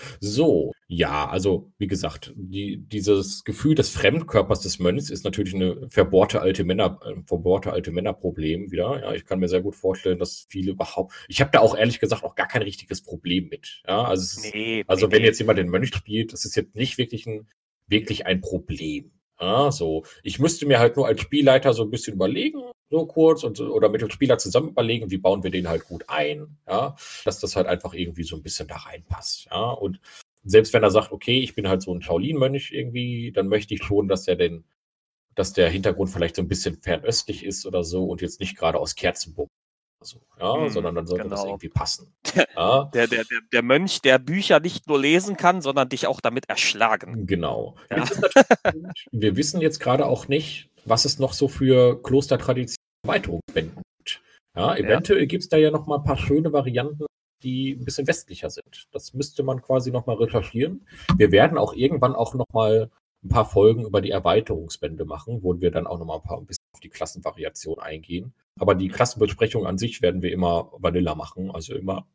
So, ja, also wie gesagt, die, dieses Gefühl des Fremdkörpers des Mönchs ist natürlich eine verbohrte alte Männer, äh, verbohrte alte Männerproblem wieder. Ja, ich kann mir sehr gut vorstellen, dass viele überhaupt. Ich habe da auch ehrlich gesagt auch gar kein richtiges Problem mit. Ja, also es ist, Nee, nee, also wenn nee. jetzt jemand den Mönch spielt, das ist jetzt nicht wirklich ein, wirklich ein Problem. Ja, so. Ich müsste mir halt nur als Spielleiter so ein bisschen überlegen, so kurz, und, so- oder mit dem Spieler zusammen überlegen, wie bauen wir den halt gut ein, ja, dass das halt einfach irgendwie so ein bisschen da reinpasst, ja, und selbst wenn er sagt, okay, ich bin halt so ein Shaolin-Mönch irgendwie, dann möchte ich schon, dass er den, dass der Hintergrund vielleicht so ein bisschen fernöstlich ist oder so und jetzt nicht gerade aus Kerzenburg so, ja, Mhm, sondern dann sollte das genau. irgendwie passen. Ja. Der der der der Mönch, der Bücher nicht nur lesen kann, sondern dich auch damit erschlagen. Genau. Ja. Jetzt ist natürlich der Punkt, wir wissen jetzt gerade auch nicht, was es noch so für Klostertraditionen Erweiterungsbände gibt. Ja, Ja. eventuell gibt's da ja noch mal 'n paar schöne Varianten, die 'n bisschen westlicher sind. Das müsste man quasi noch mal recherchieren. Wir werden auch irgendwann auch noch mal 'n paar Folgen über die Erweiterungsbände machen, wo wir dann auch noch mal 'n paar 'n bisschen auf die Klassenvariation eingehen. Aber die Klassenbesprechung an sich werden wir immer Vanilla machen, also immer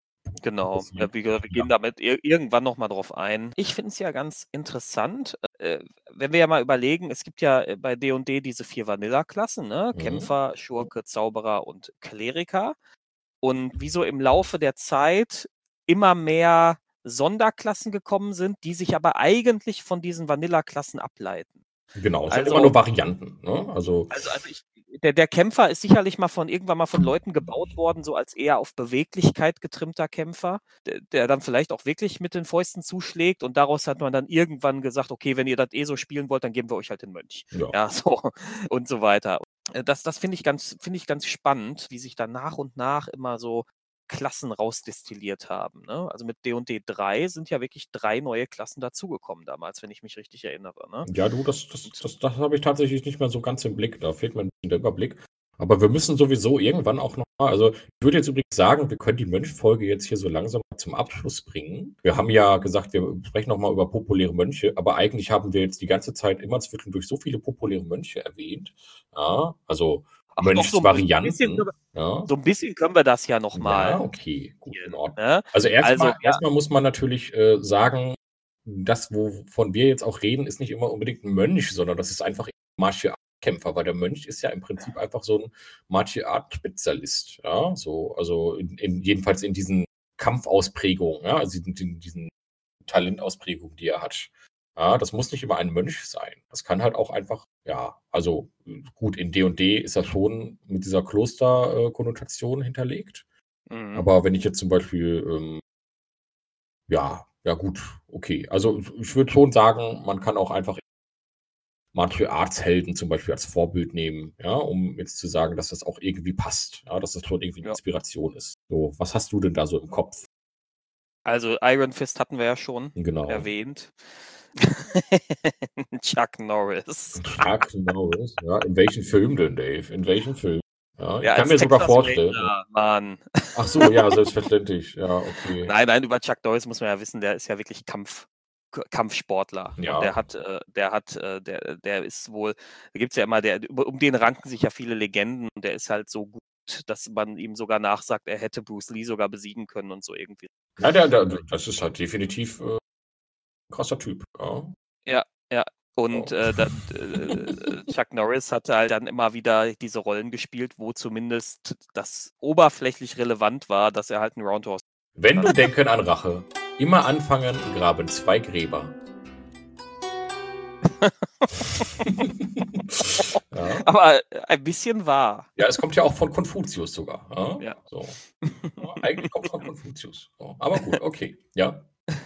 Genau. Ja, wie gesagt, wir gehen damit ir irgendwann noch mal drauf ein. Ich finde es ja ganz interessant, äh, wenn wir ja mal überlegen, es gibt ja, äh, bei D und D diese vier Vanilla-Klassen, ne? Mhm. Kämpfer, Schurke, Zauberer und Kleriker. Und wie so im Laufe der Zeit immer mehr Sonderklassen gekommen sind, die sich aber eigentlich von diesen Vanilla-Klassen ableiten. Genau, es sind Also immer nur Varianten, ne? Also also also ich der der Kämpfer ist sicherlich mal von irgendwann mal von Leuten gebaut worden, so als eher auf Beweglichkeit getrimmter Kämpfer, d der dann vielleicht auch wirklich mit den Fäusten zuschlägt und daraus hat man dann irgendwann gesagt: „Okay, wenn ihr das eh so spielen wollt, dann geben wir euch halt den Mönch.“ Ja. Ja, so und so weiter. Äh, das das finde ich ganz finde ich ganz spannend, wie sich dann nach und nach immer so Klassen rausdestilliert haben, ne? Also, mit D und D drei sind ja wirklich drei neue Klassen dazugekommen damals, wenn ich mich richtig erinnere, ne? Ja, du, das das Und das das habe ich tatsächlich nicht mehr so ganz im Blick. Da fehlt mir 'n bisschen der Überblick. Aber wir müssen sowieso irgendwann auch noch mal also, ich würde jetzt übrigens sagen, wir können die Mönch-Folge jetzt hier so langsam zum Abschluss bringen. Wir haben ja gesagt, wir sprechen noch mal über populäre Mönche, aber eigentlich haben wir jetzt die ganze Zeit immer zwischendurch so viele populäre Mönche erwähnt. Ja, also Ach doch, so 'n bi so 'n bisschen können Mönchsvarianten, wir ja. so 'n bisschen können wir das ja noch Ja, mal okay, gut, in Ordnung. ne? Also, erst Also, mal ja erst mal muss man natürlich, äh, sagen, das, wovon wir jetzt auch reden, ist nicht immer unbedingt 'n Mönch, sondern das ist einfach Martial-Art-Kämpfer, weil der Mönch ist ja im Prinzip einfach so 'n Martial-Art-Spezialist, ja, so also, in in jedenfalls in diesen Kampfausprägungen, ja, also, diesen diesen diesen Talentausprägungen, die er hat. Ja, das muss nicht immer ein Mönch sein. Das kann halt auch einfach ja, also, gut, in D und D ist das schon mit dieser Kloster äh, Konnotation hinterlegt. Mhm. Aber wenn ich jetzt zum Beispiel, ähm ja, ja gut, okay. Also, ich ich würde schon sagen, man kann auch einfach Martial-Arts-Helden zum Beispiel als Vorbild nehmen, ja, um jetzt zu sagen, dass das auch irgendwie passt, ja, dass das schon irgendwie 'ne Ja. Inspiration ist. So, was hast du denn da so im Kopf? Also, Iron Fist hatten wir ja schon Genau. erwähnt. Chuck Norris. Chuck Norris, ja. In welchem Film denn, Dave? In welchem Film? Ja, ich Ja, kann als mir sogar Texas vorstellen, ja. Ranger, Mann. Ach so, ja, selbstverständlich. Ja, okay. Nein, nein, über Chuck Norris muss man ja wissen, der ist ja wirklich Kampf K Kampfsportler und Ja. der hat äh, der hat äh, der der ist wohl da gibt's ja immer der um den ranken sich ja viele Legenden und der ist halt so gut, dass man ihm sogar nachsagt, er hätte Bruce Lee sogar besiegen können und so irgendwie. Ja, der der das ist halt definitiv, äh, krasser Typ, ja. Ja, ja. Und, Ja. äh, dann, äh, Chuck Norris hatte halt dann immer wieder diese Rollen gespielt, wo zumindest das oberflächlich relevant war, dass er halt 'n Roundhouse Wenn du hat. denken an Rache, immer anfangen, graben zwei Gräber. Ja. Aber ein bisschen wahr. Ja, es kommt ja auch von Konfuzius sogar, ja, Ja. so. Ja, eigentlich kommt's von Konfuzius, so. Aber gut, okay, ja.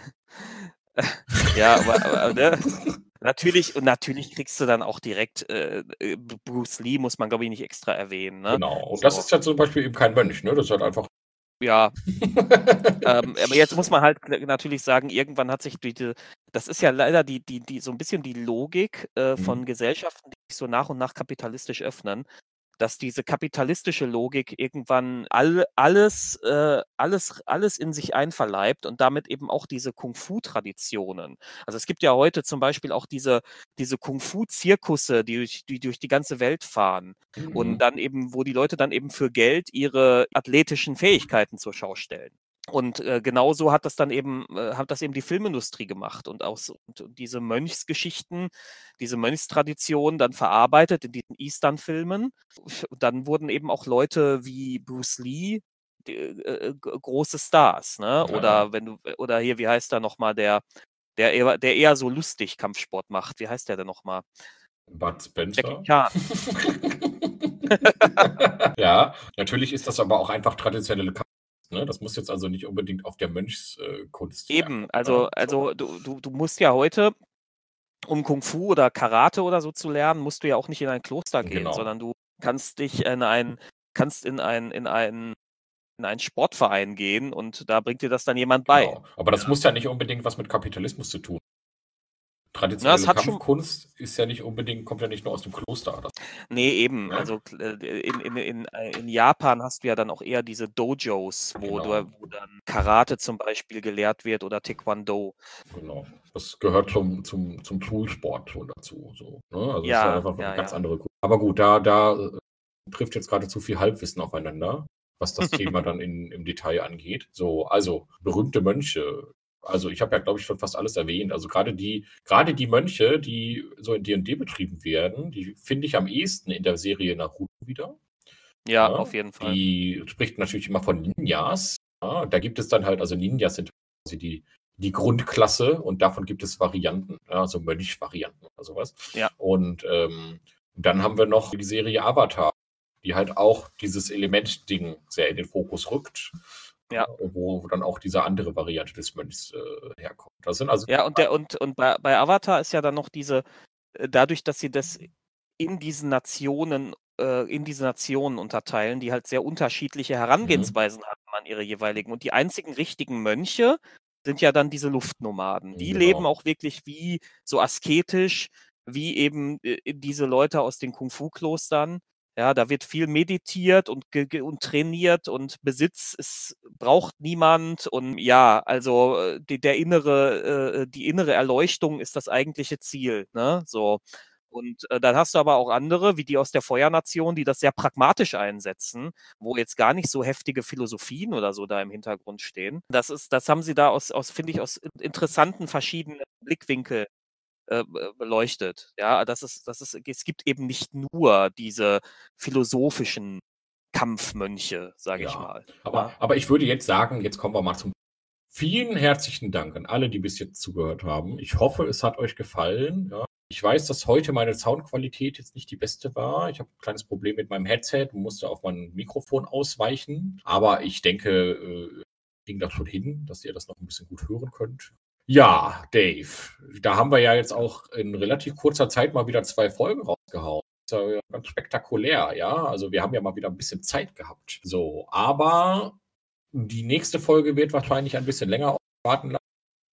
Ja, aber aber, ne? Natürlich und natürlich kriegst du dann auch direkt, äh, äh, B Bruce Lee muss man, glaube ich, nicht extra erwähnen, ne? Genau. Und das So. ist ja zum Beispiel eben kein Mönch, ne? Das ist halt einfach Ja. Ähm, aber jetzt muss man halt n natürlich sagen, irgendwann hat sich diese das ist ja leider die die die so 'n bisschen die Logik, äh, Mhm. von Gesellschaften, die sich so nach und nach kapitalistisch öffnen, dass diese kapitalistische Logik irgendwann all alles äh, alles alles in sich einverleibt und damit eben auch diese Kung-Fu-Traditionen. Also, es gibt ja heute zum Beispiel auch diese diese Kung-Fu-Zirkusse, die durch die durch die ganze Welt fahren und Mhm. dann eben wo die Leute dann eben für Geld ihre athletischen Fähigkeiten zur Schau stellen. Und, äh, genauso hat das dann eben äh, hat das eben die Filmindustrie gemacht und auch so und diese Mönchsgeschichten, diese Mönchstradition dann verarbeitet in diesen Eastern-Filmen. Dann wurden eben auch Leute wie Bruce Lee, d äh, äh, g große Stars, ne? Ja, ja. Oder wenn du oder hier, wie heißt der noch mal, der der eher der eher so lustig Kampfsport macht. Wie heißt der denn noch mal? Bud Jackie Spencer? Chan. Ja, natürlich ist das aber auch einfach traditionelle Kampfkunst, ne? Das muss jetzt also nicht unbedingt auf der Mönchs äh, Kunst Eben, herkommen, also ne? So. also du du du musst ja heute, um Kung-Fu oder Karate oder so zu lernen, musst du ja auch nicht in ein Kloster gehen, Genau. sondern du kannst dich in ein kannst in ein in ein in einen Sportverein gehen und da bringt dir das dann jemand bei. Genau. Aber das Ja. muss ja nicht unbedingt was mit Kapitalismus zu tun. Ja, es Traditionelle hat schon Kampfkunst ist ja nicht unbedingt kommt ja nicht nur aus dem Kloster. Das Ne, eben. ne? Also, kl äh, in in in äh, in Japan hast du ja dann auch eher diese Dojos, wo du Genau. wo dann Karate zum Beispiel gelehrt wird oder Taekwondo. Genau. Das gehört zum zum zum Schulsport schon dazu, so, ne? Also, es ist halt Ja, einfach 'ne ja, ganz ja. andere Ku aber gut, da da, äh, trifft jetzt gerade zu viel Halbwissen aufeinander, was das Thema dann in im Detail angeht. So, also, berühmte Mönche. Also, ich habe ja, glaube ich, schon fast alles erwähnt. Also, gerade die gerade die Mönche, die so in D und D betrieben werden, die finde ich am ehesten in der Serie Naruto wieder. Ja, Ja, auf jeden Fall. die spricht natürlich immer von Ninjas. Ja, da gibt es dann halt also, Ninjas sind quasi die die Grundklasse und davon gibt es Varianten, ja, so Mönch-Varianten oder so was. Ja. Und, ähm, dann haben wir noch die Serie Avatar, die halt auch dieses Element-Ding sehr in den Fokus rückt, Ja. wo dann auch diese andere Variante des Mönchs, äh, herkommt. Das sind also Ja, und der und und bei bei Avatar ist ja dann noch diese äh, dadurch, dass sie das in diesen Nationen äh, in diese Nationen unterteilen, die halt sehr unterschiedliche Mhm. Herangehensweisen hatten an ihre jeweiligen. Und die einzigen richtigen Mönche sind ja dann diese Luftnomaden. Die leben Genau. auch wirklich wie so asketisch wie eben, äh, diese Leute aus den Kung-Fu-Klostern. Ja, da wird viel meditiert und ge ge und trainiert und Besitz ist braucht niemand und ja, also, äh, d der innere äh, die innere Erleuchtung ist das eigentliche Ziel, ne, so. Und, äh, dann hast du aber auch andere, wie die aus der Feuernation, die das sehr pragmatisch einsetzen, wo jetzt gar nicht so heftige Philosophien oder so da im Hintergrund stehen. Das ist das haben sie da aus aus finde ich, aus in interessanten verschiedenen Blickwinkeln, äh, be beleuchtet. Ja, das ist das ist es gibt eben nicht nur diese philosophischen Kampfmönche, sage ich Ja, mal, aber ja. aber ich würde jetzt sagen, jetzt kommen wir mal zum vielen herzlichen Dank an alle, die bis jetzt zugehört haben. Ich hoffe, es hat euch gefallen, ja. Ich weiß, dass heute meine Soundqualität jetzt nicht die beste war. Ich habe 'n kleines Problem mit meinem Headset und musste auf mein Mikrofon ausweichen. Aber ich denke, äh, kriegen das schon hin, dass ihr das noch 'n bisschen gut hören könnt. Ja, Dave, da haben wir ja jetzt auch in relativ kurzer Zeit mal wieder zwei Folgen rausgehauen. Ist ja ganz spektakulär, ja? Also, wir haben ja mal wieder 'n bisschen Zeit gehabt. So, aber die nächste Folge wird wahrscheinlich ein bisschen länger warten lassen,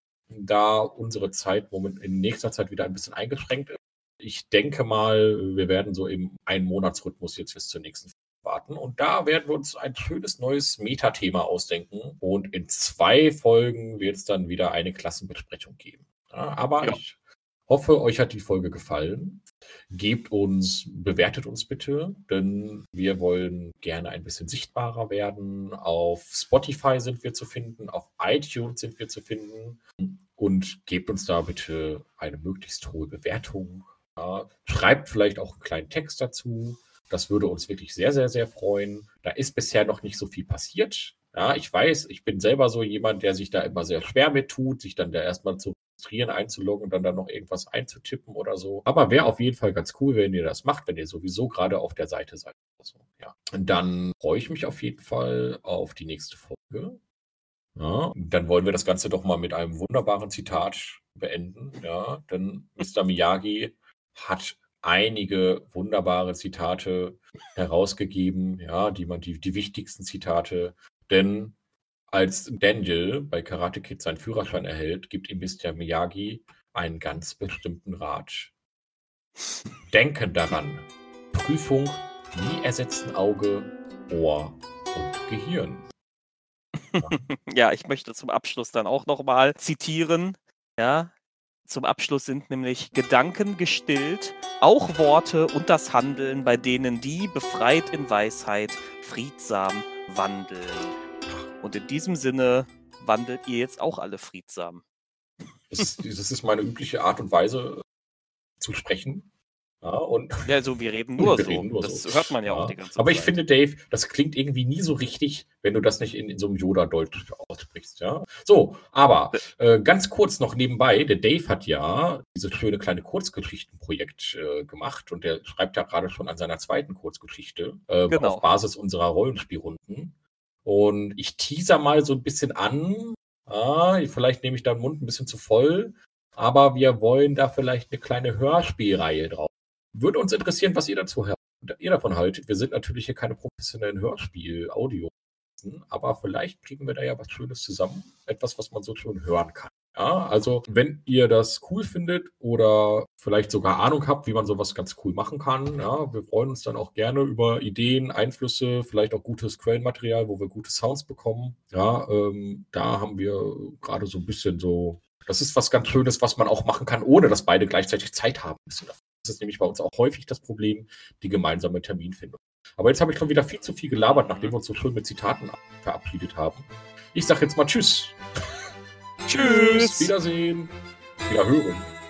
da unsere Zeit moment in nächster Zeit wieder ein bisschen eingeschränkt ist. Ich denke mal, wir werden so im Ein-Monats-Rhythmus jetzt bis zur nächsten Folge warten und da werden wir uns ein schönes neues Metathema ausdenken und in zwei Folgen wird's dann wieder eine Klassenbesprechung geben. Ja, aber Ja. ich hoffe, euch hat die Folge gefallen. Gebt uns bewertet uns bitte, denn wir wollen gerne ein bisschen sichtbarer werden. Auf Spotify sind wir zu finden, auf iTunes sind wir zu finden und gebt uns da bitte eine möglichst hohe Bewertung, ja. Schreibt vielleicht auch 'n kleinen Text dazu. Das würde uns wirklich sehr, sehr, sehr freuen. Da ist bisher noch nicht so viel passiert. Ja, ich weiß, ich bin selber so jemand, der sich da immer sehr schwer mit tut, sich dann da erst mal zu registrieren, einzuloggen und dann da noch irgendwas einzutippen oder so. Aber wäre auf jeden Fall ganz cool, wenn ihr das macht, wenn ihr sowieso grade auf der Seite seid oder so, ja. Und dann freue ich mich auf jeden Fall auf die nächste Folge. Ja, dann wollen wir das Ganze doch mal mit einem wunderbaren Zitat beenden, ja, denn Mister Miyagi hat einige wunderbare Zitate herausgegeben, ja, die man die die wichtigsten Zitate. Denn als Daniel bei Karate Kid seinen Führerschein erhält, gibt ihm Mister Miyagi einen ganz bestimmten Rat. Denke daran, Prüfung nie ersetzen Auge, Ohr und Gehirn. Ja. Ja, ich möchte zum Abschluss dann auch noch mal zitieren, ja? Zum Abschluss sind nämlich Gedanken gestillt, auch Worte und das Handeln, bei denen die, befreit in Weisheit, friedsam wandeln. Und in diesem Sinne wandelt ihr jetzt auch alle friedsam. Das ist das ist meine übliche Art und Weise zu sprechen, ja, und Ja, also, wir reden nur wir so. reden nur so, Das hört man ja auch ja. die ganze Aber ich Zeit. finde, Dave, das klingt irgendwie nie so richtig, wenn du das nicht in in so 'nem Yoda-Deutsch aussprichst, ja? So, aber, äh, ganz kurz noch nebenbei, der Dave hat ja dieses schöne kleine Kurzgeschichtenprojekt, äh, gemacht und der schreibt ja grade schon an seiner zweiten Kurzgeschichte, äh, auf Genau. Basis unserer Rollenspielrunden. Und ich teasere mal so 'n bisschen an, ah, vielleicht nehme ich da 'n Mund 'n bisschen zu voll, aber wir wollen da vielleicht 'ne kleine Hörspielreihe draus würde uns interessieren, was ihr dazu hört. ihr davon haltet. Wir sind natürlich hier keine professionellen Hörspiel-Audio, aber vielleicht kriegen wir da ja was Schönes zusammen. Etwas, was man so schön hören kann. Ja, also wenn ihr das cool findet oder vielleicht sogar Ahnung habt, wie man sowas ganz cool machen kann, ja, wir freuen uns dann auch gerne über Ideen, Einflüsse, vielleicht auch gutes Quellenmaterial, wo wir gute Sounds bekommen. Ja, ähm, da haben wir gerade so ein bisschen so, das ist was ganz Schönes, was man auch machen kann, ohne dass beide gleichzeitig Zeit haben müssen. Das ist nämlich bei uns auch häufig das Problem, die gemeinsame Terminfindung. Aber jetzt habe ich schon wieder viel zu viel gelabert, nachdem wir uns so schön mit Zitaten verabschiedet haben. Ich sage jetzt mal Tschüss. Tschüss. Wiedersehen. Wiederhören.